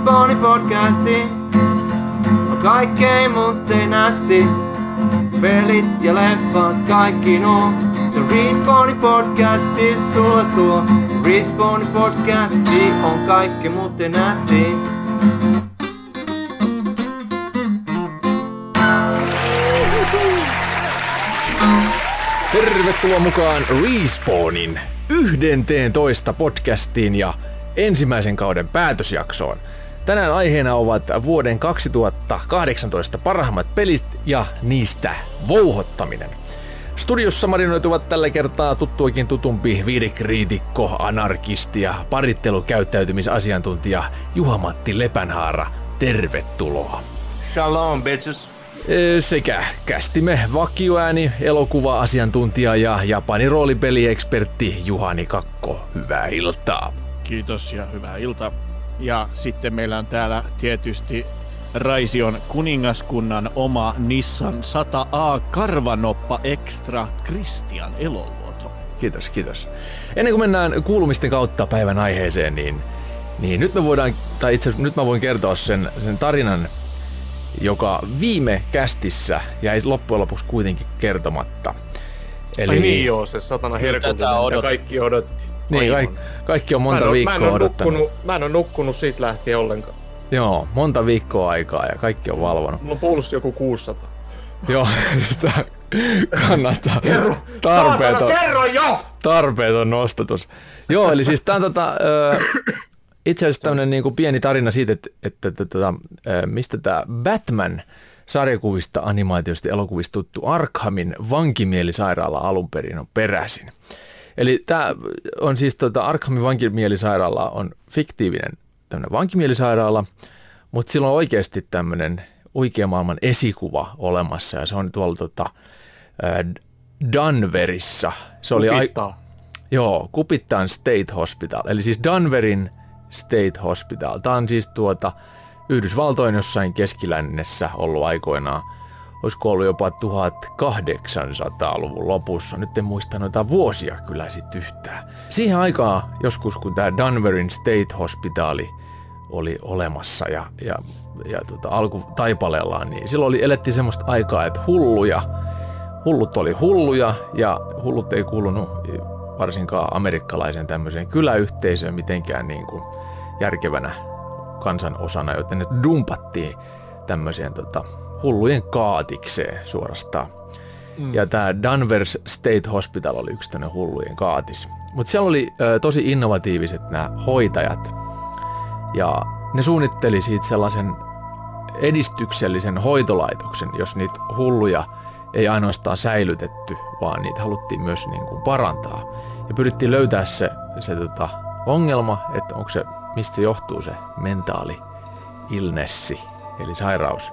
Respawni podcasti on kaikkea mut ei nästi. Pelit ja leffat kaikki nuo. Se Respawni podcasti sulla tuo. Respawni podcasti on kaikki mut ei nästi. Tervetuloa mukaan Respawnin 11 podcastiin ja ensimmäisen kauden päätösjaksoon. Tänään aiheena ovat vuoden 2018 parhaimmat pelit ja niistä vouhottaminen. Studiossa marinoituvat tällä kertaa tuttuakin tutumpi viidekriitikko, anarkisti ja parittelukäyttäytymisasiantuntija Juha-Matti Lepänhaara. Tervetuloa. Shalom bitches. Sekä kästimme vakioääni, elokuva-asiantuntija ja Japanin roolipeliekspertti Juhani Kakko. Hyvää iltaa. Kiitos ja hyvää iltaa. Ja sitten meillä on täällä tietysti Raision kuningaskunnan oma Nissan 100A Karvanoppa Extra Christian Eloluoto. Kiitos, kiitos. Ennen kuin mennään kuulumisten kautta päivän aiheeseen, niin nyt me voidaan, tai itse asiassa nyt mä voin kertoa sen tarinan, joka viime kästissä jäi loppujen lopuksi kuitenkin kertomatta. Eli... Ai niin joo, se satana herkullinen, mitä kaikki odotti. Niin, kaikki on monta viikkoa odottanut. Mä en ole nukkunut siitä lähtien ollenkaan. Joo, monta viikkoa aikaa ja kaikki on valvonut. Mulla on pulssi joku 600. Joo, kannattaa. Tarpeeton nostatus. Joo, eli siis tää on itse asiassa tämmönen niinku pieni tarina siitä, että mistä tää Batman sarjakuvista, animaatioista, elokuvista tuttu Arkhamin vankimielisairaala alun perin on peräisin. Eli tämä on siis Arkhamin vankimielisairaala on fiktiivinen tämmöinen vankimielisairaala, mutta sillä on oikeasti tämmöinen oikean maailman esikuva olemassa ja se on tuolla Danverissa. Se oli Kupittaan State Hospital, eli siis Danverin State Hospital. Tämä on siis Yhdysvaltojen jossain keskilännessä ollut aikoinaan. Olisiko ollut jopa 1800-luvun lopussa. Nyt en muista noita vuosia kyllä sit yhtään. Siihen aikaan joskus, kun tämä Danverin State Hospitali oli olemassa ja alkutaipaleellaan, niin silloin elettiin semmoista aikaa, että hullut oli hulluja ja hullut ei kuulunut varsinkaan amerikkalaisen tämmöiseen kyläyhteisöön mitenkään niin kuin järkevänä kansanosana, joten ne dumpattiin tämmöiseen hullujen kaatikseen suorastaan. Ja tämä Danvers State Hospital oli yksi tämmöinen hullujen kaatis. Mutta siellä oli tosi innovatiiviset nämä hoitajat. Ja ne suunnitteli siitä sellaisen edistyksellisen hoitolaitoksen, jos niitä hulluja ei ainoastaan säilytetty, vaan niitä haluttiin myös niin kuin parantaa. Ja pyrittiin löytää se ongelma, että onko se, mistä se johtuu se mentaali illnessi, eli sairaus.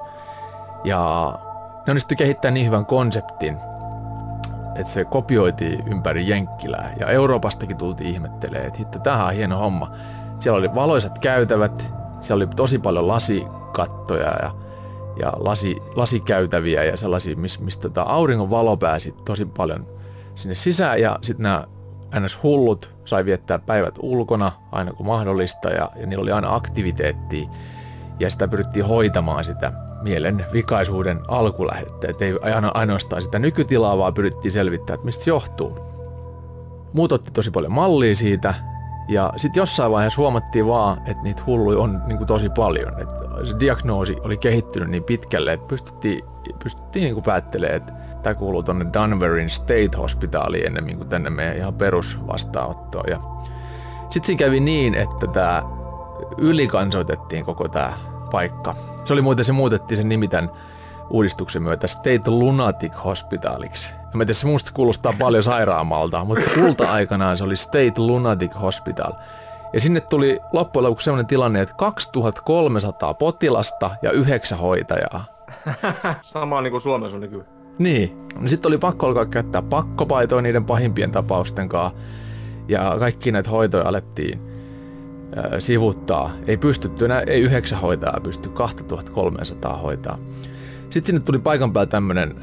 Ja ne onnistui kehittämään niin hyvän konseptin, että se kopioitiin ympäri Jenkkilää. Ja Euroopastakin tultiin ihmettelemään, että hitto, tämähän on hieno homma. Siellä oli valoisat käytävät, siellä oli tosi paljon lasikattoja ja lasikäytäviä ja sellaisia, mistä auringon valo pääsi tosi paljon sinne sisään. Ja sitten nämä NS-hullut sai viettää päivät ulkona aina kun mahdollista ja niillä oli aina aktiviteettia. Ja sitä pyrittiin hoitamaan sitä mielen vikaisuuden alkulähdettä, että ei ainoastaan sitä nykytilaa, vaan pyrittiin selvittämään, että mistä se johtuu. Muut otti tosi paljon mallia siitä, ja sitten jossain vaiheessa huomattiin vaan, että niitä hulluja on niin kuin tosi paljon. Että se diagnoosi oli kehittynyt niin pitkälle, että pystyttiin niin kuin päättelemään, että tämä kuuluu tuonne Danverin State Hospitaliin ennemmin kuin tänne meidän ihan perusvastaanottoon. Ja sitten siinä kävi niin, että tämä ylikansoitettiin koko tämä paikka. Se muutettiin sen nimi tämän uudistuksen myötä State Lunatic Hospitaliksi. Ja mä tiedän, se musta kuulostaa paljon sairaamalta, mutta se kulta-aikanaan se oli State Lunatic Hospital. Ja sinne tuli loppujen lopuksi sellainen tilanne, että 2300 potilasta ja 9 hoitajaa. Sama niin kuin Suomessa oli kyllä. Niin. Sitten oli pakko alkaa käyttää pakkopaitoja niiden pahimpien tapausten kanssa. Ja kaikki näitä hoitoja alettiin sivuttaa. Ei pystytty enää, ei 9 hoitajaa pysty 2300 hoitaa. Sitten sinne tuli paikan päällä tämmönen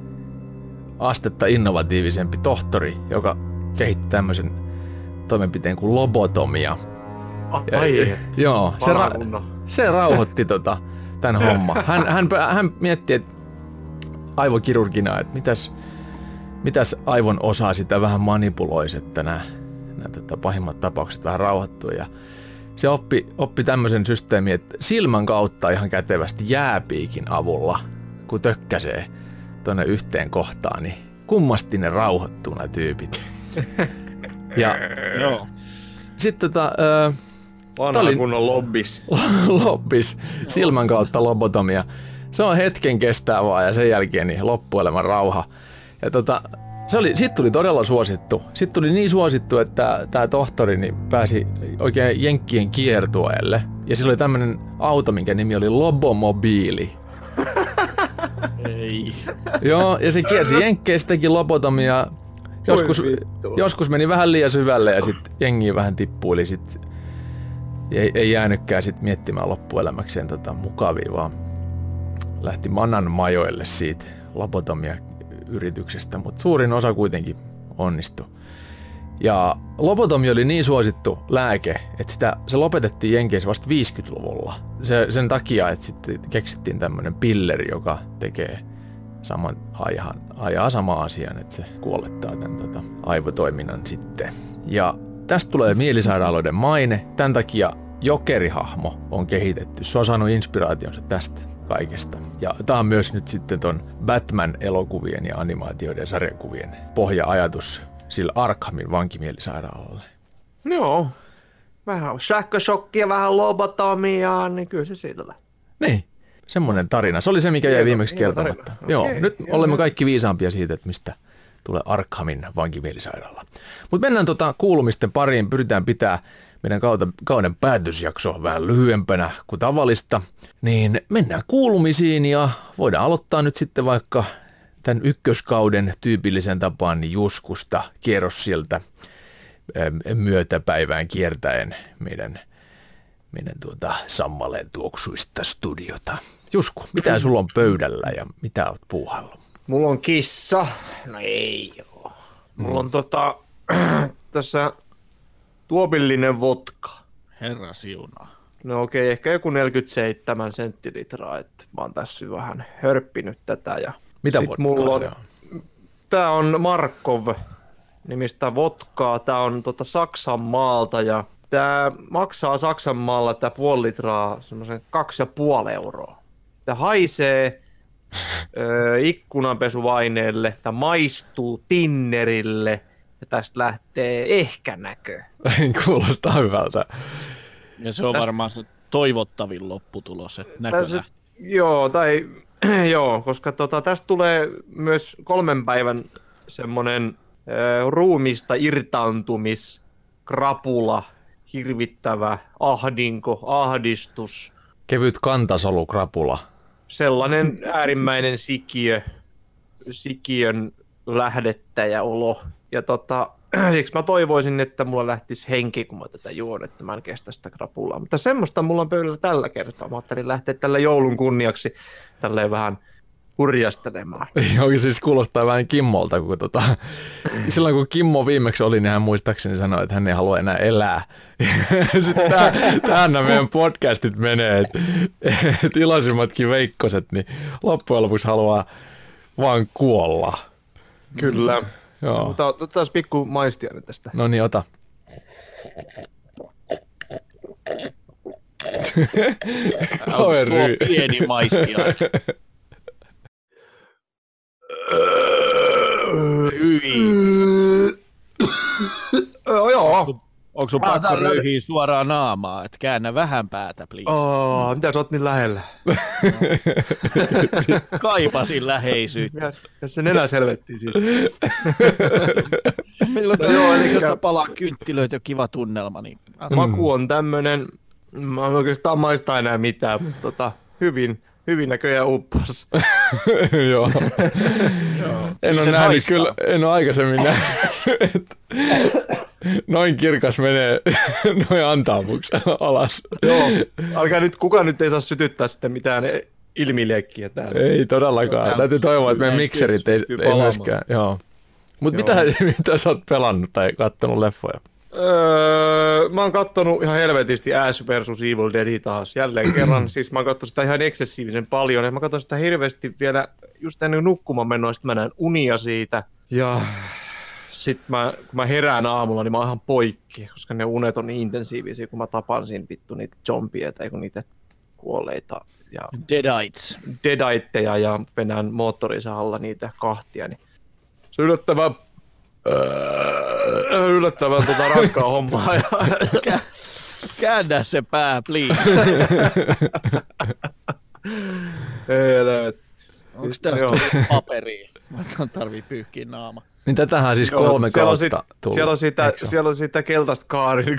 astetta innovatiivisempi tohtori, joka kehitti tämmöisen toimenpiteen kuin lobotomia. Joo, se rauhoitti tämän homman. Hän mietti, että aivokirurgina, että mitäs aivon osaa sitä vähän manipuloisi, että nämä pahimmat tapaukset vähän rauhoittuu. Ja se oppi tämmöisen systeemin, että silmän kautta ihan kätevästi jääpiikin avulla, kun tökkäsee tuonne yhteen kohtaan, niin kummasti ne rauhoittuu nämä tyypit. Ja sitten vanha kunnon lobbis, silmän kautta lobotomia. Se on hetken kestää vaan ja sen jälkeen niin loppuelämän rauha. Ja siitä tuli todella suosittu. Sitten tuli niin suosittu, että tämä tohtori niin pääsi oikein jenkkien kiertueelle. Ja sillä oli tämmöinen auto, minkä nimi oli Lobomobiili. Ei. Joo, ja se kiersi jenkkeissä, teki lobotomia. Joskus meni vähän liian syvälle ja sitten jengi vähän tippuili. Ei jäänytkään sit miettimään loppuelämäkseen mukavia, vaan lähti manan majoille siitä lobotomia-yrityksestä, mutta suurin osa kuitenkin onnistui. Ja lobotomia oli niin suosittu lääke, että se lopetettiin Jenkeissä vasta 50-luvulla. Sen takia, että sitten keksittiin tämmöinen pilleri, joka tekee ajaa saman asian, että se kuolettaa tämän aivotoiminnan sitten. Ja tästä tulee mielisairaaloiden maine. Tämän takia Jokerihahmo on kehitetty. Se on saanut inspiraationsa tästä kaikesta. Ja tämä on myös nyt sitten ton Batman-elokuvien ja animaatioiden ja sarjakuvien pohja-ajatus sillä Arkhamin vankimielisairaalalle. Joo. Vähän sähköshokkia, vähän lobotomiaa, niin kyllä se siitä lähtee. Niin. Semmoinen tarina. Se oli se, mikä jäi viimeksi kertomatta. Joo, nyt olemme kaikki viisaampia siitä, että mistä tulee Arkhamin vankimielisairaala. Mutta mennään kuulumisten pariin. Pyritään pitää meidän kauden päätösjakso vähän lyhyempänä kuin tavallista. Niin mennään kuulumisiin ja voidaan aloittaa nyt sitten vaikka tämän ykköskauden tyypillisen tapaan niin Juskusta kierros sieltä myötäpäivään kiertäen meidän sammaleen tuoksuista studiota. Jusku, mitä sulla on pöydällä ja mitä oot puuhalla? Mulla on kissa. No ei oo. Mulla on tässä tuopillinen vodka. Herra siunaa. No okei, ehkä joku 47 senttilitraa, että mä oon tässä vähän hörppinyt tätä. Ja mitä vodkaa? Tää on Markov nimistä vodkaa. Tää on Saksan maalta ja tää maksaa Saksan maalla tää puoli litraa semmoisen 2,5 euroa. Tää haisee ikkunanpesuvaineelle, tää maistuu tinnerille ja tästä lähtee ehkä näkö. Kuulostaa hyvältä. Ja se on varmaan se toivottavin lopputulos, että näkö lähtee. Joo, koska tästä tulee myös 3 päivän semmonen ruumista irtaantumiskrapula, hirvittävä ahdinko, ahdistus. Kevyt kantasolukrapula. Sellainen äärimmäinen sikiön lähdettäjäolo. Ja siksi mä toivoisin, että mulla lähtisi henki, kun mä tätä juon, että mä en kestä sitä krapulaa. Mutta semmoista mulla on pöydällä tällä kertaa. Mä ajattelin lähteä tällä joulun kunniaksi tälleen vähän hurjastelemaan. Joo, siis kuulostaa vähän Kimmolta, kun silloin kun Kimmo viimeksi oli, niin hän muistaakseni sanoi, että hän ei halua enää elää. Sitten tähän meidän podcastit menee, että iloisimmatkin veikkoset, niin loppujen lopuksi haluaa vaan kuolla. Kyllä. Joo. Mutta otetaan pikku maistiainen tästä. No niin, ota. Onko tuo pieni maistiainen? Joo. Onko sun pakko ryyhiä suoraan naamaa, että käännä vähän päätä, please? Mitä sä oot niin lähellä? Kaipasin läheisyyttä. Ja se nenä selvettiin siitä. Jos palaa kynttilöitä ja kiva tunnelma. Niin... Maku on tämmönen, mä en oikeastaan maista enää mitään, mutta hyvin näköjään uppos. Joo. En ole nähnyt kyllä, en ole aikaisemmin nähnyt. Noin kirkas menee noin antamuksella alas. Joo, kukaan nyt ei saa sytyttää sitten mitään ilmiliekkiä täällä. Ei todellakaan. Täytyy toivoa, että meidän mikserit ei myöskään. Joo. Mutta mitä sä oot pelannut tai kattonut leffoja? Mä oon kattonut ihan helvetisti Ash vs. Evil Dead taas jälleen kerran. Siis mä oon kattonut sitä ihan eksessiivisen paljon. Ja mä katson sitä hirveästi vielä just ennen nukkumaan menoa. Sitten mä näen unia siitä. Ja sit kun mä herään aamulla, niin mä oon ihan poikki. Koska ne unet on niin intensiivisiä, kun mä tapan siinä vittu niitä zombieja tai kun niitä kuolleita. Ja Deadites ja venään moottorinsa alla niitä kahtia. Niin se on yllättävän rankkaa hommaa. Käännä se pää, please. Onko tästä paperia? Mä tarvii pyyhkiä naama. Niin tätähän siis 3 kautta tullut. Siellä on sitä keltaista kaarin.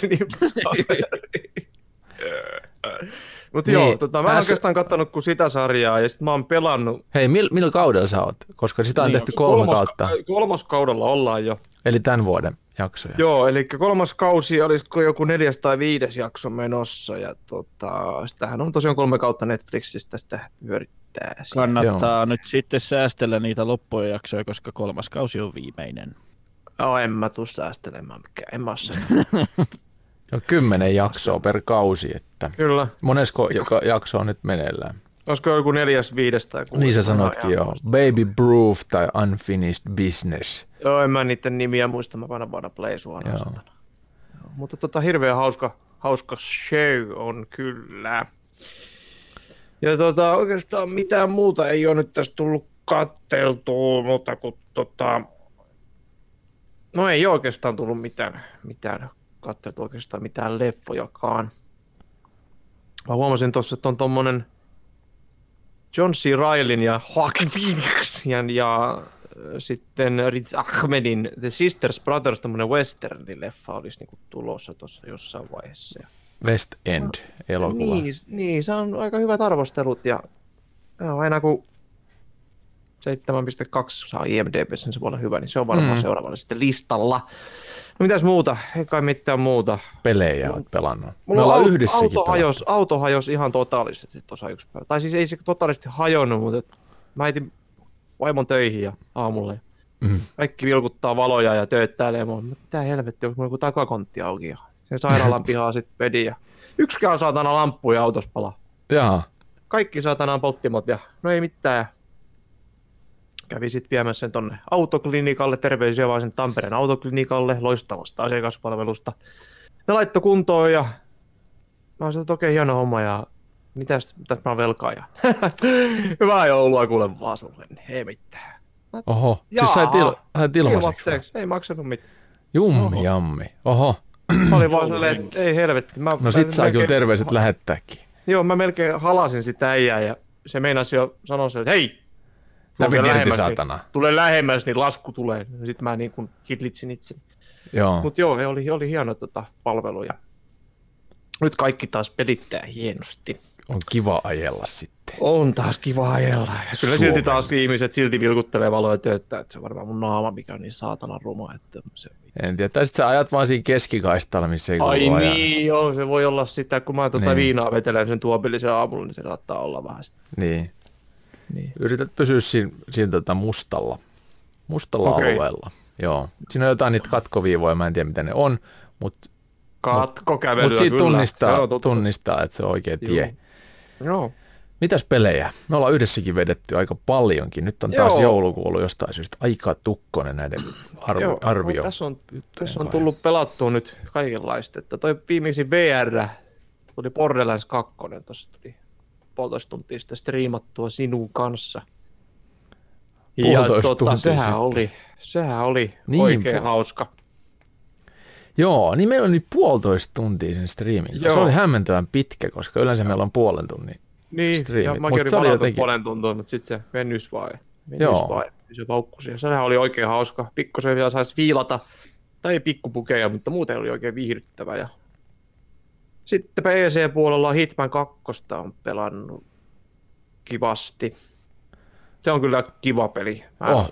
Mutta niin, joo, mä en oikeastaan kattanut kuin sitä sarjaa ja sit mä oon pelannut. Hei, millä kaudella sä oot? Koska sitä on tehty 3 kautta. 3. kaudella ollaan jo. Eli tämän vuoden jaksoja. Joo, eli 3. kausi olisiko joku 4. tai 5. jakso menossa ja sitähän on tosiaan 3 kautta Netflixistä sitä pyörittää. Kannattaa nyt sitten säästellä niitä loppujen jaksoja, koska 3. kausi on viimeinen. Joo, en mä tuu säästelemään mikään, en mä No 10 jaksoa per kausi, että kyllä. Monesko joka jakso on nyt meneillään? Olisiko joku 4., 5. tai 6. Niin sä sanotkin joo. Baby Proof tai Unfinished Business. Joo, en mä niiden nimiä muista, mä vaan play suoraan. Mutta hirveän hauska show on kyllä. Ja oikeastaan mitään muuta ei ole nyt tässä tullut katteltua, mutta kun no ei oikeastaan tullut mitään katseltu oikeastaan mitään leffojakaan. Mä huomasin tuossa, että on tommonen John C. Reillyn ja Joaquin Phoenix ja sitten Riz Ahmedin The Sisters Brothers, tommonen westerni-leffa olisi niinku tulossa tuossa jossain vaiheessa. West End-elokuva. Niin, se on aika hyvät arvostelut ja aina kun 7.2 saa IMDb:ssä, se voi olla hyvä, niin se on varmaan seuraavalla sitten listalla. No mitäs muuta? Ei kai mitään muuta. Pelejä olet pelannut. Me ollaan yhdessäkin auto hajosi ihan totaalisesti tuossa yksi päivä. Tai siis ei se totaalisesti hajonnut, mutta mä heitin vaimon töihin ja aamulle. Kaikki vilkuttaa valoja ja tööttäilee. Mitä helvetti, onko mulla joku takakontti auki? Ja se sairaalan pihaa sitten vedin ja yksikään saatana lamppuja autossa palaa. Jaa. Kaikki saatanaan polttimot ja no ei mitään. Kävi sitten viemässä sen tonne autoklinikalle, terveisiä vaan sen Tampereen autoklinikalle, loistavasta asiakaspalvelusta. Ne laittoi kuntoon ja mä sanoin, että okei, hieno homma ja mitäs mä velkaan ja hyvää joulua kuule vaan sulle, niin ei mitään. Oho, siis sait ilmaiseksi vai? Ei maksanut mitään. Jammi, oho. Mä olin vaan silleen, että ei helvetti. No sit saa kyllä terveiset lähettääkin. Joo, mä melkein halasin sitä äijää ja se meinasi jo sanoa että hei! Läpi irti saatana. Tulee lähemmäs, niin lasku tulee. Sitten mä niin kuin hidlitsin itseni. Joo. Mut joo, oli hieno palvelu ja nyt kaikki taas pelittää hienosti. On kiva ajella sitten. On taas kiva ajella. Kyllä silti taas ihmiset silti vilkuttelee valoja tööttää, että se on varmaan mun naama, mikä on niin saatana ruma. Että se... En tiedä, tai sit sä ajat vaan siinä keskikaistalla, missä ei kuulu ajaa. Ai niin, joo, se voi olla sitä, kun mä viinaa vetelen sen tuopillisen aamulla, niin se saattaa olla vähän sitä. Niin. Yrität pysyä siinä mustalla alueella. Joo. Siinä on jotain niitä katkoviivoja, mä en tiedä mitä ne on, mutta siitä tunnistaa, että se on oikea tie. Joo. Mitäs pelejä? Me ollaan yhdessäkin vedetty aika paljonkin. Nyt on taas joulukuulu jostain syystä aika tukkonen näiden arvio. Tässä on tullut pelattua nyt kaikenlaista. Että toi viimeisin VR tuli Borderlands 2, tuossa tuli 1,5 tuntia sitten striimattua sinun kanssa. Ja sehän oli niin oikein hauska. Joo, niin meillä oli 1,5 tuntia sen striimin. Se oli hämmentävän pitkä, koska yleensä meillä on 0,5 tunnin striimi. Ja mäkin olin palautunut jotenkin... 0,5 tuntia, mutta sitten se venys vai. Se paukkusi. Sehän oli oikein hauska. Pikkusen vielä saisi viilata, tai ei pikkupukeja, mutta muuten oli oikein viihdyttävä. Ja... Sitten PC-puolella Hitman 2 on pelannut kivasti. Se on kyllä kiva peli.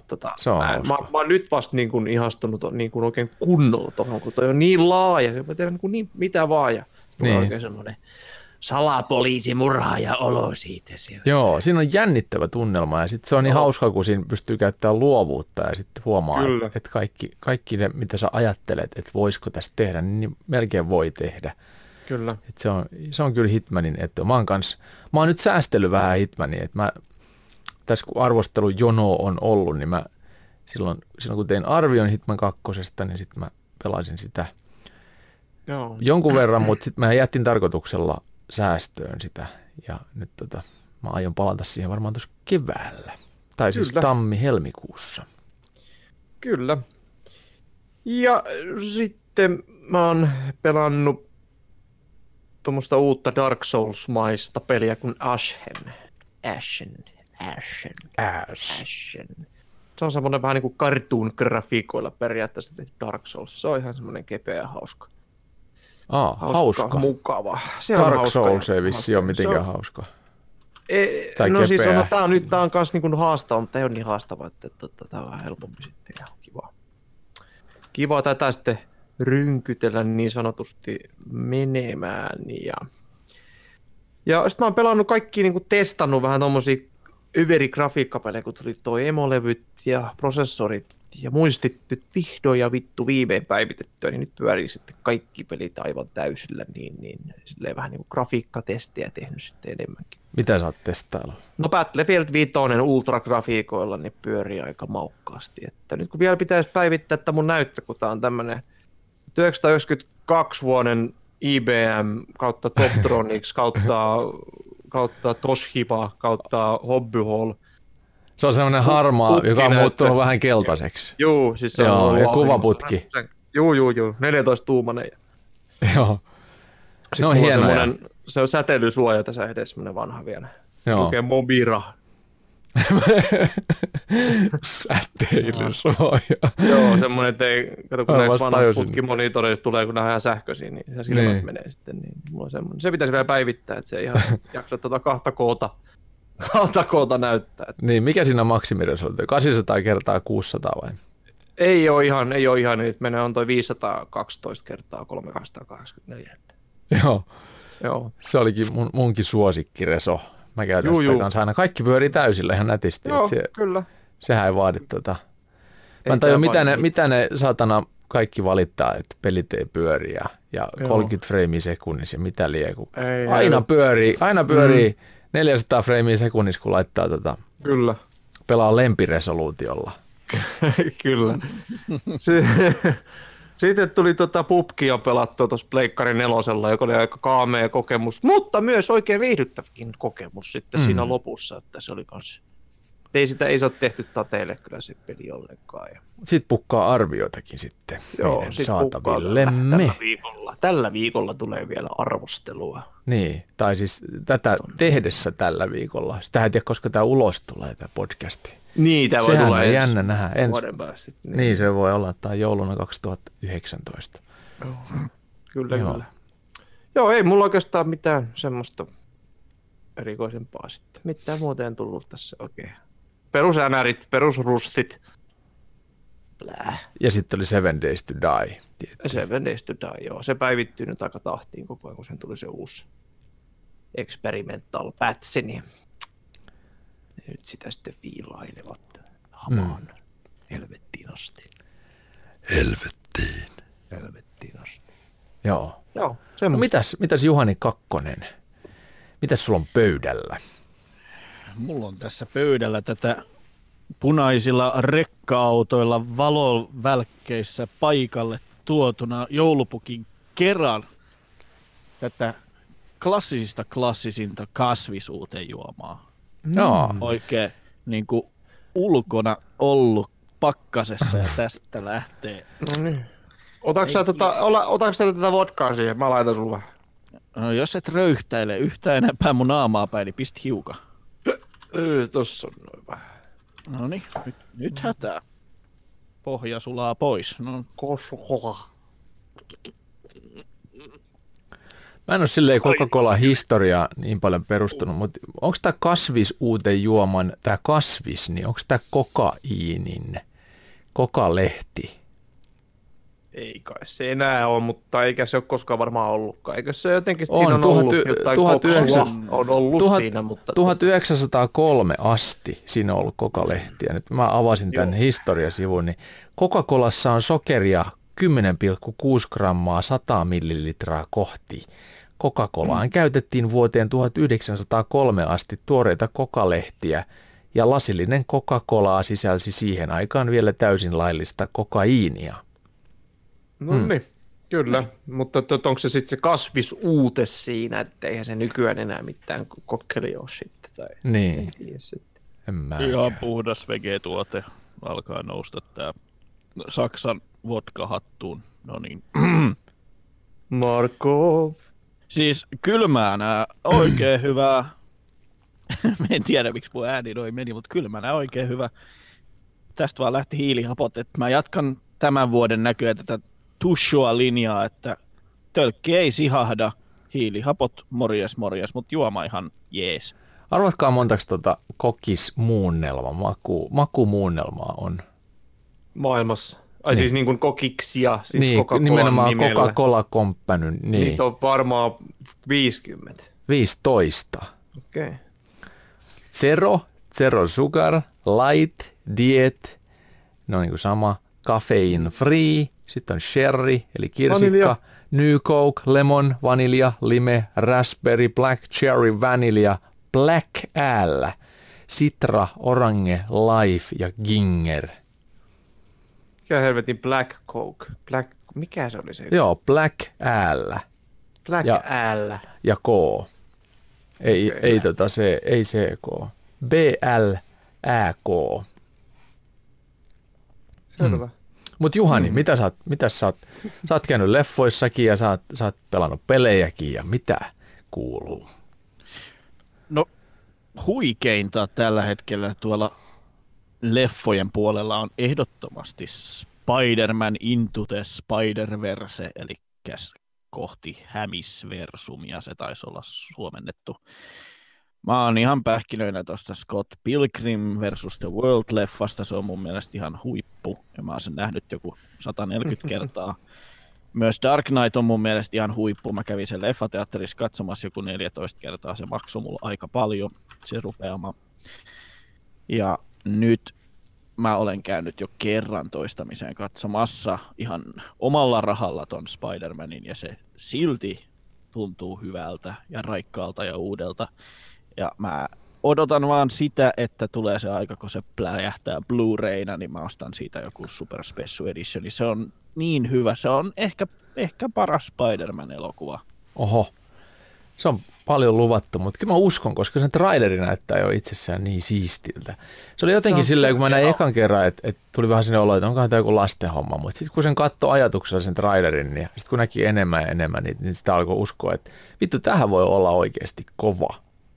Mä oon nyt vasta niin kuin ihastunut niin kuin oikein kunnolla tuohon, kun toi on niin laaja. Mä tiedän niin mitä vaan. Ja niin. Oikein semmoinen salapoliisi murhaaja olo siitä. Joo, siinä on jännittävä tunnelma ja sitten se on niin hauska, kun siinä pystyy käyttämään luovuutta ja sitten huomaa, että kaikki se, mitä sä ajattelet, että voisiko tässä tehdä, niin melkein voi tehdä. Kyllä. Et se on kyllä Hitmanin, että mä oon nyt säästellyt vähän Hitmania, että mä tässä kun arvostelun jono on ollut, niin mä silloin kun tein arvion Hitman 2, niin sitten mä pelasin sitä jonkun verran, mutta sitten mä jättin tarkoituksella säästöön sitä ja nyt mä aion palata siihen varmaan tuossa keväällä tai siis tammi-helmikuussa. Kyllä. Ja sitten mä oon pelannut tuommoista uutta Dark Souls-maista peliä kuin Ashen. Se on semmoinen vähän niin kuin cartoon-grafiikoilla periaatteessa tehty Dark Souls. Se on ihan semmoinen kepeä ja hauska. Hauska. Mukava. Se Dark on Souls ei vissi ole mitenkään hauska. Tai no kepeä. siis tää on kans niinku haastava, mutta ei ole niin haastava, että tää on vähän helpompi sitten ja kiva. Kiva tätä sitten rynkytellä niin sanotusti menemään. Ja sitten mä oon pelannut kaikki, niinku testannut vähän tommosia överi-grafiikkapelejä, kun tuli toi emolevyt ja prosessorit ja muistit nyt vihdoin ja vittu viimein päivitettyä, niin nyt pyörii sitten kaikki pelit aivan täysillä, niin silleen vähän niin kuin grafiikkatestejä tehnyt sitten enemmänkin. Mitä sä oot testailla? No Battlefield 5 ultragrafiikoilla niin pyörii aika maukkaasti, että nyt kun vielä pitäisi päivittää että mun näyttö, kun tää on tämmönen 1992 vuoden IBM kautta Toptronics kautta Toshiba kautta Hobbyhall. Se on semmoinen harmaa, joka on muuttunut vähän keltaiseksi. Joo, siis se on ja kuvaputki. Joo, 14-tuumainen. Joo. Ne on hienoja. Se on säteilysuoja tässä edes semmoinen vanha vielä. Joo. Lukee Mobira. Säteilysuoja. Joo, semmoinen, että ei, kato kun näistä vanhat putkimonitoreista tulee, kun nämä sähköisiä, niin se silmät menee sitten. Niin mulla on semmoinen. Se pitäisi vielä päivittää, että se ei ihan jaksa kahta koota näyttää. Niin, mikä siinä on maksimiresoluutio? 800 kertaa 600 vai? Ei ole ihan, nyt menee on toi 512 kertaa 3284. Joo. Se olikin munkin suosikkireso. Mä käytän sitä kanssa aina. Kaikki pyörii täysillä ihan nätisti. Joo, kyllä. Sehän ei vaadi Mä en tajua, mitä ne saatana kaikki valittaa, että pelit ei pyöri ja 30 freimiä sekunnissa ja mitä lieku. Aina pyörii 400 freimiä sekunnissa, kun laittaa Kyllä. Pelaa lempiresoluutiolla. Kyllä. Sitten tuli PUBGia pelattua tuossa Pleikkari 4:lla, joka oli aika kaamea kokemus, mutta myös oikein viihdyttäväkin kokemus sitten siinä lopussa, että se oli kans. Ei saa tehty tateille kyllä se peli ollenkaan. Sitten pukkaa arvioitakin sitten meidän saatavillemme. Tällä viikolla tulee vielä arvostelua. Niin, tai siis tätä tehdessä tällä viikolla. Sitä ei tiedä, koska tämä ulos tulee, tämä podcasti. Niin, tämä voi tulla jännä nähdä. Vuoden päästä. Niin, se voi olla, että tämä on jouluna 2019. Kyllä. Joo, ei mulla oikeastaan mitään semmoista erikoisempaa sitten. Mitään muuta en tullut tässä oikein. Perusänärit, perusrustit. Blää. Ja sitten oli 7 Days to Die. 7 Days to Die, joo. Se päivittyy nyt aika tahtiin koko ajan, kun sen tuli se uusi experimental patch, niin nyt sitä sitten viilailevat hamaan helvettiin asti. Helvettiin asti. Joo. No, mitäs Juhani Kakkonen? Mitäs sulla on pöydällä? Mulla on tässä pöydällä tätä punaisilla rekka-autoilla valovälkkeissä paikalle tuotuna joulupukin kerran tätä klassisinta kasvisuuteen juomaa. No. Oikein niin kuin ulkona ollut pakkasessa ja tästä lähtee. No niin. Otatko sä tätä vodkaa siihen? Mä laitan sulle. No, jos et röyhtäile yhtään enempää mun naamaa päin, niin pist hiukan. Tossa on noin vähän. No niin, nyt hätää. Pohja sulaa pois. No. Kosola. Mä en ole silleen Coca-Cola-historiaa niin paljon perustunut, mutta onko tämä kasvisuuteen juoman, tämä kasvis, niin onko tämä kokaiinin, kokalehti? Ei kai se enää ole, mutta eikä se ole koskaan varmaan ollutkaan. Eikö se jotenkin, On, siinä on ollut jotain koksua on ollut siinä, mutta... 1903 asti siinä on ollut Coca-lehtiä. Nyt mä avasin tämän historiasivun, niin Coca-Colassa on sokeria 10,6 grammaa 100 millilitraa kohti. Coca-Colaan käytettiin vuoteen 1903 asti tuoreita Coca-lehtiä, ja lasillinen Coca-Colaa sisälsi siihen aikaan vielä täysin laillista kokaiinia. No niin, kyllä. Mutta onko se sitten se kasvisuute siinä, että eihän se nykyään enää mitään kokkeli ole sitten? Tai niin, en mä. Ihan puhdas vegetuote alkaa nousta tää Saksan vodka-hattuun. No niin. Markov. Siis kylmänä oikein hyvä. En tiedä miksi mun ääni noin meni, mutta kylmänä oikein hyvä. Tästä vaan lähti hiilihapot, että mä jatkan tämän vuoden näköä tätä tushua linjaa, että tölkki ei sihahda, hiilihapot morjes, mutta juoma ihan jees. Arvatkaa montaks kokismuunnelma, makumuunnelmaa on? Maailmassa. Ai niin. Siis niin kuin kokiksia, siis niin, Coca-Colan nimenomaan nimellä. Coca-Cola Company. Niin. Niitä on varmaan 50. 15. Okei. Okay. Zero sugar, light, diet, no niin kuin sama, caffeine free, sitten on sherry, eli kirsikka, vanilja. New Coke, lemon, vanilja, lime, raspberry, black cherry, vanilja, black L, citra, orange, life ja ginger. Mikä helvetin black Coke? Mikä se oli se? Joo, black L. Black L. Ja K. Ei CK. BLÄK. Selvä. Mut Juhani, mitä sä oot käynyt leffoissakin ja sä oot pelannut pelejäkin ja mitä kuuluu? No huikeinta tällä hetkellä tuolla leffojen puolella on ehdottomasti Spider-Man Into the Spider-Verse, eli kohti Hämisversumia, se taisi olla suomennettu. Mä oon ihan pähkinöinä tuosta Scott Pilgrim versus The World-leffasta, se on mun mielestä ihan huippu, ja mä oon sen nähnyt joku 140 kertaa. Myös Dark Knight on mun mielestä ihan huippu, mä kävin sen leffateatterissa katsomassa joku 14 kertaa, se maksoi mulla aika paljon, se rupeama. Ja nyt mä olen käynyt jo kerran toistamiseen katsomassa ihan omalla rahalla ton Spider-Manin, ja se silti tuntuu hyvältä ja raikkaalta ja uudelta. Ja mä odotan vaan sitä, että tulee se aika, kun se pläjähtää Blu-rayna, niin mä ostan siitä joku Super Special Edition. Se on niin hyvä, se on ehkä paras Spider-Man-elokuva. Oho, se on paljon luvattu, mutta kyllä mä uskon, koska sen traileri näyttää jo itsessään niin siistiltä. Se oli jotenkin silleen, kun mä näin ekan kerran, että tuli vähän sinne olo, että onkohan tämä joku lastenhomma, mutta sitten kun sen katsoi ajatuksella sen trailerin, niin sitten kun näki enemmän ja enemmän, niin sitä alkoi uskoa, että vittu, tähän voi olla oikeasti kova.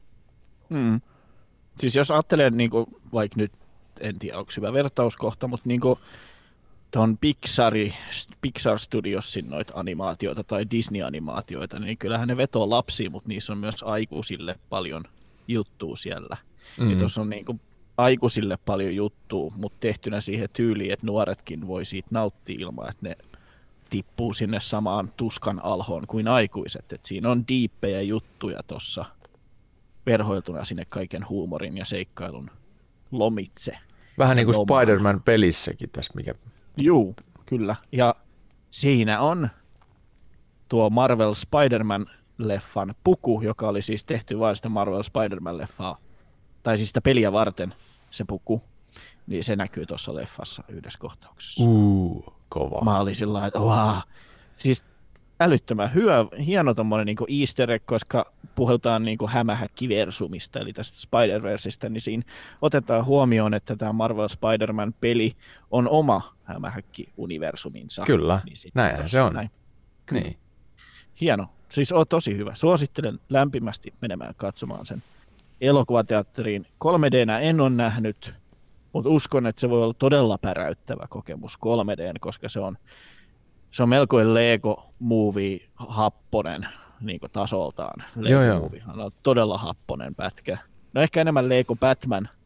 Siis jos ajattelee, niin kuin, vaikka nyt, en tiedä onko hyvä vertauskohta, mutta niin kuin tuon Pixar Studiossin noita animaatioita tai Disney-animaatioita, niin kyllähän ne vetoo lapsiin, mutta niissä on myös aikuisille paljon juttua siellä. Ja tuossa on niin kuin aikuisille paljon juttua, mutta tehtynä siihen tyyliin, että nuoretkin voi siitä nauttia ilman, että ne tippuu sinne samaan tuskan alhoon kuin aikuiset. Et siinä on diippejä juttuja tuossa verhoiltuna sinne kaiken huumorin ja seikkailun lomitse. Vähän niin kuin Spider-Man pelissäkin tässä, mikä... Juu, kyllä. Ja siinä on tuo Marvel Spider-Man-leffan puku, joka oli siis tehty vain sitä Marvel Spider-Man-leffaa, tai siis sitä peliä varten se puku, niin se näkyy tuossa leffassa yhdessä kohtauksessa. Kova. Mä olin sillä lailla, että siis älyttömän hieno tommonen niinku easter egg, koska puhutaan niinku hämähäkkiversumista, eli tästä Spider-Verseistä, niin siinä otetaan huomioon, että tämä Marvel Spider-Man-peli on oma hämähäkki-universuminsa. Kyllä, niin näinhän se on. Näin. Niin. Hieno, siis on tosi hyvä. Suosittelen lämpimästi menemään katsomaan sen elokuvateatteriin. 3D:nä en ole nähnyt, mutta uskon, että se voi olla todella päräyttävä kokemus 3D:n, koska se on melkoinen Lego Movie happonen niin kuin tasoltaan. Lego Moviehan on todella happonen pätkä. No ehkä enemmän Lego Batman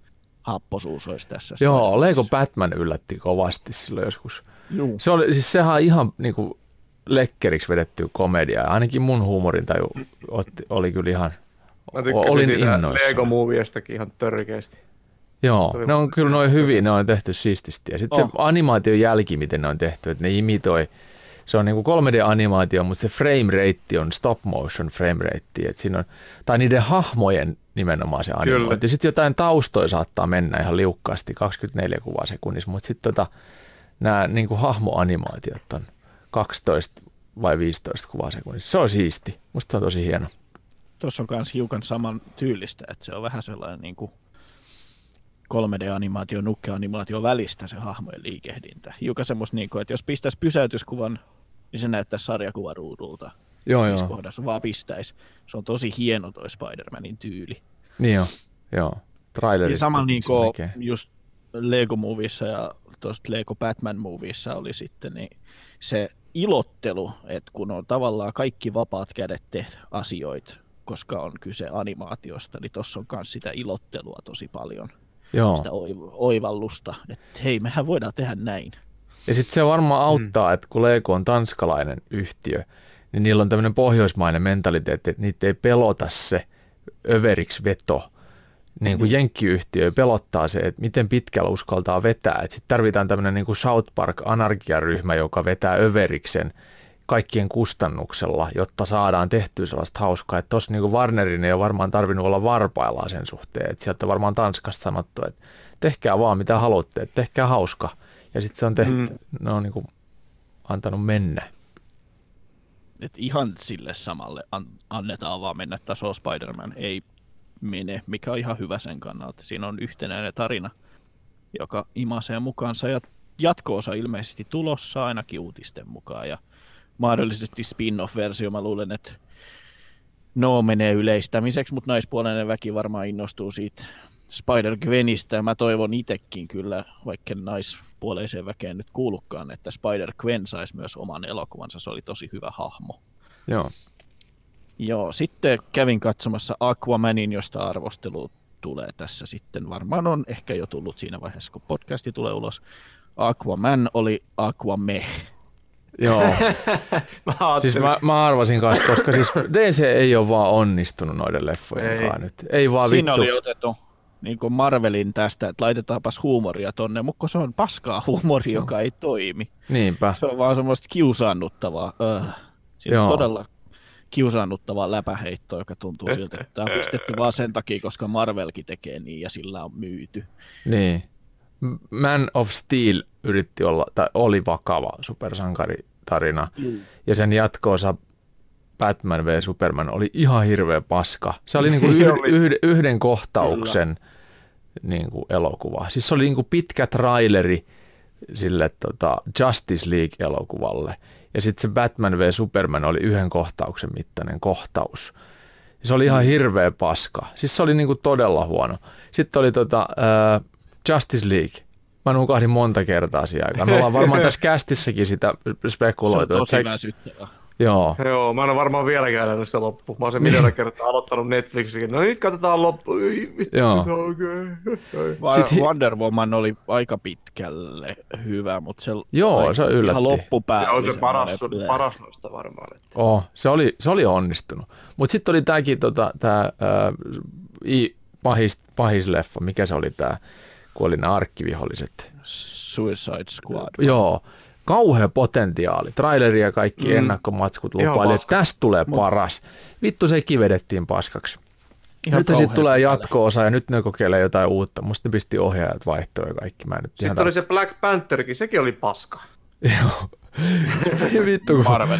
happosuus olisi tässä. Joo, Lego Batman yllätti kovasti silloin joskus. Juu. Sehän on ihan niinku lekkeriksi vedetty komedia. Ainakin mun huumorintaju oli kyllä ihan, olin innoissa. Lego Moviestakin ihan törkeästi. Joo, ne on kyllä noin hyvin, ne on tehty siististi. Ja sitten se animaation jälki, miten ne on tehty, että ne imitoi. Se on niinku 3D-animaatio, mutta se frame rate on stop motion frame rate. Että siinä on, tai niiden hahmojen nimenomaan se animointi. Sitten jotain taustoja saattaa mennä ihan liukkaasti, 24 kuvaa sekunnissa, mutta sitten nämä niinku hahmoanimaatiot on 12 vai 15 kuvaa sekunnissa. Se on siisti. Musta se on tosi hieno. Tuossa on myös hiukan saman tyylistä, että se on vähän sellainen niinku 3D-animaatio, nukkeanimaatio välistä se hahmojen liikehdintä. Hiukan semmoista, niinku, että jos pistäisi pysäytyskuvan, niin se näyttäisi sarjakuvaruudulta. Joo. Kohdassa vaan pistäisi. Se on tosi hieno toi Spider-Manin tyyli. Niin joo. Trailerista. Sama niin kuin just Lego Movieissa ja tuosta Lego Batman Movieissa oli sitten niin se ilottelu, että kun on tavallaan kaikki vapaat kädet tehdä asioita, koska on kyse animaatiosta, niin tuossa on myös sitä ilottelua tosi paljon. Joo. Sitä oivallusta, että hei, mehän voidaan tehdä näin. Ja sitten se varmaan auttaa, että kun Lego on tanskalainen yhtiö, niin niillä on tämmöinen pohjoismainen mentaliteetti, että niitä ei pelota se överiksi veto. Niin kuin jenkkiyhtiö pelottaa se, että miten pitkällä uskaltaa vetää. Sitten tarvitaan tämmöinen niin kuin South Park-anarkiaryhmä, joka vetää överiksen kaikkien kustannuksella, jotta saadaan tehtyä sellaista hauskaa. Että tuossa niin Warnerin ei ole varmaan tarvinnut olla varpaillaan sen suhteen. Että sieltä on varmaan Tanskasta sanottu, että tehkää vaan mitä haluatte, että tehkää hauska. Ja sitten se on tehty, ne on niin kuin antanut mennä. Et ihan sille samalle annetaan vaan mennä tasoa Spider-Man ei mene, mikä on ihan hyvä sen kannalta. Siinä on yhtenäinen tarina, joka imasee mukaansa ja jatko-osa ilmeisesti tulossa ainakin uutisten mukaan ja mahdollisesti spin-off-versio. Mä luulen, että menee yleistämiseksi, mutta naispuolinen väki varmaan innostuu siitä Spider-Gwenistä. Mä toivon itsekin kyllä, vaikka naispuoleiseen väkeen nyt kuulukaan, että Spider-Gwen saisi myös oman elokuvansa. Se oli tosi hyvä hahmo. Joo, sitten kävin katsomassa Aquamanin, josta arvostelu tulee tässä sitten. Varmaan on ehkä jo tullut siinä vaiheessa, kun podcasti tulee ulos. Aquaman oli Aquameh. Joo. Siis mä arvasin kanssa, koska siis DC ei ole vaan onnistunut noiden leffojen kanssa nyt. Ei vaan siinä vittu. Oli otettu niin kuin Marvelin tästä, että laitetaanpas huumoria tonne, mutta se on paskaa huumori, joka ei toimi. Niinpä. Se on vaan semmoista kiusaannuttavaa. Siinä on todella kiusaannuttavaa läpäheittoa, joka tuntuu siltä, että tämä on pistetty vaan sen takia, koska Marvelkin tekee niin ja sillä on myyty. Niin. Man of Steel yritti olla, tai oli vakava supersankaritarina. Ja sen jatko-osa Batman v Superman oli ihan hirveä paska. Se oli niinku yhden kohtauksen niinku elokuva. Siis se oli niinku pitkä traileri sille Justice League-elokuvalle. Ja sitten se Batman v Superman oli yhden kohtauksen mittainen kohtaus. Ja se oli ihan hirveä paska. Siis se oli niinku todella huono. Sitten oli Justice League. Mä nukahdin monta kertaa siihen aikaan. Me ollaan varmaan tässä kästissäkin sitä spekuloitu. Se on tosi väsyttävää. Joo, mä en ole varmaan vieläkään nähnyt sitä loppu. Mä oon sen miljoona kertaa aloittanut Netflixikin. No nyt katsotaan loppu. Wonder Woman oli aika pitkälle hyvä, mutta se se yllätti. Ihan loppupäälle. Joo, se paras noista varmaan. Että. Se oli onnistunut. Mutta sitten oli tämäkin pahisleffa, mikä se oli tämä, kun oli nämä arkkiviholliset. Suicide Squad. Joo. Kauhea potentiaali. Traileri ja kaikki ennakkomatskut lupaili, että tästä tulee paras. Vittu, sekin vedettiin paskaksi. Nyt sitten tulee jatko-osa ja nyt ne kokeilee jotain uutta. Musta ne pisti ohjaajat vaihtoon ja kaikki. Sitten oli se Black Pantherkin, sekin oli paska. Joo. Vittu. Marvel.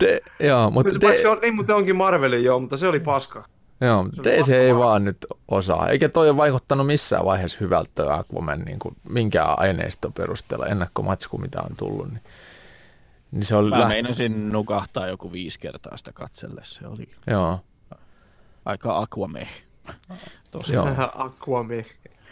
Mutta onkin Marvelin, mutta se oli paska. Joo, DC ei vaan nyt osaa. Eikä toi ole vaikuttanut missään vaiheessa hyvältä toi Aquaman niin kuin minkään aineiston perusteella, ennakkomatsku mitä on tullut. Niin se oli meinasin nukahtaa joku 5 kertaa sitä katsellessa. Se oli aika Aquameh. Aquameh.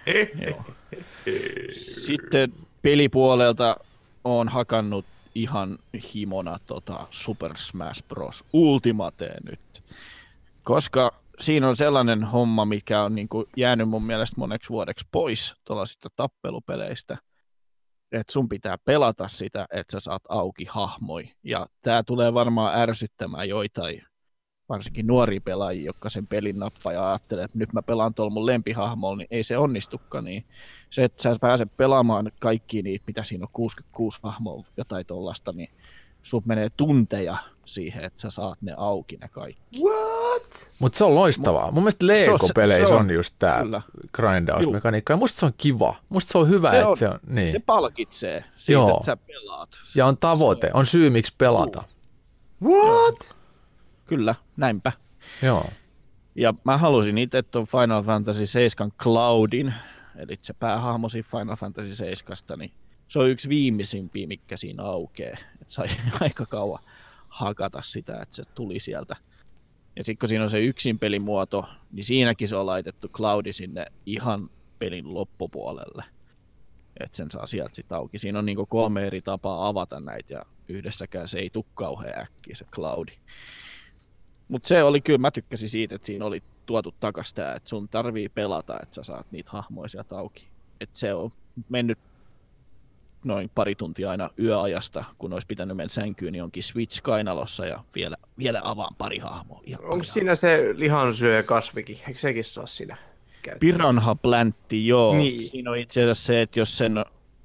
Sitten pelipuolelta on hakannut ihan himona Super Smash Bros. Ultimateen nyt. Koska siinä on sellainen homma, mikä on niin kuin jäänyt mun mielestä moneksi vuodeksi pois tuollaisista tappelupeleistä, että sun pitää pelata sitä, että sä saat auki hahmoi. Ja tää tulee varmaan ärsyttämään joitain, varsinkin nuoria pelaajia, jotka sen pelin nappaa ja ajattelee, että nyt mä pelaan tuolla mun lempihahmolla, niin ei se onnistukaan. Niin se, että sä pääset pelaamaan kaikki niitä, mitä siinä on 66 hahmoa, jotain tuollaista, niin sun menee tunteja siihen, että sä saat ne auki ne kaikki. What? Mutta se on loistavaa. Mun mielestä Lego-peleissä on just tää kyllä. grindausmekaniikka. Ja musta se on kiva. Musta se on hyvä, että se on. Niin. Se palkitsee siitä, että sä pelaat. Ja on tavoite, on syy miksi pelata. What? Kyllä, näinpä. Joo. Ja mä halusin itse tuon Final Fantasy 7 Cloudin, eli se päähahmo siinä Final Fantasy 7, niin se on yksi viimeisimpiä, mikä siinä aukeaa. Että sai aika kauan hakata sitä, että se tuli sieltä. Ja sitten kun siinä on se yksin pelimuoto, niin siinäkin se on laitettu Cloudi sinne ihan pelin loppupuolelle. Että sen saa sieltä sitten auki. Siinä on niinku 3 eri tapaa avata näitä ja yhdessäkään se ei tule kauhean äkkiä se Cloudi. Mutta se oli kyllä, mä tykkäsin siitä, että siinä oli tuotu takas tää, että sun tarvii pelata, että sä saat niitä hahmoja sieltä auki. Että se on mennyt noin pari tuntia aina yöajasta, kun olisi pitänyt mennä sänkyyn, niin onkin Switch kainalossa ja vielä avaan pari hahmoa. Onko siinä se lihansyöjä kasvikin? Eikö sekin saa siinä käyttää? Piranha Plantti, joo. Niin. Siinä on itse asiassa se, että jos sen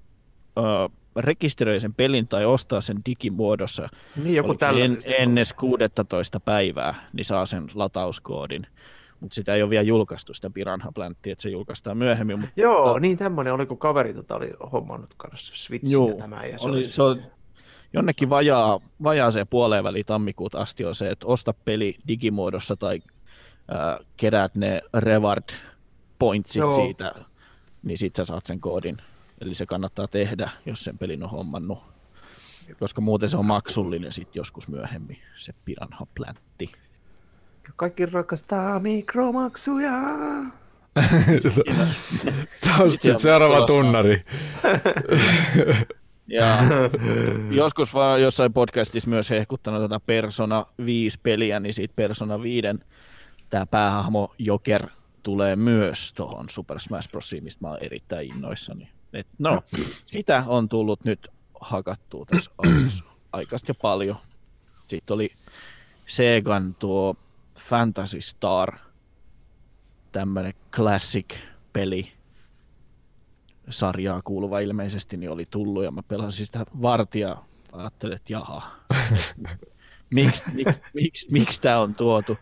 rekisteröi sen pelin tai ostaa sen digimuodossa Niin, joku tällainen. ennen 16 päivää, niin saa sen latauskoodin. Mutta sitä ei ole vielä julkaistu, sitä Piranha Planttia, että se julkaistaan myöhemmin. Mutta Joo, niin tämmöinen oli, kun kaveri oli hommannut kanssa Switchin tämä. Ja se on jonnekin vajaaseen puoleen väliin tammikuuta asti on se, että osta peli digimuodossa tai keräät ne reward pointsit siitä, niin sit sä saat sen koodin. Eli se kannattaa tehdä, jos sen pelin on hommannut, koska muuten se on maksullinen sit joskus myöhemmin, se Piranha Plantti. Kaikki rakastaa mikromaksuja. Tämä on sitten seuraava tunnari. Ja joskus vaan jossain podcastissa myös hehkuttanut tätä Persona 5-peliä, niin siitä Persona 5 tämä päähahmo Joker tulee myös tuohon Super Smash Brosiin, mistä mä oon erittäin innoissani. Sitä on tullut nyt hakattua tässä aikaista jo paljon. Sitten oli Segan tuo Phantasy Star, tämmönen classic-peli, sarjaa kuuluva ilmeisesti, niin oli tullut ja mä pelasin sitä vartija. Ajattelin, että jaha, miksi tää on tuotu?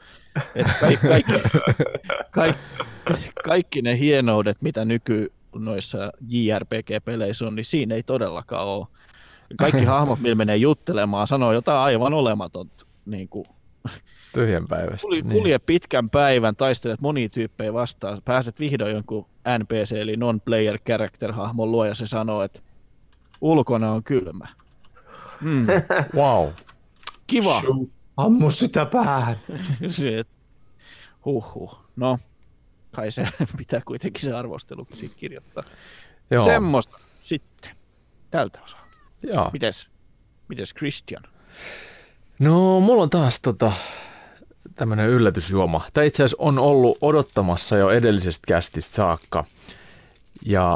Kaikki ne hienoudet, mitä noissa JRPG-peleissä on, niin siinä ei todellakaan ole. Kaikki hahmot, millä menee juttelemaan, sanoo jotain aivan olematonta. Niin kuin tyhjänpäiväistä. Kulje pitkän päivän, taistelet monia tyyppejä vastaan, pääset vihdoin jonkun NPC eli non-player character-hahmon luo ja se sanoo, että ulkona on kylmä. Wow. Kiva. Ammu sitä päähän. No, kai se pitää kuitenkin se arvostelukin siitä kirjoittaa. Joo. Semmosta sitten tältä osaa. Joo. Mites Christian? No, mulla on taas tämmönen yllätysjuoma. Tämä itse asiassa on ollut odottamassa jo edellisestä kästistä saakka. Ja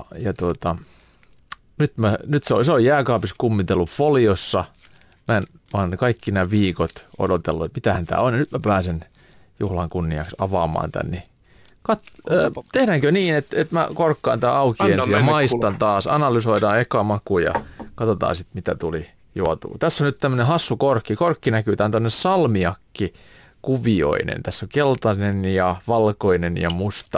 nyt se on jääkaapissa kummitellut foliossa. Mä oon kaikki nämä viikot odotellut, että mitähän tää on. Ja nyt mä pääsen juhlan kunniaksi avaamaan tän. Niin tehdäänkö niin, että mä korkkaan tää auki ensin ja maistan taas. Analysoidaan eka maku ja katsotaan sitten mitä tuli juotua. Tässä on nyt tämmönen hassu korkki. Korkki näkyy, tää on tämmönen salmiakki kuvioinen. Tässä on keltainen ja valkoinen ja musta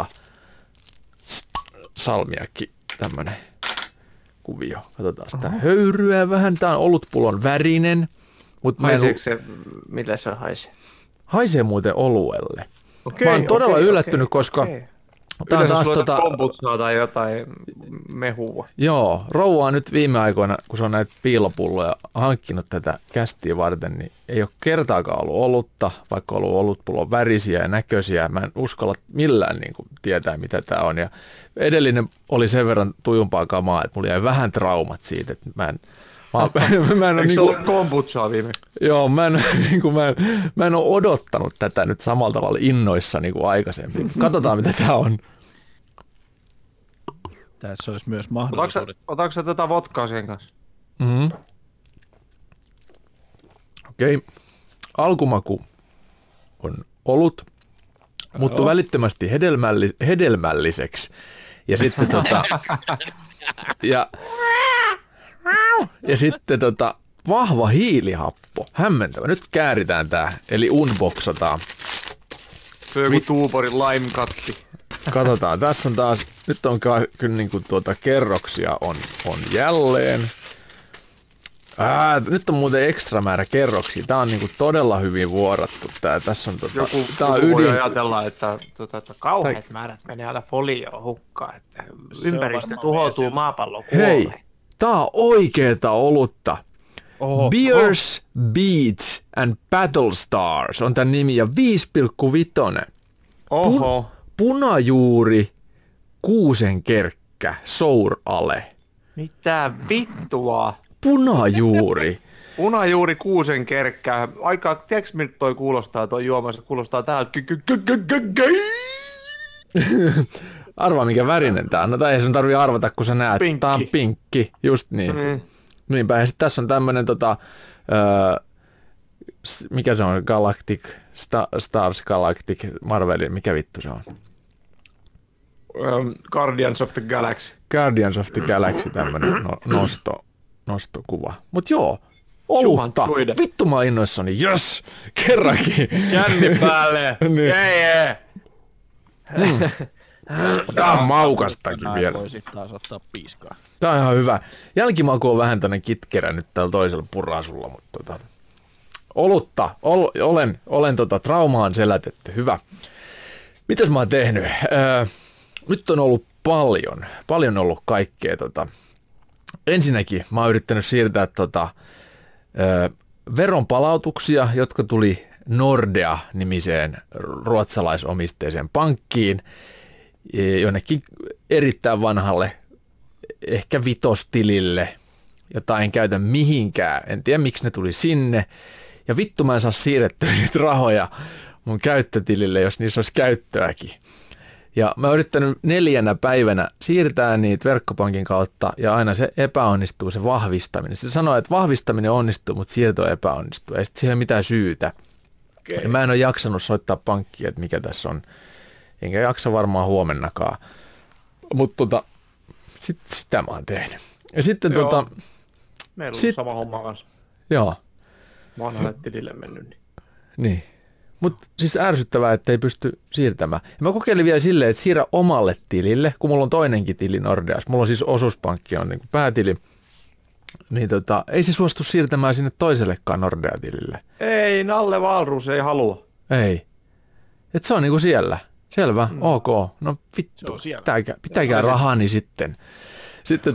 salmiakki, tämmönen kuvio. Katsotaan sitä höyryä vähän. Tää on olutpullon värinen. Haiseeko se, millä se haisee? Haisee muuten oluelle. Mä oon todella yllättynyt, koska tää on taas kombutsaa tai jotain mehua. Joo, rouva on nyt viime aikoina, kun se on näitä piilopulloja hankkinut tätä kästiä varten, niin ei ole kertaakaan ollut olutta, vaikka on ollut olutpullon värisiä ja näköisiä. Mä en uskalla millään niin kuin tietää, mitä tää on. Ja edellinen oli sen verran tujumpaa kamaa, että mulla jäi vähän traumat siitä, että mä en Mä en Eikö se ollut kombutsaa viime? Joo, mä en ole odottanut tätä nyt samalla tavalla innoissa niin kuin aikaisemmin. Katsotaan, mitä tää on. Tässä olisi myös mahdollisuudet. Otatko sä tätä vodkaa sen kanssa? Mm-hmm. Okei. Alkumaku on olut, mutta välittömästi hedelmälliseksi. Ja sitten ja sitten vahva hiilihappo. Hämmentävä. Nyt kääritään tää, eli unboxataan. Se on joku Tuuborin lime-katti. Katsotaan, tässä on taas, nyt on kyllä niin kuin kerroksia on jälleen. Nyt on muuten ekstra määrä kerroksia. Tää on niin kuin todella hyvin vuorattu. Tässä on joku voi ajatella, että kauheat määrät menee aina folioon hukkaan, että ympäristö tuhoutuu, maapallo kuolee. Hei, tää on oikeeta olutta. Beers, Beats and Battle Stars on tän nimi ja 5,5. Oho. Punajuuri, kuusenkerkkä, sour ale. Mitä vittua? Punajuuri. Punajuuri kuusenkerkkää. Aika, tiedätkö miltä toi kuulostaa, toi juoma, se kuulostaa täältä. Arvaa mikä värinen tää on. No ei sun tarvii arvata, kun sä näet. Pinkki. Tää on pinkki, just niin. Niinpä, ja sit tässä on tämmönen mikä se on, Galactic, Stars Galactic, Marvelin, mikä vittu se on? Guardians of the Galaxy. Guardians of the Galaxy, tämmönen nostokuva. Mut joo, olutta. Vittu mä oon innoissani, jös, kerrankin. Känni päälle. Jee. Tää on maukastakin vielä. Voi sit taas ottaa piiskaa. Tää on ihan hyvä. Jälkimaku on vähän tänne kitkerä nyt täällä toisella purasulla, mutta olutta. Olen traumaan selätetty. Hyvä. Mitäs mä oon tehnyt? Nyt on ollut paljon ollut kaikkea. Ensinnäkin mä oon yrittänyt siirtää veronpalautuksia, jotka tuli Nordea-nimiseen ruotsalaisomisteiseen pankkiin, jonnekin erittäin vanhalle, ehkä vitostilille, jota en käytä mihinkään. En tiedä, miksi ne tuli sinne. Ja vittu mä en saa siirrettyä niitä rahoja mun käyttötilille, jos niissä olisi käyttöäkin. Ja mä oon yrittänyt 4 päivänä siirtää niitä verkkopankin kautta, ja aina se epäonnistuu, se vahvistaminen. Se sanoo, että vahvistaminen onnistuu, mutta siirto epäonnistuu. Ei sitten siihen mitään syytä. Okay. Ja mä en ole jaksanut soittaa pankkiin, että mikä tässä on. Enkä jaksa varmaan huomennakaan. Mutta sitä mä oon tehnyt. Ja sitten meillä on sama homma kanssa. Joo. Vanhalle tilille mennyt. Niin. Mutta siis ärsyttävää, että ei pysty siirtämään. Ja mä kokeilin vielä silleen, että siirrä omalle tilille, kun mulla on toinenkin tili Nordeassa. Mulla on siis osuuspankki on niin kuin päätili. Niin ei se suostu siirtämään sinne toisellekaan Nordea-tilille. Ei, Nalle Wahlroos ei halua. Ei. Et se on niinku siellä. Selvä, ok. No vittu, pitäkää rahani sitten. Sitten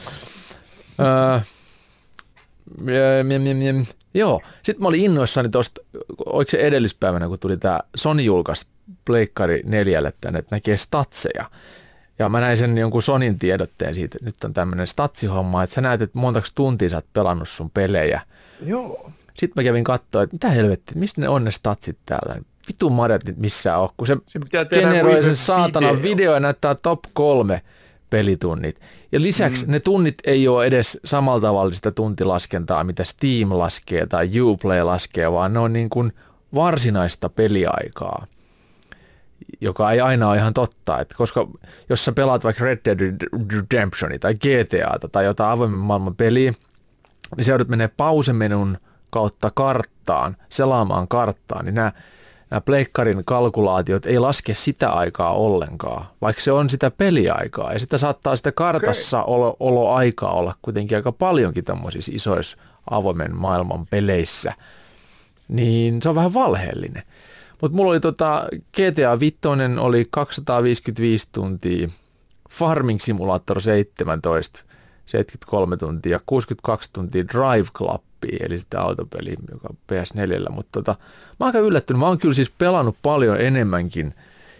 joo, sitten mä olin innoissani tosta, oliko se edellispäivänä, kun tuli tää Sony julkaisi Pleikkari 4 tänne, että näkee statseja. Ja mä näin sen jonkun Sonin tiedotteen siitä, että nyt on tämmönen statsihomma, että sä näet, että montaks tuntia sä oot pelannut sun pelejä. Joo. Sitten mä kävin katsoa, että mitä helvettiä, mistä ne on ne statsit täällä. Vitun marjat nyt missään ole, kun se generoi sen saatanan video ja näyttää top 3 pelitunnit. Ja lisäksi ne tunnit ei ole edes samalla tavalla sitä tuntilaskentaa, mitä Steam laskee tai Uplay laskee, vaan ne on niin kuin varsinaista peliaikaa, joka ei aina ole ihan totta. Että koska jos sä pelaat vaikka Red Dead Redemption tai GTAta tai jotain avoimen maailman peliä, niin sä joudut menee pausemenun kautta karttaan, selaamaan karttaan, niin nämä pleikkarin kalkulaatiot ei laske sitä aikaa ollenkaan, vaikka se on sitä peliaikaa. Ja sitä saattaa sitä kartassa oloaikaa olla kuitenkin aika paljonkin tämmöisissä isoissa avoimen maailman peleissä. Niin se on vähän valheellinen. Mutta mulla oli GTA 5 oli 255 tuntia, Farming Simulator 17, 73 tuntia ja 62 tuntia Drive Club, eli sitä autopeliä, joka on PS4, mutta mä oon aika yllättynyt. Mä oon kyllä siis pelannut paljon enemmänkin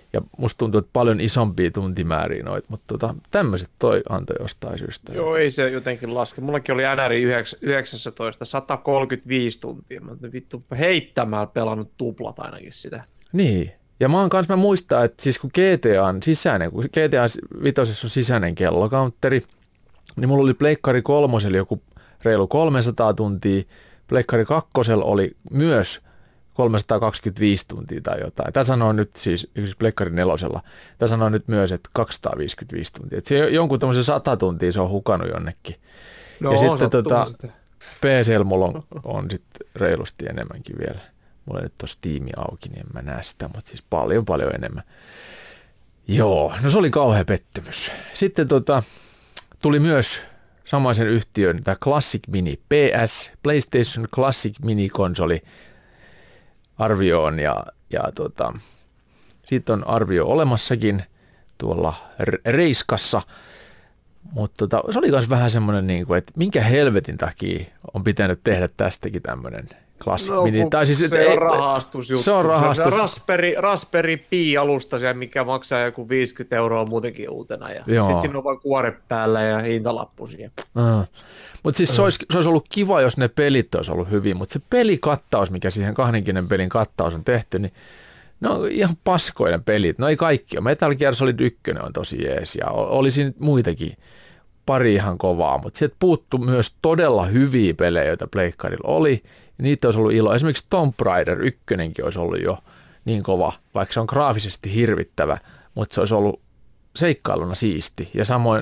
Ja musta tuntuu, että paljon isompia tuntimääriä noita, mutta tämmöiset toi antoi jostain syystä. Joo, ei se jotenkin laske. Mullakin oli NRI 19 135 tuntia. Mä olen vittu heittämällä pelannut tuplat ainakin sitä. Niin. Ja mä muistan, että siis kun GTA 5 on sisäinen kellokaunteri, niin mulla oli Pleikkari 3 joku reilu 300 tuntia, Pleikkari 2 oli myös 325 tuntia tai jotain. Tämä sanoo nyt siis Pleikkari 4, tämä sanoo nyt myös, että 255 tuntia. Että se jonkun tämmöisen 100 tuntia se on hukannut jonnekin. No, ja sitten PC:llä mulla on sitten reilusti enemmänkin vielä. Mulla ei nyt tuossa tiimi auki, niin en mä näe sitä, mutta siis paljon enemmän. Joo, no se oli kauhea pettymys. Sitten tuli myös samaisen yhtiön tämä Classic Mini PS, PlayStation Classic Mini-konsoli arvioon ja siitä on arvio olemassakin tuolla Reiskassa, mutta se oli myös vähän semmoinen, että minkä helvetin takia on pitänyt tehdä tästäkin tämmöinen Classic Mini. Tai siis, se on rahastusjuttu. Se on rahastus. Raspberry Pi-alusta, mikä maksaa joku 50 € muutenkin uutena. Ja sitten siinä on vain kuore päällä ja hintalappu siihen. Mutta siis se olisi ollut kiva, jos ne pelit olisi ollut hyviä, mutta se pelikattaus, mikä siihen 20 pelin kattaus on tehty, niin ne on ihan paskoinen pelit. No ei kaikki. Metal Gear Solid 1 on tosi jees ja olisi muitakin pari ihan kovaa, mutta sieltä puuttui myös todella hyviä pelejä, joita Pleikkarilla oli. Ja niitä olisi ollut ilo. Esimerkiksi Tomb Raider 1 olisi ollut jo niin kova, vaikka se on graafisesti hirvittävä, mutta se olisi ollut seikkailuna siisti. Ja samoin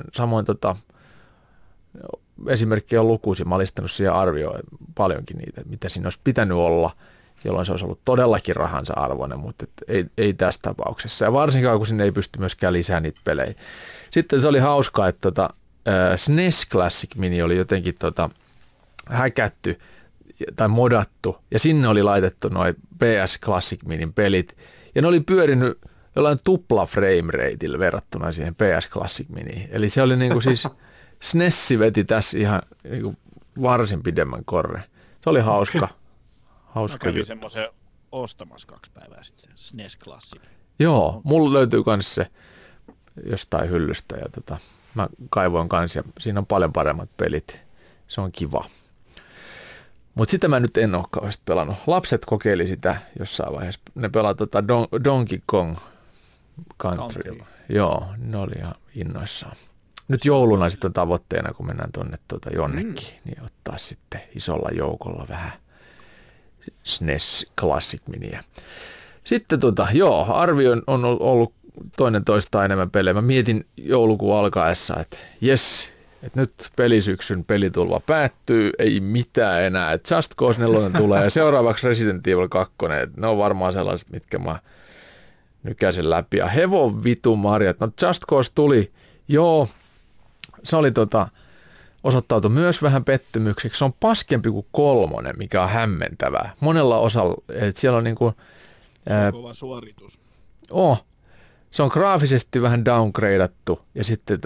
esimerkkiä on lukuisia. Mä olen listanut siihen arvioon paljonkin niitä, mitä siinä olisi pitänyt olla, jolloin se olisi ollut todellakin rahansa arvoinen, mutta ei tässä tapauksessa. Ja varsinkaan, kun sinne ei pysty myöskään lisää niitä pelejä. Sitten se oli hauskaa, että SNES Classic Mini oli jotenkin häkätty tai modattu, ja sinne oli laitettu noi PS Classic Minin pelit, ja ne oli pyörinyt jollain tupla frame rateilla verrattuna siihen PS Classic Miniin. Eli se oli niinku siis, SNES veti tässä ihan niinku varsin pidemmän korren. Se oli hauska. Mä kävin semmoisen ostamassa 2 päivää sitten, se SNES Classic. Joo, mulla löytyy myös se jostain hyllystä, ja mä kaivoin kanssa, ja siinä on paljon paremmat pelit. Se on kiva. Mutta sitä mä nyt en ole kauheasti pelannut. Lapset kokeili sitä jossain vaiheessa. Ne pelaa Donkey Kong Country. Joo, ne oli ihan innoissaan. Nyt jouluna sitten on tavoitteena, kun mennään tuonne jonnekin, niin ottaa sitten isolla joukolla vähän SNES Classic Miniä. Sitten arvio on ollut toinen toista enemmän pelejä. Mä mietin joulukuun alkaessa, että jes, että nyt pelisyksyn pelitulva päättyy, ei mitään enää. Et Just Cause 4 tulee ja seuraavaksi Resident Evil 2. Ne on varmaan sellaiset, mitkä mä nykäisen läpi. Ja hevon vitu marjat. No Just Cause tuli, joo, se oli osoittautui myös vähän pettymykseksi. Se on paskempi kuin 3, mikä on hämmentävää. Monella osalla, että siellä on niinku... kova suoritus. Se on graafisesti vähän downgradattu ja sitten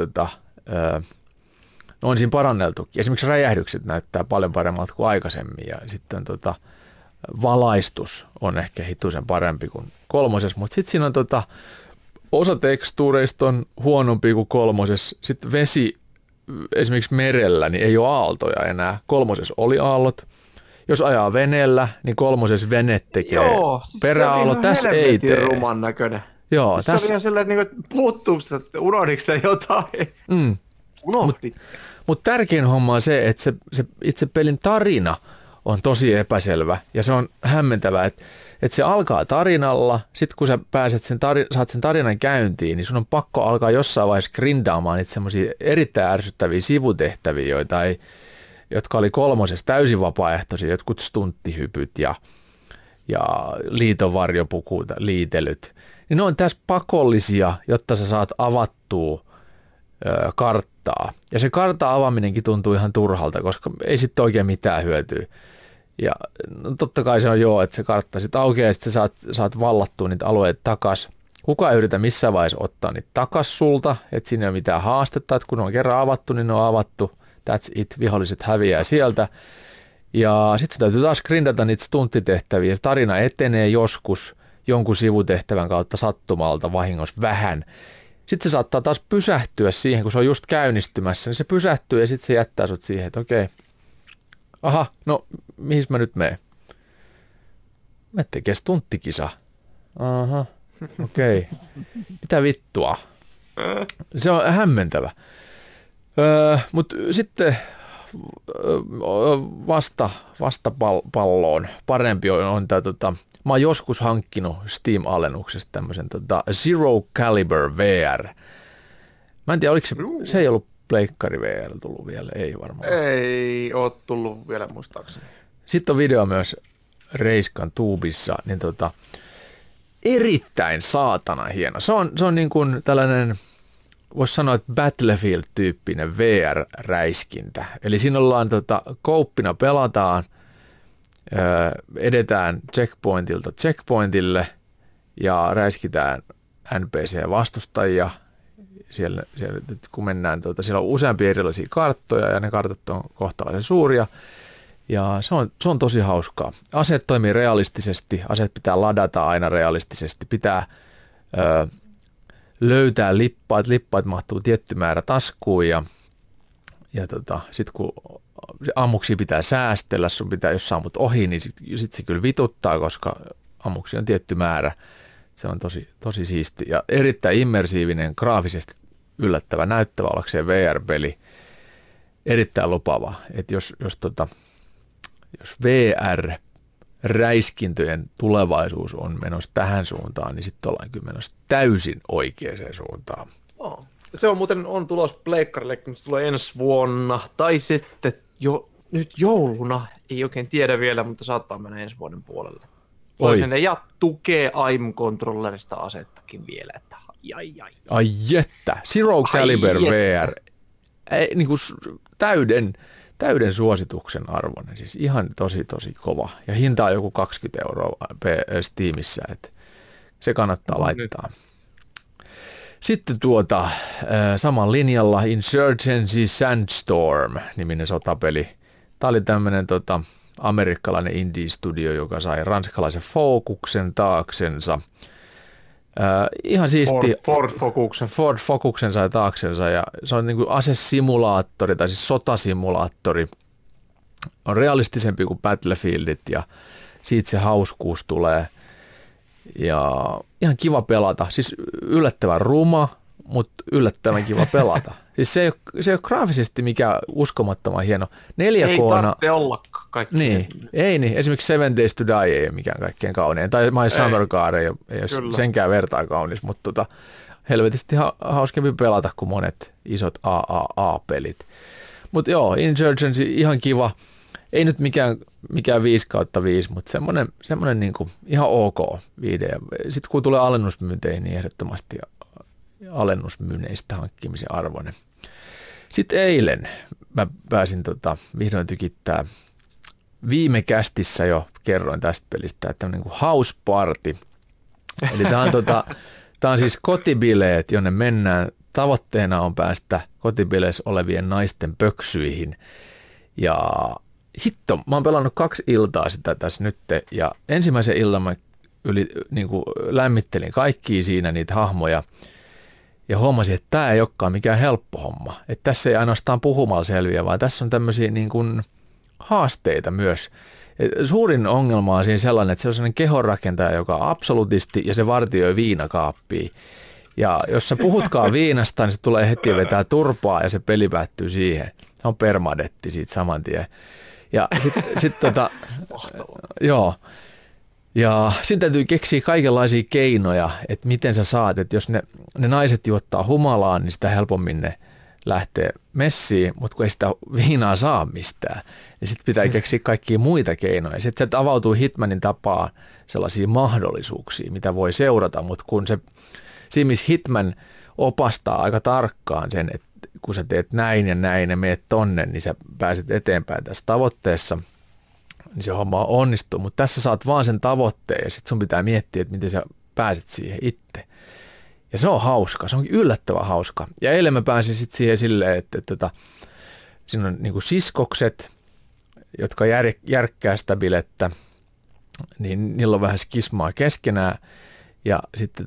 on siinä paranneltukin. Esimerkiksi räjähdykset näyttää paljon paremmalta kuin aikaisemmin ja sitten valaistus on ehkä hituisen parempi kuin 3, mutta sitten siinä on osa tekstuureista on huonompi kuin 3. Sitten vesi esimerkiksi merellä, niin ei ole aaltoja enää. 3 oli aallot. Jos ajaa veneellä, niin 3 vene tekee peräaallot. Tässä ei tee. Ruman näköinen. Joo, se oli ihan sellainen, että puuttuuko sitä, unohdiko sitä jotain? Unohdit. Mutta tärkein homma on se, että se itse pelin tarina on tosi epäselvä ja se on hämmentävää, että se alkaa tarinalla, sitten kun sä saat sen tarinan käyntiin, niin sun on pakko alkaa jossain vaiheessa grindaamaan niitä semmoisia erittäin ärsyttäviä sivutehtäviä, jotka oli 3 täysin vapaaehtoisia, jotkut stunttihypyt ja liitonvarjopuku, liitelyt. Niin ne on tässä pakollisia, jotta sä saat avattua karttaa. Ja se kartan avaaminenkin tuntuu ihan turhalta, koska ei sitten oikein mitään hyötyä. Ja no totta kai se on että se kartta sitten aukeaa ja sitten saat vallattua niitä alueita takas. Kukaan ei yritä missään vaiheessa ottaa niitä takas sulta, että siinä ei ole mitään haastetta, että kun ne on kerran avattu, niin ne on avattu. That's it, viholliset häviää sieltä. Ja sitten täytyy taas grindata niitä stunttitehtäviä. Tarina etenee joskus jonkun sivutehtävän kautta sattumalta vahingossa vähän. Sitten se saattaa taas pysähtyä siihen, kun se on just käynnistymässä, niin se pysähtyy ja sitten se jättää sut siihen, että okei, aha, no mihin mä nyt menen? Mä tekee stunttikisa. Aha, okei. Mitä vittua? Se on hämmentävä. Mutta sitten vastapalloon parempi on tämä, mä oon joskus hankkinut Steam-alennuksesta tämmöisen Zero Caliber VR. Mä en tiedä, oliko se ei ollut pleikkari VR tullut vielä, ei varmaan. Ei ole tullut vielä muistaakseni. Sitten on video myös Reiskan tuubissa, niin erittäin saatana hieno. Se on niin kuin tällainen, voisi sanoa, että Battlefield-tyyppinen VR-räiskintä. Eli siinä ollaan kouppina pelataan, edetään checkpointilta checkpointille ja räiskitään NPC-vastustajia. Siellä kun mennään, siellä on useampia erilaisia karttoja ja ne kartat on kohtalaisen suuria. Ja se on tosi hauskaa. Aseet toimii realistisesti, aseet pitää ladata aina realistisesti, pitää löytää lippaat mahtuu tietty määrä taskuun ja sitten kun ammuksia pitää säästellä, sun pitää, jos saamut ohi, niin sit se kyllä vituttaa, koska ammuksia on tietty määrä. Se on tosi siisti ja erittäin immersiivinen, graafisesti yllättävä, näyttävä ollakseen VR-peli. Erittäin lupaava, että jos VR-räiskintöjen tulevaisuus on menossa tähän suuntaan, niin sitten ollaan kyllä menossa täysin oikeaan suuntaan. Oh. Se on muuten tulos pleikkarille, kun se tulee ensi vuonna, tai sitten jo nyt jouluna, ei oikein tiedä vielä, mutta saattaa mennä ensi vuoden puolelle. Toisenne ja tukee aim-kontrollerista asettakin vielä, että Ai jettä, Zero Caliber VR, niin kuin täyden suosituksen arvoinen, siis ihan tosi kova. Ja hinta on joku 20 € Steamissa, että se kannattaa laittaa. Sitten saman linjalla Insurgency Sandstorm-niminen sotapeli. Tämä oli tämmöinen amerikkalainen indie-studio, joka sai ranskalaisen Focuksen taaksensa. Ihan siisti. Ford Focuksen sai taaksensa ja se on niin kuin asesimulaattori tai siis sotasimulaattori. On realistisempi kuin Battlefieldit ja siitä se hauskuus tulee. Ja ihan kiva pelata. Siis yllättävän ruma, mutta yllättävän kiva pelata. Siis se ei ole graafisesti mikään uskomattoman hieno. 4K. Ei tarvitse olla kaikki. Niin, ei niin. Esimerkiksi Seven Days to Die ei ole mikään kaikkein kaunein. Tai My Summer Car ei ole senkään vertaan kaunis, mutta helvetisti hauskempi pelata kuin monet isot AAA-pelit. Mutta joo, Insurgency ihan kiva. Ei nyt mikään 5/5, mutta semmoinen niinku ihan ok video. Sitten kun tulee alennusmyynteihin, niin ehdottomasti alennusmyynneistä hankkimisen arvoinen. Sitten eilen mä pääsin vihdoin tykittää. Viime kästissä jo kerroin tästä pelistä, että on niin kuin House Party. Eli tämä on siis kotibileet, jonne mennään. Tavoitteena on päästä kotibileissä olevien naisten pöksyihin. Ja hitto, mä oon pelannut 2 iltaa sitä tässä nyt. Ja ensimmäisen illan mä niin kuin lämmittelin kaikkia siinä niitä hahmoja. Ja huomasin, että tämä ei olekaan mikään helppo homma. Että tässä ei ainoastaan puhumalla selviä, vaan tässä on tämmöisiä niin kuin haasteita myös. Suurin ongelma on siinä sellainen, että se on sellainen kehonrakentaja, joka on absolutisti ja se vartioi viinakaappia. Ja jos sä puhutkaan viinasta, niin se tulee heti vetää turpaa ja se peli päättyy siihen. Se on permadetti siitä saman tien. Ja sitten joo. Ja siinä täytyy keksiä kaikenlaisia keinoja, että miten sä saat, että jos ne naiset juottaa humalaan, niin sitä helpommin ne lähtee messiin, mutta kun ei sitä viinaa saa mistään, niin sitten pitää keksiä kaikkia muita keinoja. Sitten se avautuu Hitmanin tapaan sellaisia mahdollisuuksia, mitä voi seurata, mutta kun siinä missä Hitman opastaa aika tarkkaan sen, että kun sä teet näin ja näin ja meet tonne, niin sä pääset eteenpäin tässä tavoitteessa, niin se homma onnistuu. Mutta tässä saat vaan sen tavoitteen ja sitten sun pitää miettiä, että miten sä pääset siihen itse. Ja se on hauska, se on yllättävän hauska. Ja eilen mä pääsin sitten siihen silleen, että siinä on niinku siskokset, jotka järkkää sitä bilettä. niin niillä on vähän skismaa keskenään. Ja sitten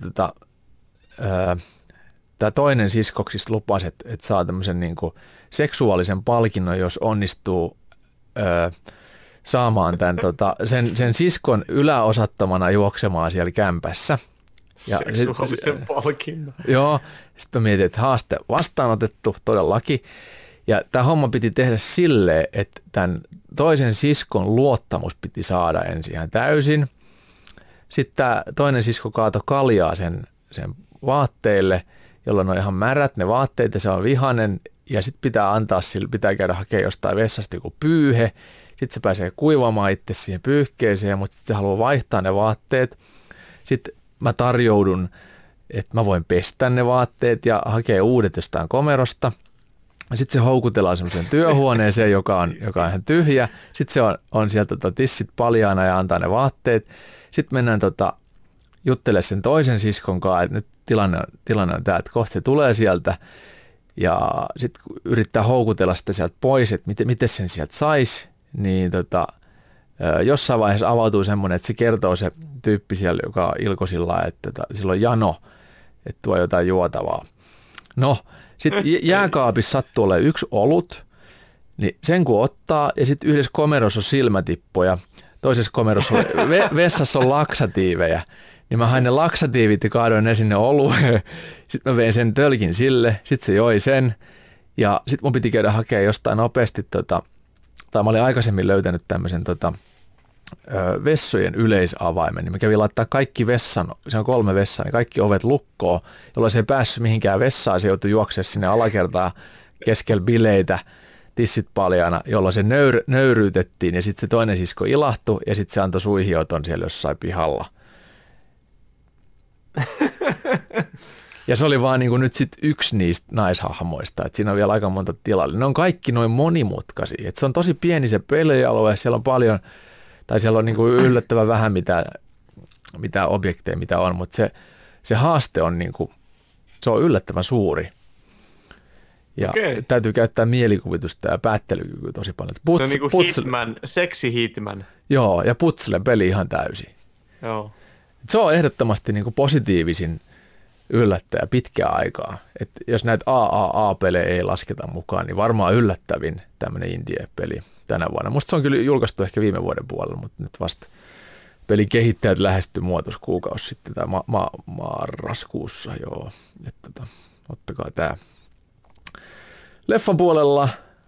tämä toinen siskoksista lupasi, että saa tämmöisen niin kuin seksuaalisen palkinnon, jos onnistuu saamaan tämän, sen siskon yläosattomana juoksemaan siellä kämpässä. Ja seksuaalisen palkinnon. Joo, sitten mä mietin, että haaste vastaanotettu todellakin. Ja tämä homma piti tehdä silleen, että tämän toisen siskon luottamus piti saada ensin ihan täysin. Sitten tämä toinen sisko kaatoi kaljaa sen vaatteille, jolloin on ihan märät ne vaatteet ja se on vihainen. Ja sitten pitää käydä hakemaan jostain vessasta joku pyyhe. Sitten se pääsee kuivamaan itse siihen pyyhkeeseen, mutta sitten se haluaa vaihtaa ne vaatteet. Sitten mä tarjoudun, että mä voin pestä ne vaatteet ja hakea uudet jostain komerosta. Sitten se houkutellaan semmoiseen työhuoneeseen, joka on ihan tyhjä. Sitten se on sieltä tissit paljaana ja antaa ne vaatteet. Sitten mennään juttelemaan sen toisen siskon kanssa, että nyt tilanne on tämä, että kohta se tulee sieltä. Ja sitten yrittää houkutella sitä sieltä pois, että miten sen sieltä saisi. Niin jossain vaiheessa avautuu semmoinen, että se kertoo se tyyppi siellä, joka on ilkosilla, että sillä on jano, että tuo jotain juotavaa. No, sitten jääkaapissa sattuu olemaan yksi olut, niin sen kun ottaa, ja sitten yhdessä komerossa on silmätippoja, toisessa komerossa vessassa on laksatiiveja, niin mä hain ne laksatiivit ja kaadoin ne sinne olueen. Sitten mä vein sen tölkin sille, sitten se joi sen, ja sitten mun piti käydä hakemaan jostain nopeasti, tai mä olin aikaisemmin löytänyt tämmöisen vessojen yleisavaimen, niin mä kävin laittaa kaikki se on 3 vessaa, niin kaikki ovet lukkoon, jolloin se ei päässyt mihinkään vessaan, se joutui juoksemaan sinne alakertaan keskellä bileitä, tissit paljaana, jolloin se nöyryytettiin ja sitten se toinen sisko ilahtui ja sitten se antoi suihioton siellä jossain pihalla. Ja se oli vaan niin kuin nyt sit yksi niistä naishahmoista, että siinä on vielä aika monta tilalla. Ne on kaikki noin monimutkaisia, että se on tosi pieni se pelialue, siellä on paljon, tai siellä on niin kuin yllättävän vähän mitä objekteja, mitä on, mutta se haaste on, niin kuin, se on yllättävän suuri. Ja täytyy käyttää mielikuvitusta ja päättelykykyä tosi paljon. Se on niin kuin Hitman, seksi Hitman. Joo, ja putselen peli ihan täysin. Joo. Se on ehdottomasti niin kuin positiivisin yllättäjä pitkää aikaa. Et jos näitä AAA-pelejä ei lasketa mukaan, niin varmaan yllättävin tämmöinen indie-peli tänä vuonna. Musta se on kyllä julkaistu ehkä viime vuoden puolella, mutta nyt vasta pelin kehittäjät lähestyi muotoiskuukausi sitten, tai marraskuussa, joo. Että ottakaa tämä. Leffan puolella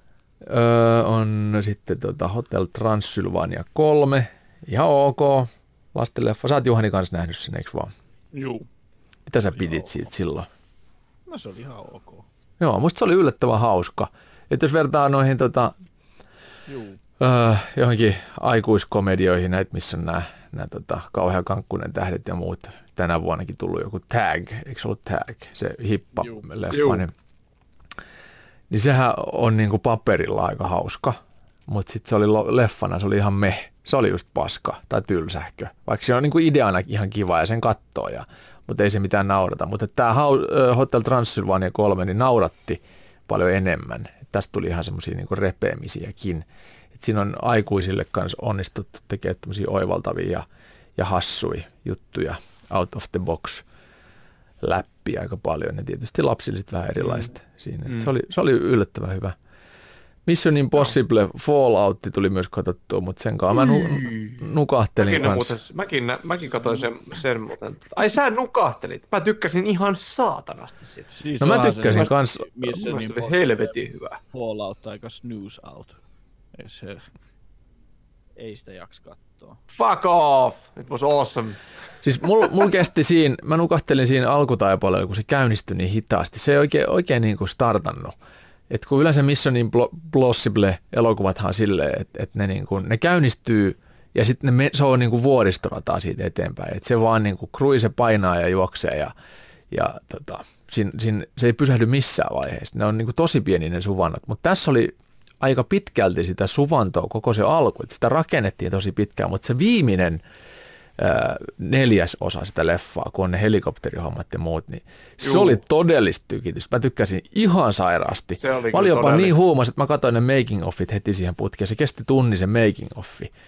on sitten Hotel Transylvania 3, ihan ok, lastenleffa. Sä oot Juhani kanssa nähnyt sen, eikö vaan? Juu. Mitä sä pidit siitä silloin? No se oli ihan ok. Joo, musta se oli yllättävän hauska. Että jos vertaa noihin johonkin aikuiskomedioihin, näitä missä on nämä Kauhea Kankkunen tähdet ja muut, tänä vuonnakin tullut joku Tag, eikö se ollut Tag, se hippa-leffa, niin sehän on niinku paperilla aika hauska, mutta sitten se oli leffana, se oli ihan se oli just paska tai tylsähkö, vaikka se on niinku ideana ihan kiva ja sen kattoo, mutta ei se mitään naurata. Mutta tämä Hotel Transylvania 3 niin nauratti paljon enemmän. Tästä tuli ihan semmoisia niinku repeämisiäkin. Et siinä on aikuisille kanssa onnistuttu tekemään tämmöisiä oivaltavia ja hassuja juttuja, out of the box läppiä aika paljon. Ja tietysti lapsille sitten vähän erilaista siinä. Se oli yllättävän hyvä. Mission Impossible Fallout tuli myös katsottua, mutta sen kanssa mä nukahtelin kanssa. Mäkin katsoin sen muuten. Ai sä nukahtelit? Mä tykkäsin ihan saatanasti sitä. Siis no mä tykkäsin kanssa. Se oli helvetin hyvä. Fallout aika snooze out. Ei sitä jaksa katsoa. Fuck off! It was awesome. Siis mulla kesti siinä, mä nukahtelin siinä alkutaipaleella, kun se käynnistyi niin hitaasti. Se ei oikein niin kuin startannut. Et kun yleensä Mission Impossible-elokuvathan silleen, että ne käynnistyy ja sitten se on niin kuin vuoristorataa siitä eteenpäin. Että se vaan niin kuin cruise painaa ja juoksee ja se ei pysähdy missään vaiheessa. Ne on niin kuin tosi pieni ne suvannot, mutta tässä oli aika pitkälti sitä suvantoa koko se alku. Että sitä rakennettiin tosi pitkään, mutta se viimeinen 4. osa sitä leffaa, kun on ne helikopterihommat ja muut, niin se oli todellista tykitystä. Mä tykkäsin ihan sairaasti. Mä olin jopa niin huumas, että mä katsoin ne making-offit heti siihen putkeen. Se kesti tunnin se making-offi.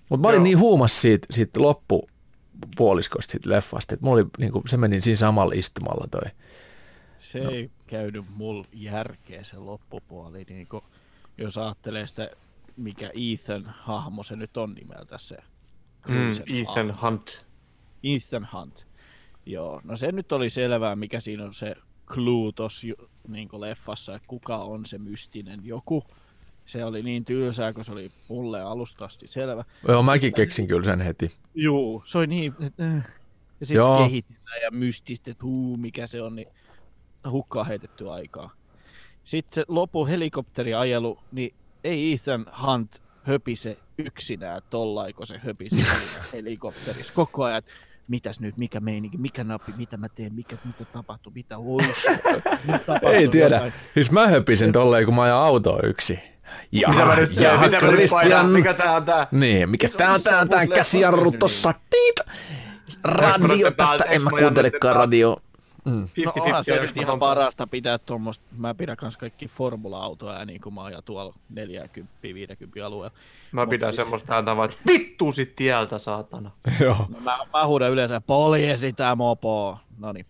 Mutta mä olin niin huumas siitä loppupuoliskosta siitä leffasta, että mulla oli, niinku, se meni siinä samalla istumalla toi. Se ei käynyt mulla järkeä se loppupuoli, niin kun, jos ajattelee sitä, mikä Ethan-hahmo se nyt on nimeltä se. Ethan Hunt. Ethan Hunt. Joo, no se nyt oli selvää, mikä siinä on se clue tossa niin leffassa, että kuka on se mystinen joku. Se oli niin tylsää, kun se oli mulle alusta asti selvä. Joo, mäkin keksin kyllä sen heti. Juu, se oli niin, ja sitten kehitellään ja mystistä, että mikä se on, niin hukkaa heitetty aikaa. Sitten se lopu helikopteriajelu, niin ei Ethan Hunt höpise yksinään tollaiko se höpisi helikopterissa koko ajan. Mitäs nyt, mikä meininki, mikä nappi, mitä mä teen, mitä tapahtuu, mitä ois. Ei tiedä. Siis mä höpisen tolleen, kun mä ajan autoa yksin. Jaha, Christian. Mikä tää on tää? Niin, mikä tää on tää käsijarru tossa. Radio tästä, en mä kuuntelekaan radio. No onhan se nyt ihan parasta pitää tuommoista, mä pidän kans kaikki formula-autoja niin kuin mä ajan tuolla 40-50 alueella. Mä pidän siis semmoista ääntä vaan, vittu sit tieltä, saatana. Joo. No mä huudan yleensä, poliisi tää mopo. Noniin.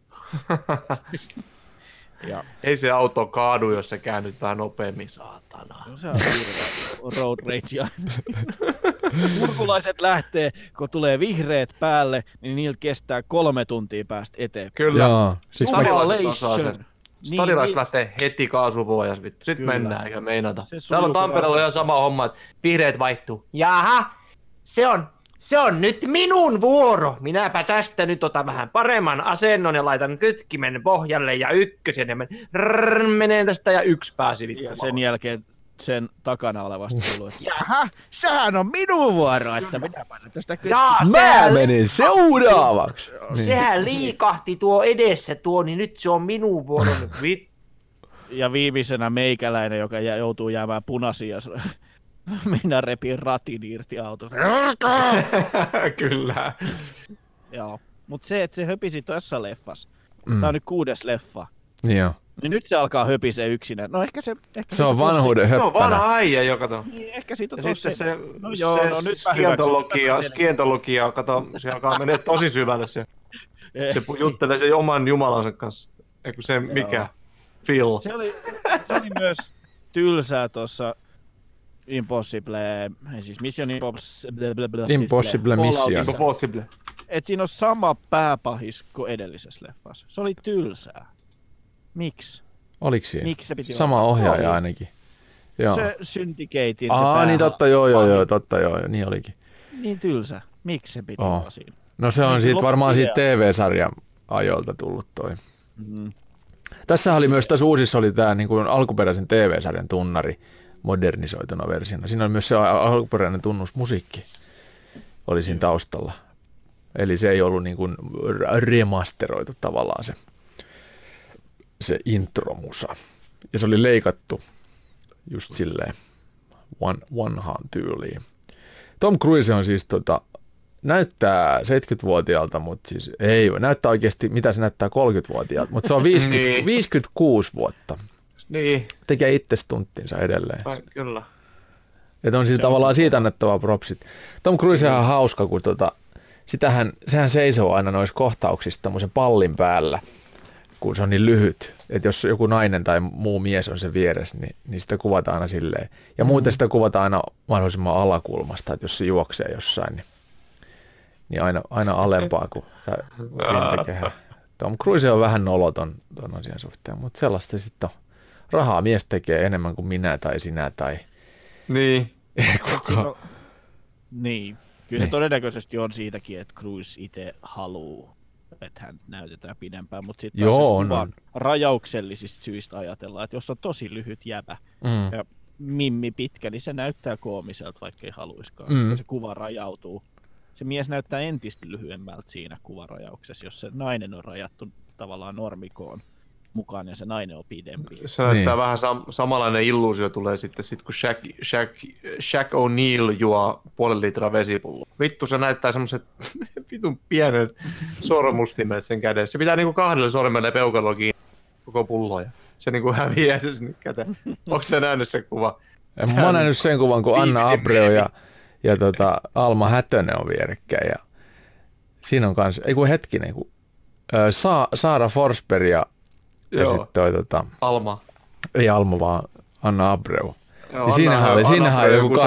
Ja. Ei se auto kaadu, jos sä käännyt vähän nopeammin, saatana. No se on road rage. Turkulaiset lähtee, kun tulee vihreät päälle, niin niillä kestää 3 tuntia päästä eteen. Kyllä. Simulation. Stadilaiset lähtee heti kaasupohjas, vittu. Sitten mennään, eikä meinata. Täällä on Tampereella ihan sama homma, että vihreät vaihtuu. Jaha, se on nyt minun vuoro. Minäpä tästä nyt otan vähän paremman asennon ja laitan kytkimen pohjalle ja ykkösen ja menee tästä ja 1 pääsi vittu. Ja sen jälkeen sen takana olevasta tullut, että jaha, sehän on minun vuoro, että minäpä tästä kytkimen. Mä menin seuraavaksi. Sehän liikahti tuo edessä tuo, niin nyt se on minun vuoro. Ja viimeisenä meikäläinen, joka joutuu jäämään punaisia. Minä repin ratin irti autosta. Kyllä. Joo. Mutta se, että se höpisi tuossa leffassa. Tää on nyt 6. leffa. Joo. Niin nyt se alkaa höpisee yksinään. No ehkä se... se on vanhuuden höppänä. Se on vanha äijä, joka to. Niin, ehkä siitä on tossa. Se, no joo, se no nyt skientologia, kato, se alkaa menee tosi syvälle se. Se juttelee sen oman jumalansa kanssa. Eikö se mikä? Phil. Se oli myös tylsää Mission Impossible Mission. Et siinä on sama pääpahis kuin edellisessä leffassa. Se oli tylsää. Miksi? Oliko siinä? Miksi se piti sama olla? Ohjaaja ainakin. Joo. Se Syndicatein se niin totta, joo, niin olikin. Niin tylsä. Miksi se piti olla siinä? No se on siitä varmaan siitä TV-sarjan ajoilta tullut toi. Mm-hmm. Tässä oli myös, tässä uusissa oli tämä niin kuin alkuperäisen TV-sarjan tunnari modernisoituna versiona. Siinä oli myös se alkuperäinen tunnusmusiikki oli siinä taustalla. Eli se ei ollut niin kuin remasteroitu tavallaan se intromusa. Ja se oli leikattu just silleen vanhaan tyyliin. Tom Cruise on siis näyttää 70-vuotiaalta, mutta siis ei, näyttää oikeasti, mitä se näyttää 30-vuotiaalta, mutta se on 56 vuotta. Niin. Tekee itse stunttinsa edelleen. Kyllä. Että on siis tavallaan siitä annettava propsit. Tom Cruise on hauska, kun sehän seisoo aina noissa kohtauksissa tämmöisen pallin päällä, kun se on niin lyhyt. Että jos joku nainen tai muu mies on sen vieressä, niin sitä kuvataan aina silleen. Ja muuten sitä kuvataan aina mahdollisimman alakulmasta, että jos se juoksee jossain, niin aina alempaa kuin rintakehä. Tom Cruise on vähän noloton tuon asian suhteen, mutta sellaista sitten on. Rahaa mies tekee enemmän kuin minä tai sinä tai... Niin. Niin. Kyllä se todennäköisesti on siitäkin, että Cruise itse haluaa, että hän näytetään pidempään, mutta sitten on rajauksellisista syistä ajatellaan, että jos on tosi lyhyt jäbä ja mimmi pitkä, niin se näyttää koomiselta, vaikka ei haluiskaan. Ja se kuva rajautuu. Se mies näyttää entistä lyhyemmältä siinä kuvarajauksessa, jos se nainen on rajattu tavallaan normikoon mukaan ja se nainen on pidempi. Se näyttää vähän samanlainen illuusio tulee sitten, kun Shaq O'Neal juo 0,5 litraa vesipulloa. Vittu, se näyttää semmoiset vitun pienet sormustimet sen kädessä. Se pitää niinku 2 sormelle peukaloa kiinni koko pullo ja se niinku häviää se sinne käteen. Onko sä nähnyt sen kuva? Mä oon nähnyt sen kuvan, kun Anna Abreu ja ja Alma Hätönen on vierekkäin. Ja siinä on kans, Saara Forsberg ja sitten Alma. Ei Alma, vaan Anna Abreu. Joo, siinähän oli joku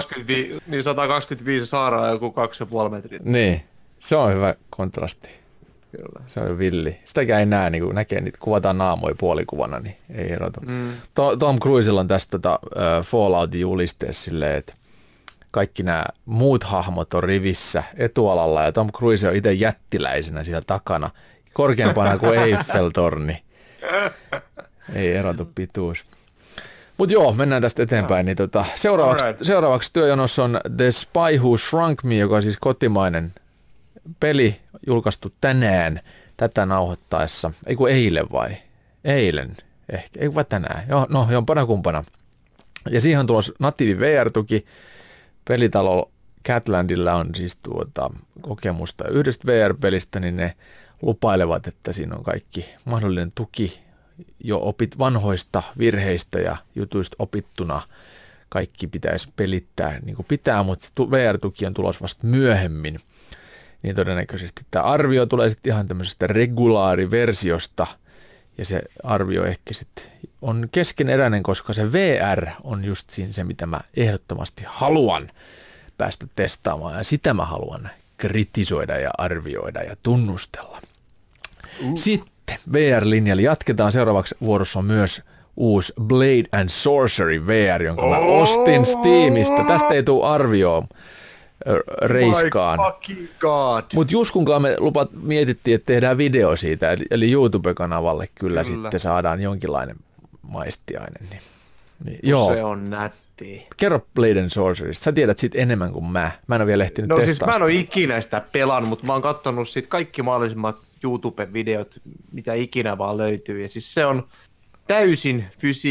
125 Saaraa ja joku 2,5 metriä. Niin, se on hyvä kontrasti. Kyllä. Se on villi. Sitäkään ei näe, niin kun näkee niitä, kuvataan naamoja puolikuvana, niin ei erota. Tom Cruisella on tästä Falloutin julisteessa silleen, että kaikki nämä muut hahmot on rivissä etualalla ja Tom Cruise on itse jättiläisenä siellä takana, korkeampana kuin Eiffel-torni. Ei erotu pituus. Mutta joo, mennään tästä eteenpäin. Niin seuraavaksi työjonossa on The Spy Who Shrunk Me, joka on siis kotimainen peli, julkaistu tänään tätä nauhoittaessa. Ei kun eilen vai? Eilen ehkä. Ei vai tänään. Joo, no jompana kumpana. Ja siihen on tulossa natiivi VR-tuki. Pelitalo Catlandilla on siis kokemusta yhdestä VR-pelistä, niin ne lupailevat, että siinä on kaikki mahdollinen tuki jo vanhoista virheistä ja jutuista opittuna. Kaikki pitäisi pelittää niin kuin pitää, mutta VR-tuki on tulossa vasta myöhemmin. Niin todennäköisesti tämä arvio tulee sitten ihan tämmöisestä regulaariversiosta, ja se arvio ehkä sitten on keskeneräinen, koska se VR on just siinä se, mitä mä ehdottomasti haluan päästä testaamaan, ja sitä mä haluan kritisoida ja arvioida ja tunnustella. Sitten VR-linjalla jatketaan. Seuraavaksi vuorossa on myös uusi Blade and Sorcery VR, jonka mä ostin Steamista. Tästä ei tule arvioon reiskaan. Mutta Juskunkaan me mietittiin, että tehdään video siitä, eli YouTube-kanavalle kyllä sitten saadaan jonkinlainen maistiainen. Niin, joo. Se on nätti. Kerro Blade and Sorcerysta. Sä tiedät siitä enemmän kuin mä. Mä en ole vielä ehtinyt testaa sitä. Siis mä en ole ikinä sitä pelannut, mutta mä oon katsonut siitä kaikki mahdollisimmat YouTube-videot, mitä ikinä vaan löytyy. Ja siis se on täysin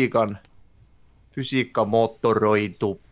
fysiikkamottoroitu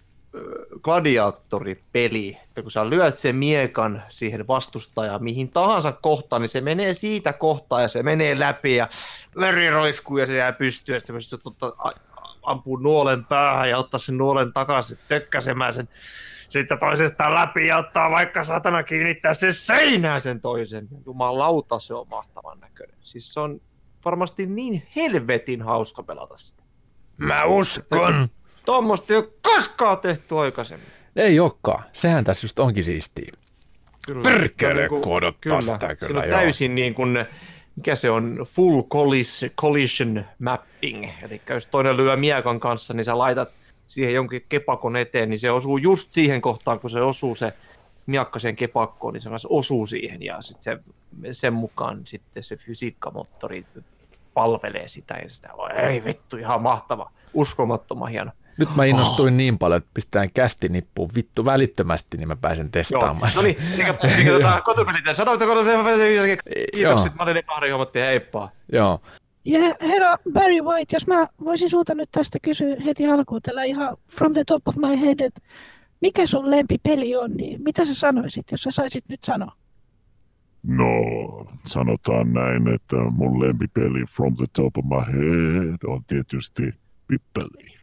gladiaattoripeli. Ja kun sä lyöt sen miekan siihen vastustajaan mihin tahansa kohtaan, niin se menee siitä kohtaa ja se menee läpi ja veri roiskuu ja se jää pystyyn. Ja sitten se ampuu nuolen päähän ja ottaa sen nuolen takaisin tökkäsemään sen sitten toisestaan läpi ja ottaa vaikka satana kiinnittää sen seinään sen toisen. Jumalauta, se on mahtavan näköinen. Siis se on varmasti niin helvetin hauska pelata sitä. Mä uskon! Tuommoista ei ole koskaan tehty aikaisemmin. Ei olekaan. Sehän tässä just onkin siistiä. Perkele, kodottaa sitä kyllä. Se on täysin niin kuin, mikä se on, full collision mapping. Eli jos toinen lyö miekan kanssa, niin sä laitat siihen jonkin kepakon eteen, niin se osuu just siihen kohtaan, kun se osuu se miakka sen kepakkoon, niin se myös osuu siihen. Ja sitten sen mukaan sitten se fysiikkamoottori palvelee sitä. Ja sitä, ei vittu, ihan mahtava, uskomattoman hieno. Nyt mä innostuin niin paljon, että pistetään kästinippuun vittu välittömästi, niin mä pääsen testaamaan. No niin, kotipelit. Sanoitko kotipelit? Kiitokset, mä olin kahden hommattiin, heippa. Joo. Ja herra Barry White, jos mä voisin sulta nyt tästä kysyä heti alkuun tällä ihan from the top of my head, että mikä sun lempipeli on, niin mitä sä sanoisit, jos sä saisit nyt sanoa? No, sanotaan näin, että mun lempipeli from the top of my head on tietysti Pippeli.